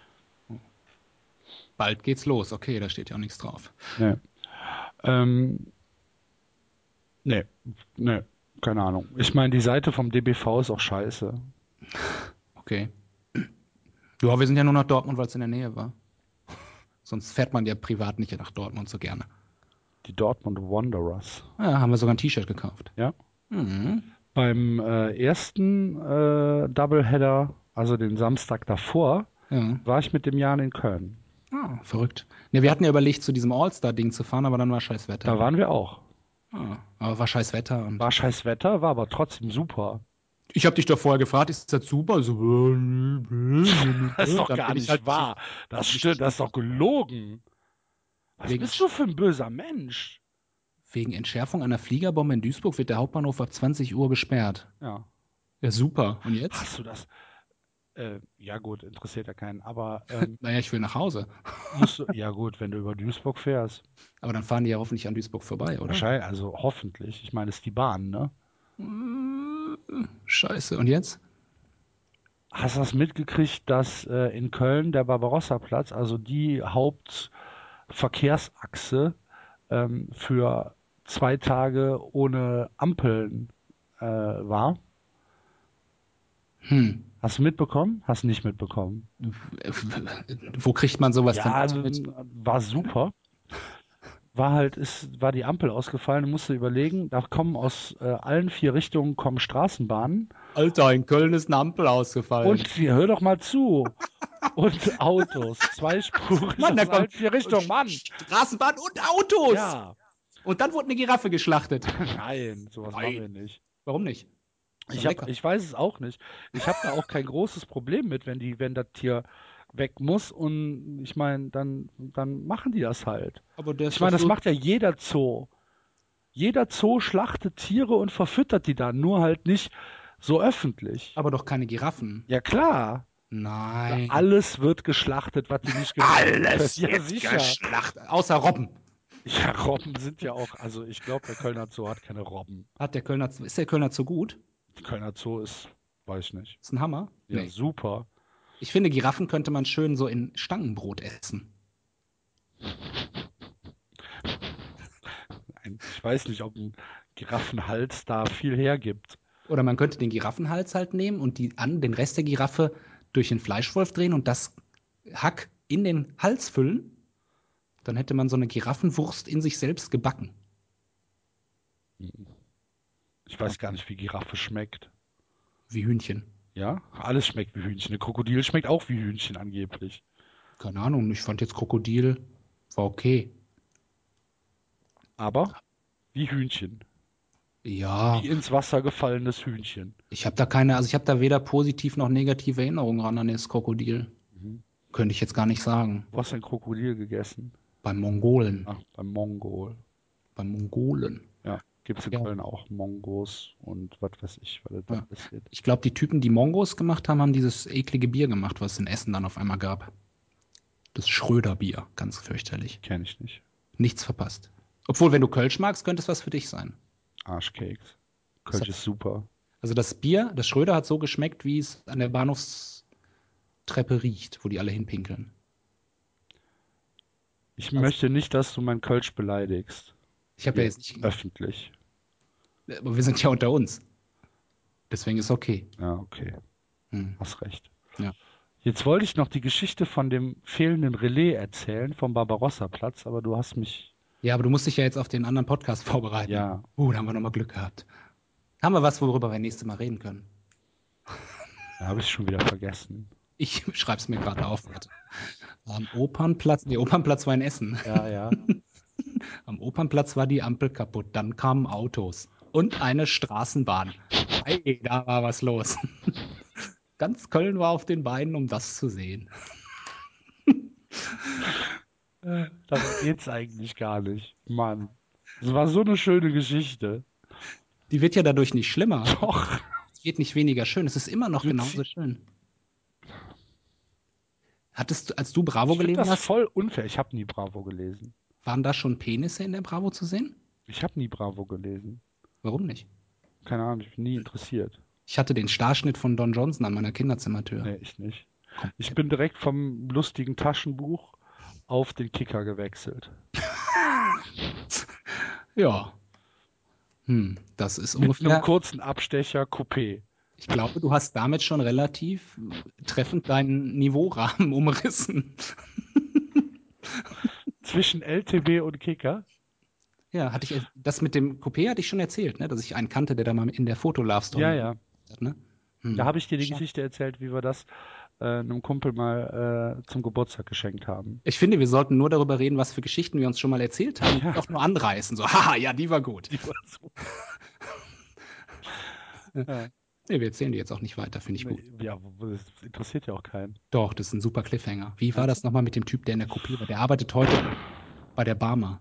Bald geht's los. Okay, da steht ja auch nichts drauf. Nee. Ähm, nee, nee, keine Ahnung. Ich meine, die Seite vom D B V ist auch scheiße. Okay. Ja, wir sind ja nur nach Dortmund, weil es in der Nähe war. Sonst fährt man ja privat nicht nach Dortmund so gerne. Die Dortmund Wanderers. Ja, haben wir sogar ein T-Shirt gekauft. Ja. Mhm. Beim äh, ersten äh, Doubleheader, also den Samstag davor, Ja. war ich mit dem Jan in Köln. Ah, verrückt. Ne, wir hatten ja überlegt, zu diesem All-Star-Ding zu fahren, aber dann war scheiß Wetter. Da waren wir auch. Ah, aber war scheiß Wetter. Und War scheiß Wetter, war aber trotzdem super. ich habe dich doch vorher gefragt, ist das super? So, Das ist doch dann gar bin ich nicht halt wahr. Das stimmt, das ist doch gelogen. Was Wegen- bist du für ein böser Mensch? Wegen Entschärfung einer Fliegerbombe in Duisburg wird der Hauptbahnhof ab zwanzig Uhr gesperrt. Ja. Ja, super. Und jetzt? Hast du das? Äh, ja gut, interessiert ja keinen. Aber ähm, Naja, ich will nach Hause. musst du, ja gut, wenn du über Duisburg fährst. Aber dann fahren die ja hoffentlich an Duisburg vorbei, oder? Wahrscheinlich, also hoffentlich. Ich meine, es ist die Bahn, ne? Scheiße. Und jetzt? Hast du das mitgekriegt, dass äh, in Köln der Barbarossa-Platz, also die Hauptverkehrsachse, ähm, für zwei Tage ohne Ampeln äh, war? Hm. Hast du mitbekommen? Hast du nicht mitbekommen? Wo kriegt man sowas Ja, dann mit? war super. War halt, ist, war die Ampel ausgefallen, du musst dir überlegen, da kommen aus äh, allen vier Richtungen kommen Straßenbahnen Alter, in Köln ist eine Ampel ausgefallen. und hör doch mal zu. Und Autos, zweispurig Mann, da aus allen kommt vier Richtungen, Mann. Straßenbahn und Autos. Ja. Und dann wurde eine Giraffe geschlachtet. Nein, sowas Nein. machen wir nicht. Warum nicht? Ist Ich, doch hab, lecker. ich weiß es auch nicht. Ich habe da auch kein großes Problem mit, wenn die, wenn das Tier weg muss und ich meine, dann, dann machen die das halt. Aber der ist Ich meine, doch das so- macht ja jeder Zoo. Jeder Zoo schlachtet Tiere und verfüttert die dann, nur halt nicht so öffentlich. aber doch keine Giraffen. Ja klar, Nein. alles wird geschlachtet, was die nicht Alles Ja, wird sicher. geschlachtet. Außer Robben. Ja, Robben sind ja auch, also ich glaube, der Kölner Zoo hat keine Robben. Hat der Kölner, ist der Kölner Zoo gut? Der Kölner Zoo ist, weiß ich nicht. Ist ein Hammer? Ja, Nee. super. Ich finde, Giraffen könnte man schön so in Stangenbrot essen. Ein- Ich weiß nicht, ob ein Giraffenhals da viel hergibt. Oder man könnte den Giraffenhals halt nehmen und die an den Rest der Giraffe durch den Fleischwolf drehen und das Hack in den Hals füllen. Dann hätte man so eine Giraffenwurst in sich selbst gebacken. Ich weiß gar nicht, wie Giraffe schmeckt. Wie Hühnchen. Ja, alles schmeckt wie Hühnchen. Ein Krokodil schmeckt auch wie Hühnchen angeblich. Keine Ahnung, ich fand jetzt Krokodil war okay. Aber wie Hühnchen. Ja, Wie ins Wasser gefallenes Hühnchen. ich habe da keine, also ich habe da weder positiv noch negative Erinnerungen ran an das Krokodil. Mhm. Könnte ich jetzt gar nicht sagen. Wo hast du ein Krokodil gegessen? Beim Mongolen. Ach, beim Mongol. Beim Mongolen. Ja, gibt es in Ja. Köln auch Mongos und was weiß ich, was es da Ja. passiert. Ich glaube, die Typen, die Mongos gemacht haben, haben dieses eklige Bier gemacht, was es in Essen dann auf einmal gab. Das Schröder-Bier. Ganz fürchterlich. Kenne ich nicht. Nichts verpasst. Obwohl, wenn du Kölsch magst, könnte es was für dich sein. Arschcakes. Das Kölsch hat- ist super. Also das Bier, das Schröder hat so geschmeckt, wie es an der Bahnhofstreppe riecht, wo die alle hinpinkeln. Ich Also- möchte nicht, dass du mein Kölsch beleidigst. Ich habe ja Ja, jetzt nicht, öffentlich. aber wir sind ja unter uns. Deswegen ist okay. Ja, okay. Hm. Hast recht. Ja. Jetzt wollte ich noch die Geschichte von dem fehlenden Relais erzählen vom Barbarossa-Platz, aber du hast mich. Ja, aber du musst dich ja jetzt auf den anderen Podcast vorbereiten. Ja, Uh, da haben wir nochmal Glück gehabt. Haben wir was, worüber wir nächstes Mal reden können? da habe ich schon wieder vergessen. Ich schreib's mir gerade auf. Warte. Am Opernplatz, nee, Opernplatz war in Essen. Ja, ja. Am Opernplatz war die Ampel kaputt. Dann kamen Autos und eine Straßenbahn. Hey, da war was los. Ganz Köln war auf den Beinen, um das zu sehen. Darum geht's eigentlich gar nicht. Mann. Das war so eine schöne Geschichte. Die wird ja dadurch nicht schlimmer. Doch. Es wird nicht weniger schön. Es ist immer noch Du genauso zieh- schön. Hattest du, als du Bravo Ich finde gelesen das hast, voll unfair. Ich habe nie Bravo gelesen. waren da schon Penisse in der Bravo zu sehen? Ich habe nie Bravo gelesen. Warum nicht? Keine Ahnung, ich bin nie interessiert. Ich hatte den Starschnitt von Don Johnson an meiner Kinderzimmertür. Nee, ich nicht. Ich bin direkt vom lustigen Taschenbuch auf den Kicker gewechselt. Ja. Hm, das ist Mit ungefähr. einem kurzen Abstecher Coupé. Ich glaube, du hast damit schon relativ treffend deinen Niveaurahmen umrissen. Zwischen L T B und Kicker. Ja, hatte ich das mit dem Coupé hatte ich schon erzählt, ne, dass ich einen kannte, der da mal in der Fotolove Story Ja, ja. hat, ne? Hm. Da habe ich dir die Schade. Geschichte erzählt, wie wir das äh, einem Kumpel mal äh, zum Geburtstag geschenkt haben. Ich finde, wir sollten nur darüber reden, was für Geschichten wir uns schon mal erzählt haben Ja. und auch nur anreißen. So, haha, ja, die war gut. Die war so. Ja. Nee, wir erzählen die jetzt auch nicht weiter, finde ich gut. Ja, das interessiert ja auch keinen. Doch, das ist ein super Cliffhanger. Wie war das nochmal mit dem Typ, der in der Kopie war? Der arbeitet heute bei der Barmer.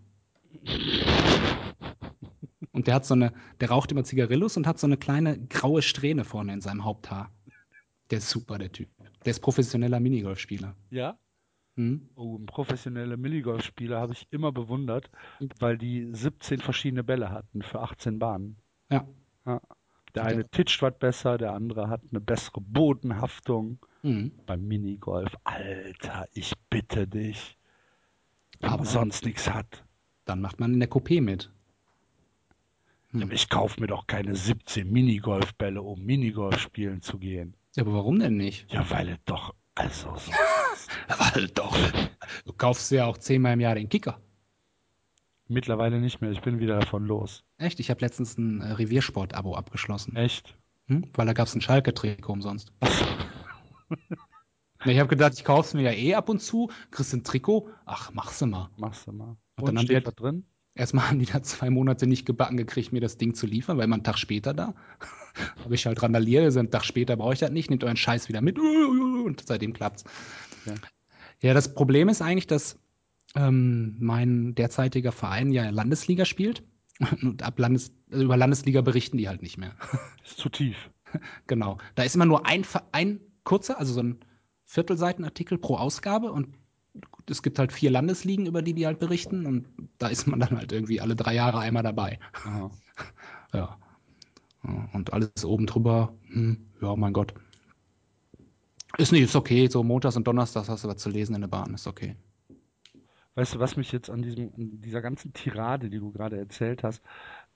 Und der hat so eine, der raucht immer Zigarillos und hat so eine kleine graue Strähne vorne in seinem Haupthaar. Der ist super, der Typ. Der ist professioneller Minigolfspieler. Ja? Hm? Oh, ein professioneller Minigolfspieler habe ich immer bewundert, weil die siebzehn verschiedene Bälle hatten für achtzehn Bahnen. Ja. Ja. Der eine titscht was besser, der andere hat eine bessere Bodenhaftung. Hm. Beim Minigolf, Alter, ich bitte dich. Wenn Aber- man sonst nichts hat. Dann macht man in der Coupé mit. Ja, aber ich kaufe mir doch keine siebzehn Minigolfbälle, um Minigolf spielen zu gehen. Ja, aber warum denn nicht? Ja, weil es doch, also so. Weil doch. Du kaufst ja auch zehnmal im Jahr den Kicker. Mittlerweile nicht mehr, ich bin wieder davon los. Echt? Ich habe letztens ein äh, Reviersport-Abo abgeschlossen. Echt? Hm? Weil da gab es ein Schalke-Trikot umsonst. Na, ich habe gedacht, ich kauf's mir ja eh ab und zu, kriegst ein Trikot. Ach, mach's mal. Machst du mal. Und Und dann haben steht wir- was drin? Erstmal haben die da zwei Monate nicht gebacken gekriegt, mir das Ding zu liefern, weil man einen Tag später da. Habe ich halt randaliert, also einen Tag später brauche ich das nicht, nehmt euren Scheiß wieder mit. Und seitdem klappt's. Ja. Ja, das Problem ist eigentlich, dass ähm, mein derzeitiger Verein ja Landesliga spielt. Und ab Landes also über Landesliga berichten die halt nicht mehr. Ist zu tief. Genau. Da ist immer nur ein, Ver- ein kurzer, also so ein Viertelseitenartikel pro Ausgabe und es gibt halt vier Landesligen, über die die halt berichten und da ist man dann halt irgendwie alle drei Jahre einmal dabei. Aha. Ja. Ja, und alles oben drüber, hm, ja, mein Gott. Ist nicht, ist okay. So montags und donnerstags hast du was zu lesen in der Bahn, ist okay. Weißt du, was mich jetzt an diesem, an dieser ganzen Tirade, die du gerade erzählt hast,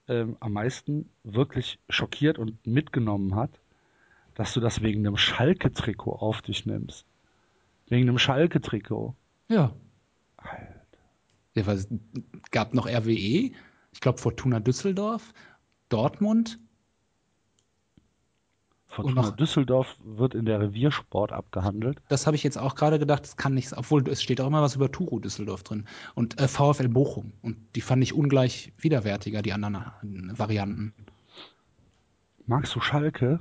ähm, am meisten wirklich schockiert und mitgenommen hat, dass du das wegen einem Schalke-Trikot auf dich nimmst. Wegen einem Schalke-Trikot. Ja. Ja, weil es gab noch R W E, ich glaube Fortuna Düsseldorf, Dortmund und Fortuna noch, Düsseldorf wird in der Reviersport abgehandelt. das habe ich jetzt auch gerade gedacht, das kann nichts, obwohl es steht auch immer was über Turo Düsseldorf drin. Und äh, VfL Bochum. Und die fand ich ungleich widerwärtiger, die anderen äh, Varianten. Magst du Schalke?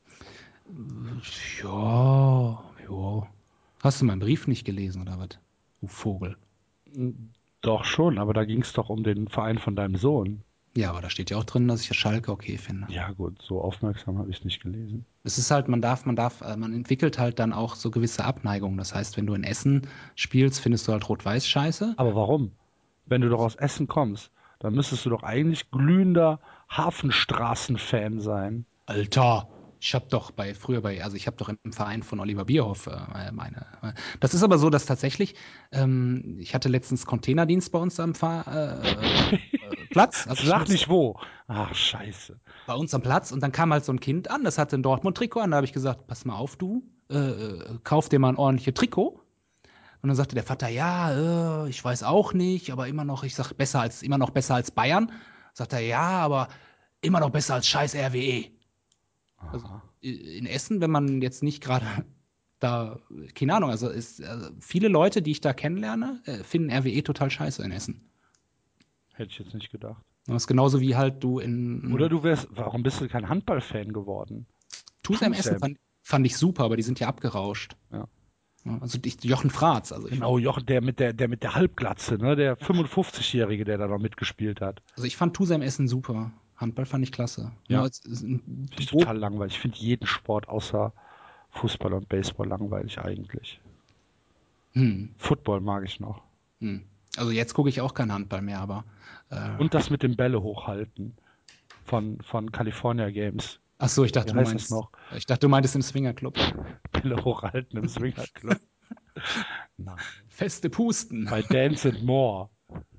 Ja, ja. Hast du meinen Brief nicht gelesen oder was? Du Vogel. Doch schon, aber da ging es doch um den Verein von deinem Sohn. Ja, aber da steht ja auch drin, dass ich Schalke okay finde. Ja gut, so aufmerksam habe ich es nicht gelesen. Es ist halt, man darf, man darf, äh, man entwickelt halt dann auch so gewisse Abneigungen. Das heißt, wenn du in Essen spielst, findest du halt Rot-Weiß scheiße. Aber warum? Wenn du doch aus Essen kommst, dann müsstest du doch eigentlich glühender Hafenstraßen-Fan sein. Alter, ich habe doch bei früher bei, also ich habe doch im Verein von Oliver Bierhoff äh, meine. Äh, das ist aber so, dass tatsächlich, ähm, ich hatte letztens Containerdienst bei uns am Fahr, äh, äh, Platz. Also ich Sag musste- nicht wo. Ach, scheiße. bei uns am Platz und dann kam halt so ein Kind an, das hatte ein Dortmund-Trikot an. Da habe ich gesagt, pass mal auf, du, äh, äh, kauf dir mal ein ordentliches Trikot. Und dann sagte der Vater, ja, äh, ich weiß auch nicht, aber immer noch, ich sag, besser als, immer noch besser als Bayern. Sagt er, ja, aber immer noch besser als scheiß R W E. Also Aha. in Essen, wenn man jetzt nicht gerade da, keine Ahnung, also, ist, also viele Leute, die ich da kennenlerne, äh, finden R W E total scheiße in Essen. Hätte ich jetzt nicht gedacht. Das ist genauso wie halt du in Oder du wärst, warum bist du kein Handballfan geworden? Tusem Essen Tusem. fand, fand ich super, aber die sind ja abgerauscht. Ja. Ja, also ich, Jochen Fratz, also ich, Genau, Jochen, der mit der, der mit der Halbglatze, ne? Der fünfundfünfzigjährige, der da noch mitgespielt hat. also ich fand Tusem Essen super. Handball fand ich klasse. Ja. Nur es ist ein Finde ich Brot- total langweilig. Ich finde jeden Sport außer Fußball und Baseball langweilig eigentlich. Hm, Football mag ich noch. hm. Also jetzt gucke ich auch kein Handball mehr, aber äh, Und das mit dem Bälle hochhalten von, von California Games. ach so, ich dachte, Wie du heißt meinst, das noch? ich dachte, du meintest im Swingerclub. Bälle hochhalten im Swingerclub. Nein. Feste Pusten. Bei Dance and More.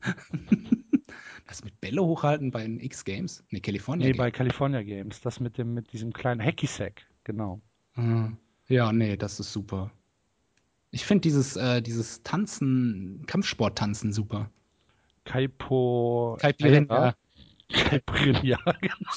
Das mit Bälle hochhalten bei den X-Games? Ne, California Nee, Games. bei California Games. Das mit dem, mit diesem kleinen Hacky-Sack. Genau. Ah, ja, nee, das ist super. Ich finde dieses, äh, dieses Tanzen, Kampfsport-Tanzen super. Kaipo. Caipirinha. Caipirinha, genau.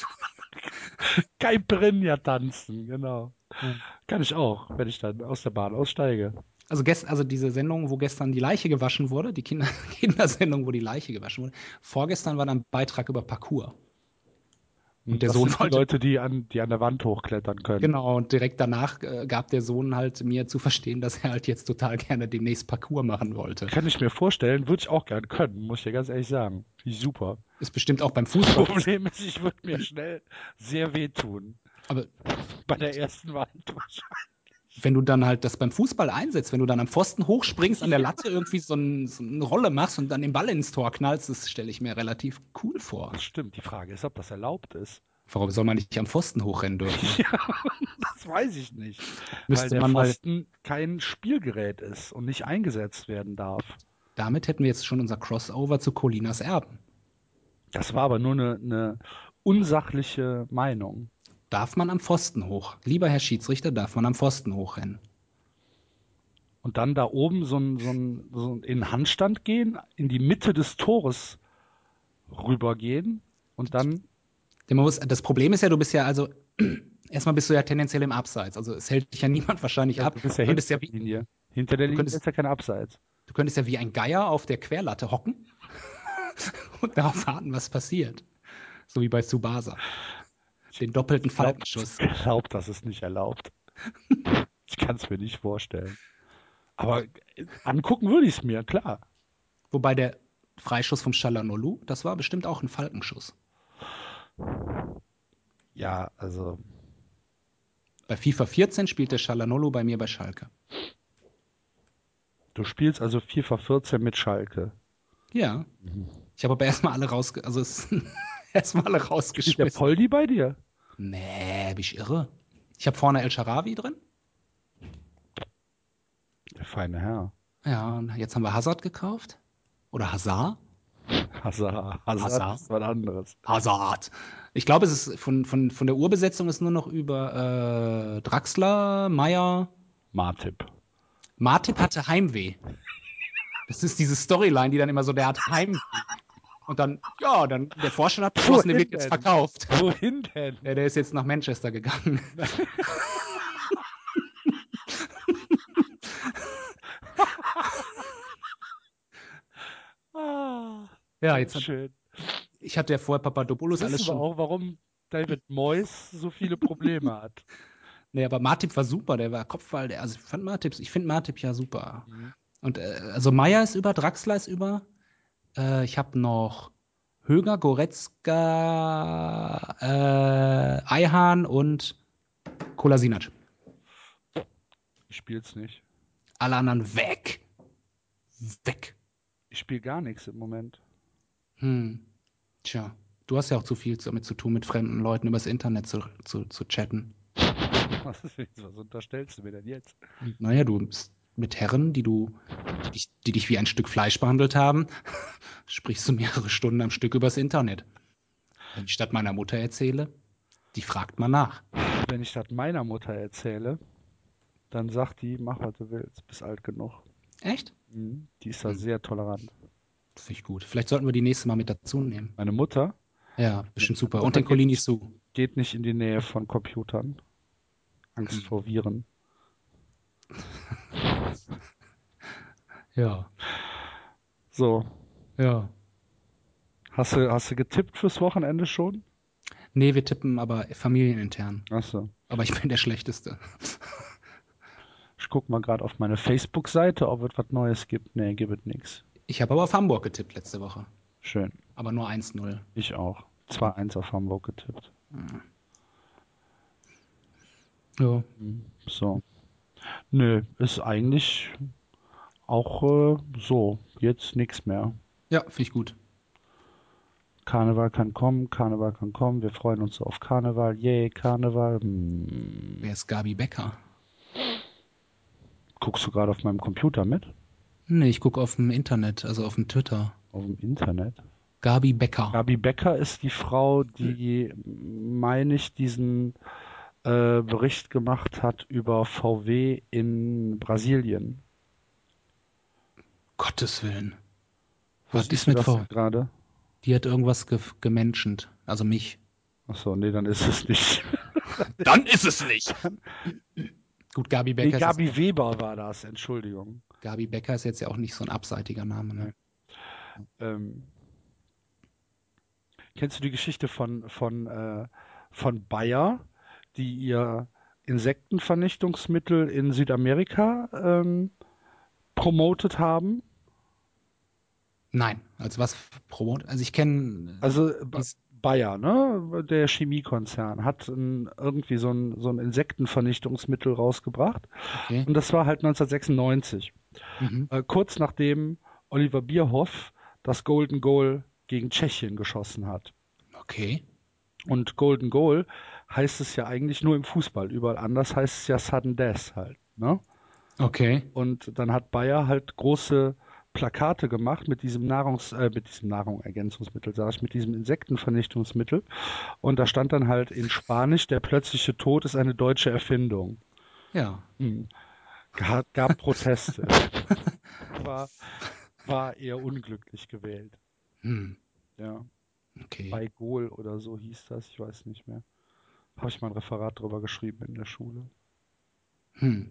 Caipirinha tanzen, genau. Ja. Kann ich auch, wenn ich dann aus der Bahn aussteige. Also, gest also diese Sendung, wo gestern die Leiche gewaschen wurde, die Kinder Kindersendung, wo die Leiche gewaschen wurde. Vorgestern war dann ein Beitrag über Parkour. Und der das Sohn sind die wollte- Leute, die an, die an der Wand hochklettern können. Genau, und direkt danach äh, gab der Sohn halt mir zu verstehen, dass er halt jetzt total gerne demnächst Parkour machen wollte. Kann ich mir vorstellen, würde ich auch gern können, muss ich dir ganz ehrlich sagen. Finde ich super. Ist bestimmt auch beim Das Fußball. Problem ist, ich würde mir schnell sehr wehtun. Aber Bei der ersten Wand. wenn du dann halt das beim Fußball einsetzt, wenn du dann am Pfosten hochspringst, an der Latte irgendwie so, ein, so eine Rolle machst und dann den Ball ins Tor knallst, das stelle ich mir relativ cool vor. Das stimmt. Die Frage ist, ob das erlaubt ist. Warum soll man nicht am Pfosten hochrennen dürfen? Ja, das weiß ich nicht. Müsste weil der man mal- Pfosten kein Spielgerät ist und nicht eingesetzt werden darf. Damit hätten wir jetzt schon unser Crossover zu Colinas Erben. Das war aber nur eine, eine unsachliche Meinung. Darf man am Pfosten hoch? Lieber Herr Schiedsrichter, darf man am Pfosten hochrennen? Und dann da oben so ein, so ein, so ein in den Handstand gehen, in die Mitte des Tores rübergehen und dann, Denn man muss, das Problem ist ja, du bist ja also, erstmal bist du ja tendenziell im Abseits. Also es hält dich ja niemand wahrscheinlich ab. du bist ja Du könntest hinter ja der wie, Linie. Hinter der Du Linie könntest- ist ja kein Abseits. du könntest ja wie ein Geier auf der Querlatte hocken und darauf warten, was passiert. So wie bei Tsubasa. Den doppelten Ich glaub- Falkenschuss. Ich glaube, das ist nicht erlaubt. Ich kann es mir nicht vorstellen. Aber äh, angucken würde ich es mir, klar. Wobei der Freischuss vom Shalanolu, das war bestimmt auch ein Falkenschuss. Ja, also Bei FIFA vierzehn spielt der Shalanolu bei mir bei Schalke. du spielst also FIFA vierzehn mit Schalke. Ja. Ich habe aber erstmal alle rausge... Also es erstmal alle Ist der rausgeschmissen. Poldi bei dir? Nee, bin ich irre. Ich habe vorne El Sharawi drin. Der feine Herr. Ja, und jetzt haben wir Hazard gekauft. Oder Hazard. Hazard. Hazard Hazard. ist was anderes. Hazard. Ich glaube, es ist von, von, von der Urbesetzung ist nur noch über äh, Draxler, Meyer. Martip. Martip hatte Heimweh. Das ist diese Storyline, die dann immer so, der hat Heimweh. Und dann, ja, dann der Vorstand hat beschlossen, der wird jetzt verkauft. Wohin denn? Ja, der ist jetzt nach Manchester gegangen. ah, ja, jetzt hat, schön. ich hatte ja vorher Papadopoulos Das alles ist schon. aber auch, warum David Moyes so viele Probleme hat. Nee, aber Martip war super, der war Kopfball, der, also ich fand Martip, ich finde Martip ja super. Mhm. Und äh, also Meyer ist über, Draxler ist über. Äh, ich habe noch Höger, Goretzka, äh, Ayhan und Kolasinac. Ich spiel's nicht. Alle anderen weg. Weg. Ich spiele gar nichts im Moment. Hm. Tja, du hast ja auch zu viel damit zu tun, mit fremden Leuten übers Internet zu, zu, zu chatten. Was, ist, was unterstellst du mir denn jetzt? Naja, du bist mit Herren, die du, die dich, die dich wie ein Stück Fleisch behandelt haben, sprichst du mehrere Stunden am Stück übers Internet. Wenn ich statt meiner Mutter erzähle, die fragt mal nach. Wenn ich das meiner Mutter erzähle, dann sagt die, mach was du willst, bist alt genug. Echt? Mhm. Die ist da Hm. sehr tolerant. Das finde ich gut. Vielleicht sollten wir die nächste Mal mit dazu nehmen. Meine Mutter? Ja, bestimmt super. Mutter Und den geht Colini nicht- Su. Geht nicht in die Nähe von Computern. Angst Hm. vor Viren. Ja, So, ja. hast du, hast du getippt fürs Wochenende schon? Nee, wir tippen aber familienintern. Achso. Aber ich bin der Schlechteste. Ich guck mal gerade auf meine Facebook-Seite, ob es was Neues gibt. Nee, gibt es nichts. Ich habe aber auf Hamburg getippt letzte Woche. Schön. Aber nur eins null. Ich auch. zwei eins auf Hamburg getippt. Ja. Mhm. So. Nö, ist eigentlich auch äh, so. Jetzt nichts mehr. Ja, finde ich gut. Karneval kann kommen, Karneval kann kommen. Wir freuen uns auf Karneval. Yay, Karneval. Hm. Wer ist Gabi Becker? Guckst du gerade auf meinem Computer mit? Nee, ich gucke auf dem Internet, also auf dem Twitter. Auf dem Internet? Gabi Becker. Gabi Becker ist die Frau, die, meine ich, diesen äh, Bericht gemacht hat über V W in Brasilien. Gottes Willen. Wo Was siehst ist du mit das V? denn gerade? Die hat irgendwas ge gemenschent. Also mich. Achso, nee, dann ist es nicht. Dann ist es nicht. Gut, Gabi Nee, Becker, ist Gabi jetzt, Weber war das, Entschuldigung. Gabi Becker ist jetzt ja auch nicht so ein abseitiger Name. Ne? Ähm, kennst du die Geschichte von, von, äh, von Bayer, die ihr Insektenvernichtungsmittel in Südamerika ähm, promotet haben? Nein, also was promot? Also ich kenne. Also B- dies- Bayer, ne, der Chemiekonzern, hat ein, irgendwie so ein, so ein Insektenvernichtungsmittel rausgebracht. Okay. Und das war halt neunzehnhundertsechsundneunzig, Mhm. äh, kurz nachdem Oliver Bierhoff das Golden Goal gegen Tschechien geschossen hat. Okay. Und Golden Goal heißt es ja eigentlich nur im Fußball. Überall anders heißt es ja Sudden Death halt. Ne? Okay. Und dann hat Bayer halt große Plakate gemacht mit diesem Nahrungs, äh, mit diesem Nahrungsergänzungsmittel, sage ich, mit diesem Insektenvernichtungsmittel. Und da stand dann halt in Spanisch, der plötzliche Tod ist eine deutsche Erfindung. Ja. Hm. Gab, gab Proteste. War, war eher unglücklich gewählt. Hm. Ja. Okay. Bei Gol oder so hieß das, ich weiß nicht mehr. Habe ich mal ein Referat drüber geschrieben in der Schule. Hm.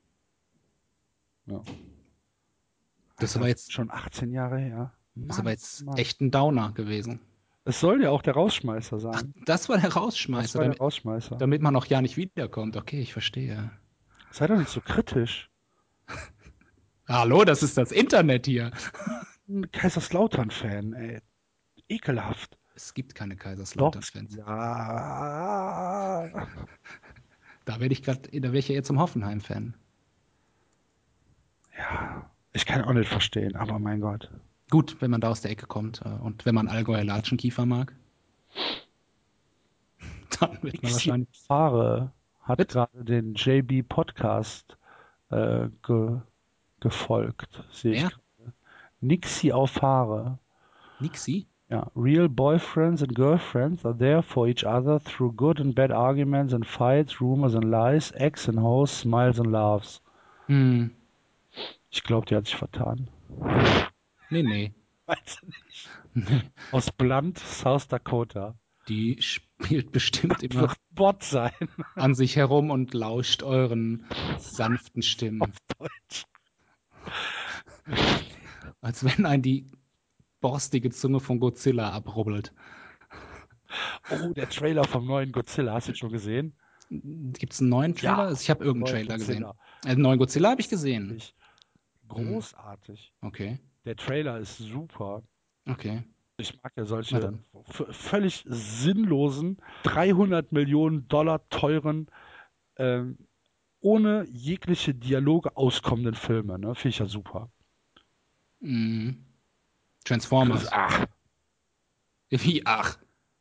Ja. Das ist Alter, aber jetzt, schon achtzehn Jahre her. das ist Mann, aber jetzt Mann. echt ein Downer gewesen. Es soll ja auch der Rausschmeißer Ach, sein. das war der Das Rausschmeißer, war der damit, Rausschmeißer. damit man noch ja nicht wiederkommt. Okay, ich verstehe. Sei doch nicht so kritisch. Hallo, das ist das Internet hier. Ein Kaiserslautern-Fan, ey. Ekelhaft. Es gibt keine Doch. Kaiserslautern-Fans. Ja. Da werde ich gerade, da wäre ich ja jetzt zum Hoffenheim-Fan. Ja. Ich kann auch nicht verstehen, aber mein Gott. Gut, wenn man da aus der Ecke kommt äh, und wenn man Allgäuer Latschenkiefer mag, dann wird man wahrscheinlich. Fahre hat Bitte? gerade den J B Podcast äh, ge gefolgt, sehe ich Wer? gerade. Nixi auf Fahre. Nixie? Ja, real boyfriends and girlfriends are there for each other through good and bad arguments and fights, rumors and lies, eggs and hoes, smiles and laughs. Hm. Ich glaube, die hat sich vertan. Nee, nee. Weiß nicht. Nee. Aus Blunt, South Dakota. Die spielt bestimmt Das immer wird Bot sein. an sich herum und lauscht euren sanften Stimmen. Deutsch. Als wenn ein die borstige Zunge von Godzilla abrubbelt. Oh, der Trailer vom neuen Godzilla. Hast du ihn schon gesehen? Gibt es einen neuen Trailer? Ja, Ich habe irgendeinen neuen Trailer gesehen. Godzilla. Äh, Den neuen Godzilla habe ich gesehen. Ich, Hm. großartig. Okay, Der Trailer ist super. okay. Ich mag ja Na solche dann. v- völlig sinnlosen, dreihundert Millionen Dollar teuren, ähm, ohne jegliche Dialoge auskommenden Filme. Ne? Finde ich ja super. Hm. Das, Transformers. ach, Wie? Ach.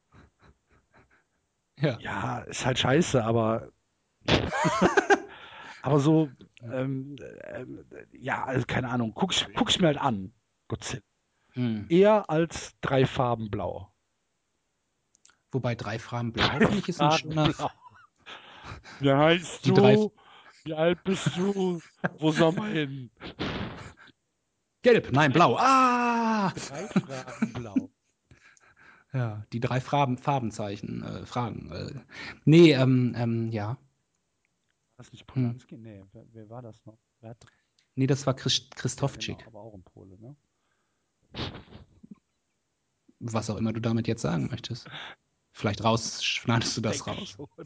Ja. ja, ist halt scheiße, aber, aber so, ähm, ähm, ja, also keine Ahnung, guck's, guck's mir halt an. Godzilla. Hm. Eher als drei Farben blau. Wobei drei Farben blau, finde ich, ist ein Farben schöner. blau. Wie heißt Die drei. du? Wie alt bist du? Wo soll man hin? Gelb, nein, blau. Ah! Drei Fragen blau. Ja, die drei Farben, Farbenzeichen, äh, Fragen. Äh. Nee, ähm, ähm, ja. War das nicht Hm. Polanski? Nee, wer, wer war das noch? Wer hat, Nee, das war Chris, ja, genau, Christofczyk. aber auch ein Pole, ne? Was auch immer du damit jetzt sagen möchtest. Vielleicht raus, schneidest du das Denk raus. schon.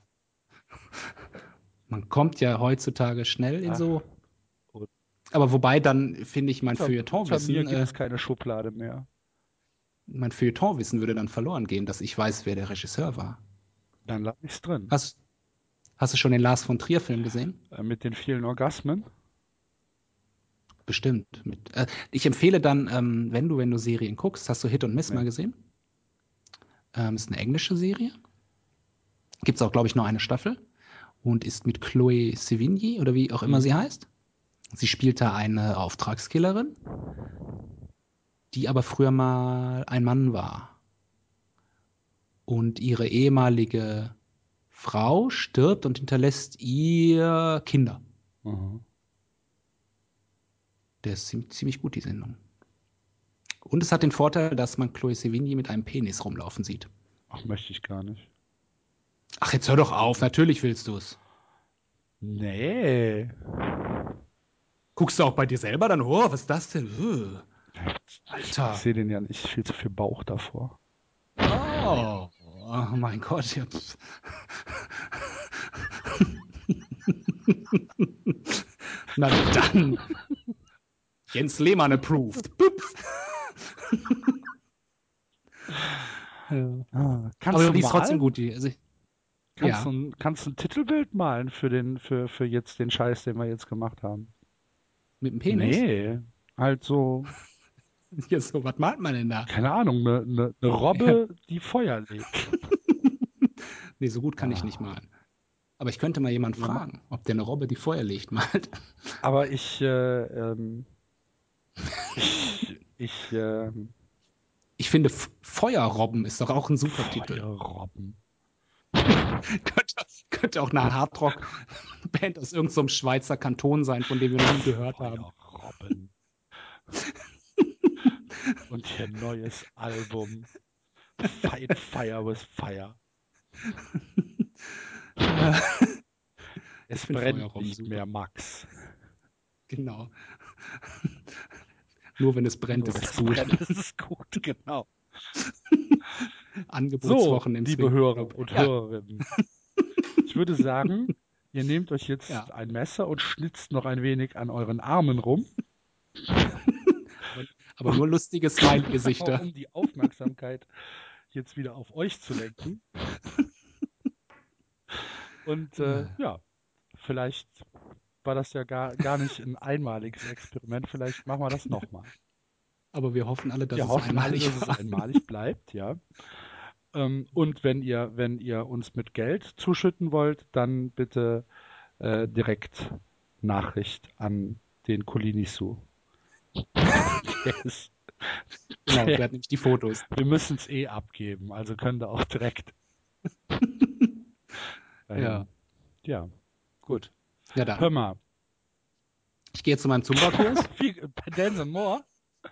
Man kommt ja heutzutage schnell in Ach, so. gut. Aber wobei dann, finde ich, mein Unter, unter mir Feuilletonwissen, gibt äh, es keine Schublade mehr. mein Feuilletonwissen würde dann verloren gehen, dass ich weiß, wer der Regisseur war. Dann lass ich's drin. Hast, hast du schon den Lars von Trier-Film gesehen? Äh, mit den vielen Orgasmen. Bestimmt. Mit, äh, ich empfehle dann, ähm, wenn du, wenn du Serien guckst, hast du Hit und Miss Nee. mal gesehen? Ähm, ist eine englische Serie. Gibt es auch, glaube ich, nur eine Staffel. Und ist mit Chloe Sevigny oder wie auch immer Mhm. sie heißt. Sie spielt da eine Auftragskillerin, die aber früher mal ein Mann war. Und ihre ehemalige Frau stirbt und hinterlässt ihr Kinder. Mhm. Der ist ziemlich, ziemlich gut, die Sendung. Und es hat den Vorteil, dass man Chloe Sevigny mit einem Penis rumlaufen sieht. Ach, möchte ich gar nicht. Ach, jetzt hör doch auf, natürlich willst du es. Nee. Guckst du auch bei dir selber dann, oh, was ist das denn? Uh, Ich, Alter. ich sehe den ja nicht. Viel zu viel Bauch davor. Oh, oh mein Gott. Ja. pf. Na dann. Jens Lehmann approved. Bup. Ja. Ah, kannst Aber du die ist trotzdem malen? gut, die. Also, Kannst du, ja, ein, kannst du ein Titelbild malen für den, für, für jetzt den Scheiß, den wir jetzt gemacht haben? mit dem Penis. Nee. Halt so, Ja, so, was malt man denn da? keine Ahnung, eine, eine, eine Robbe, die Feuer legt. Nee, so gut kann ich Ah. nicht malen. Aber ich könnte mal jemanden Ja, ma- fragen, ob der eine Robbe, die Feuer legt, malt. Aber ich, äh, ähm, ich, ich, ähm, Ich finde, F Feuerrobben ist doch auch ein super Titel. Feuerrobben. Könnte, könnte auch eine Hardrock-Band aus irgendeinem Schweizer Kanton sein, von dem wir noch nie gehört haben. Feuerrobben. Und ihr neues Album Fight Fire with Fire. Es Ich finde brennt Feuerrobben nicht super. mehr, Max. Genau. Nur wenn es brennt, Nur ist wenn es es gut. brennt, ist es gut, genau. So, Angebotswochen im liebe Hörer Swing. und Ja, Hörerinnen, ich würde sagen, ihr nehmt euch jetzt ja. ein Messer und schnitzt noch ein wenig an euren Armen rum, Aber, aber nur lustige genau, Smiley-Gesichter. um die Aufmerksamkeit jetzt wieder auf euch zu lenken. Und äh, ja, vielleicht war das ja gar, gar nicht ein einmaliges Experiment. Vielleicht machen wir das nochmal. Aber wir hoffen alle, dass Wir es hoffen alle, einmalig dass es war. einmalig bleibt, ja. Ähm, und wenn ihr, wenn ihr uns mit Geld zuschütten wollt, dann bitte äh, direkt Nachricht an den Kolinisu. Der ist, Genau, der hat nämlich die Fotos. Wir müssen es eh abgeben, also können da auch direkt dahin. Ja, Ja, gut. ja Hör dann. mal, Ich gehe jetzt zu meinem Zumba-Kurs. wie, bei Dance and More?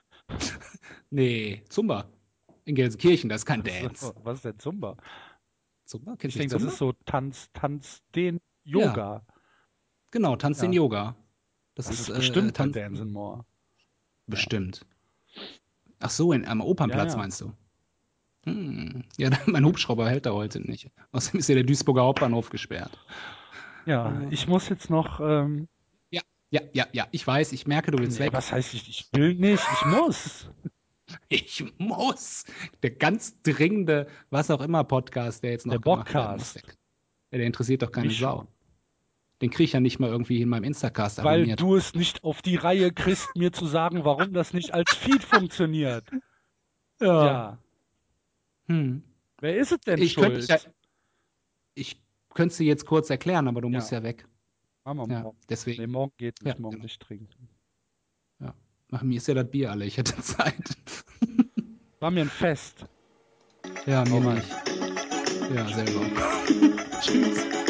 Nee, Zumba. In Gelsenkirchen, das ist kein Was, Dance. was ist denn Zumba? Zumba? Ich Kennst du nicht denke, das Zumba? ist so Tanz, Tanz, den Ja, Yoga. genau, Tanz den Ja, Yoga. Das das ist ist äh, bestimmt bei Tanz. Dance and More. Ja, Bestimmt. Ach so, in, am ja, Opernplatz ja. meinst du? Hm. Ja, mein Hubschrauber hält da heute nicht. Außerdem ist ja der Duisburger Hauptbahnhof gesperrt. Ja, Äh, ich muss jetzt noch, ähm, ja, ja, ja, ja. Ich weiß, ich merke, du willst nee, weg. was heißt ich, ich will nicht, ich muss. Ich muss. Der ganz dringende, was auch immer Podcast, der jetzt Der noch gemacht werden muss, der, Bockcast. der interessiert doch keine Mich Sau. schon. Den kriege ich ja nicht mal irgendwie in meinem Instacast Weil abonniert. du es nicht auf die Reihe kriegst, mir zu sagen, warum das nicht als Feed funktioniert. Ja. Ja, Hm. wer ist es denn Ich könnte dich ja, schuld? ich könnte es dir jetzt kurz erklären, aber du musst Ja, ja weg. machen wir Ja, morgen. Nee, deswegen. morgen geht Ja, nicht, morgen genau. nicht trinken. Ja. Ach, mir ist ja das Bier alle, ich hätte Zeit. War mir ein Fest. Ja, Hau mir rein. nicht. Ja, selber. Tschüss.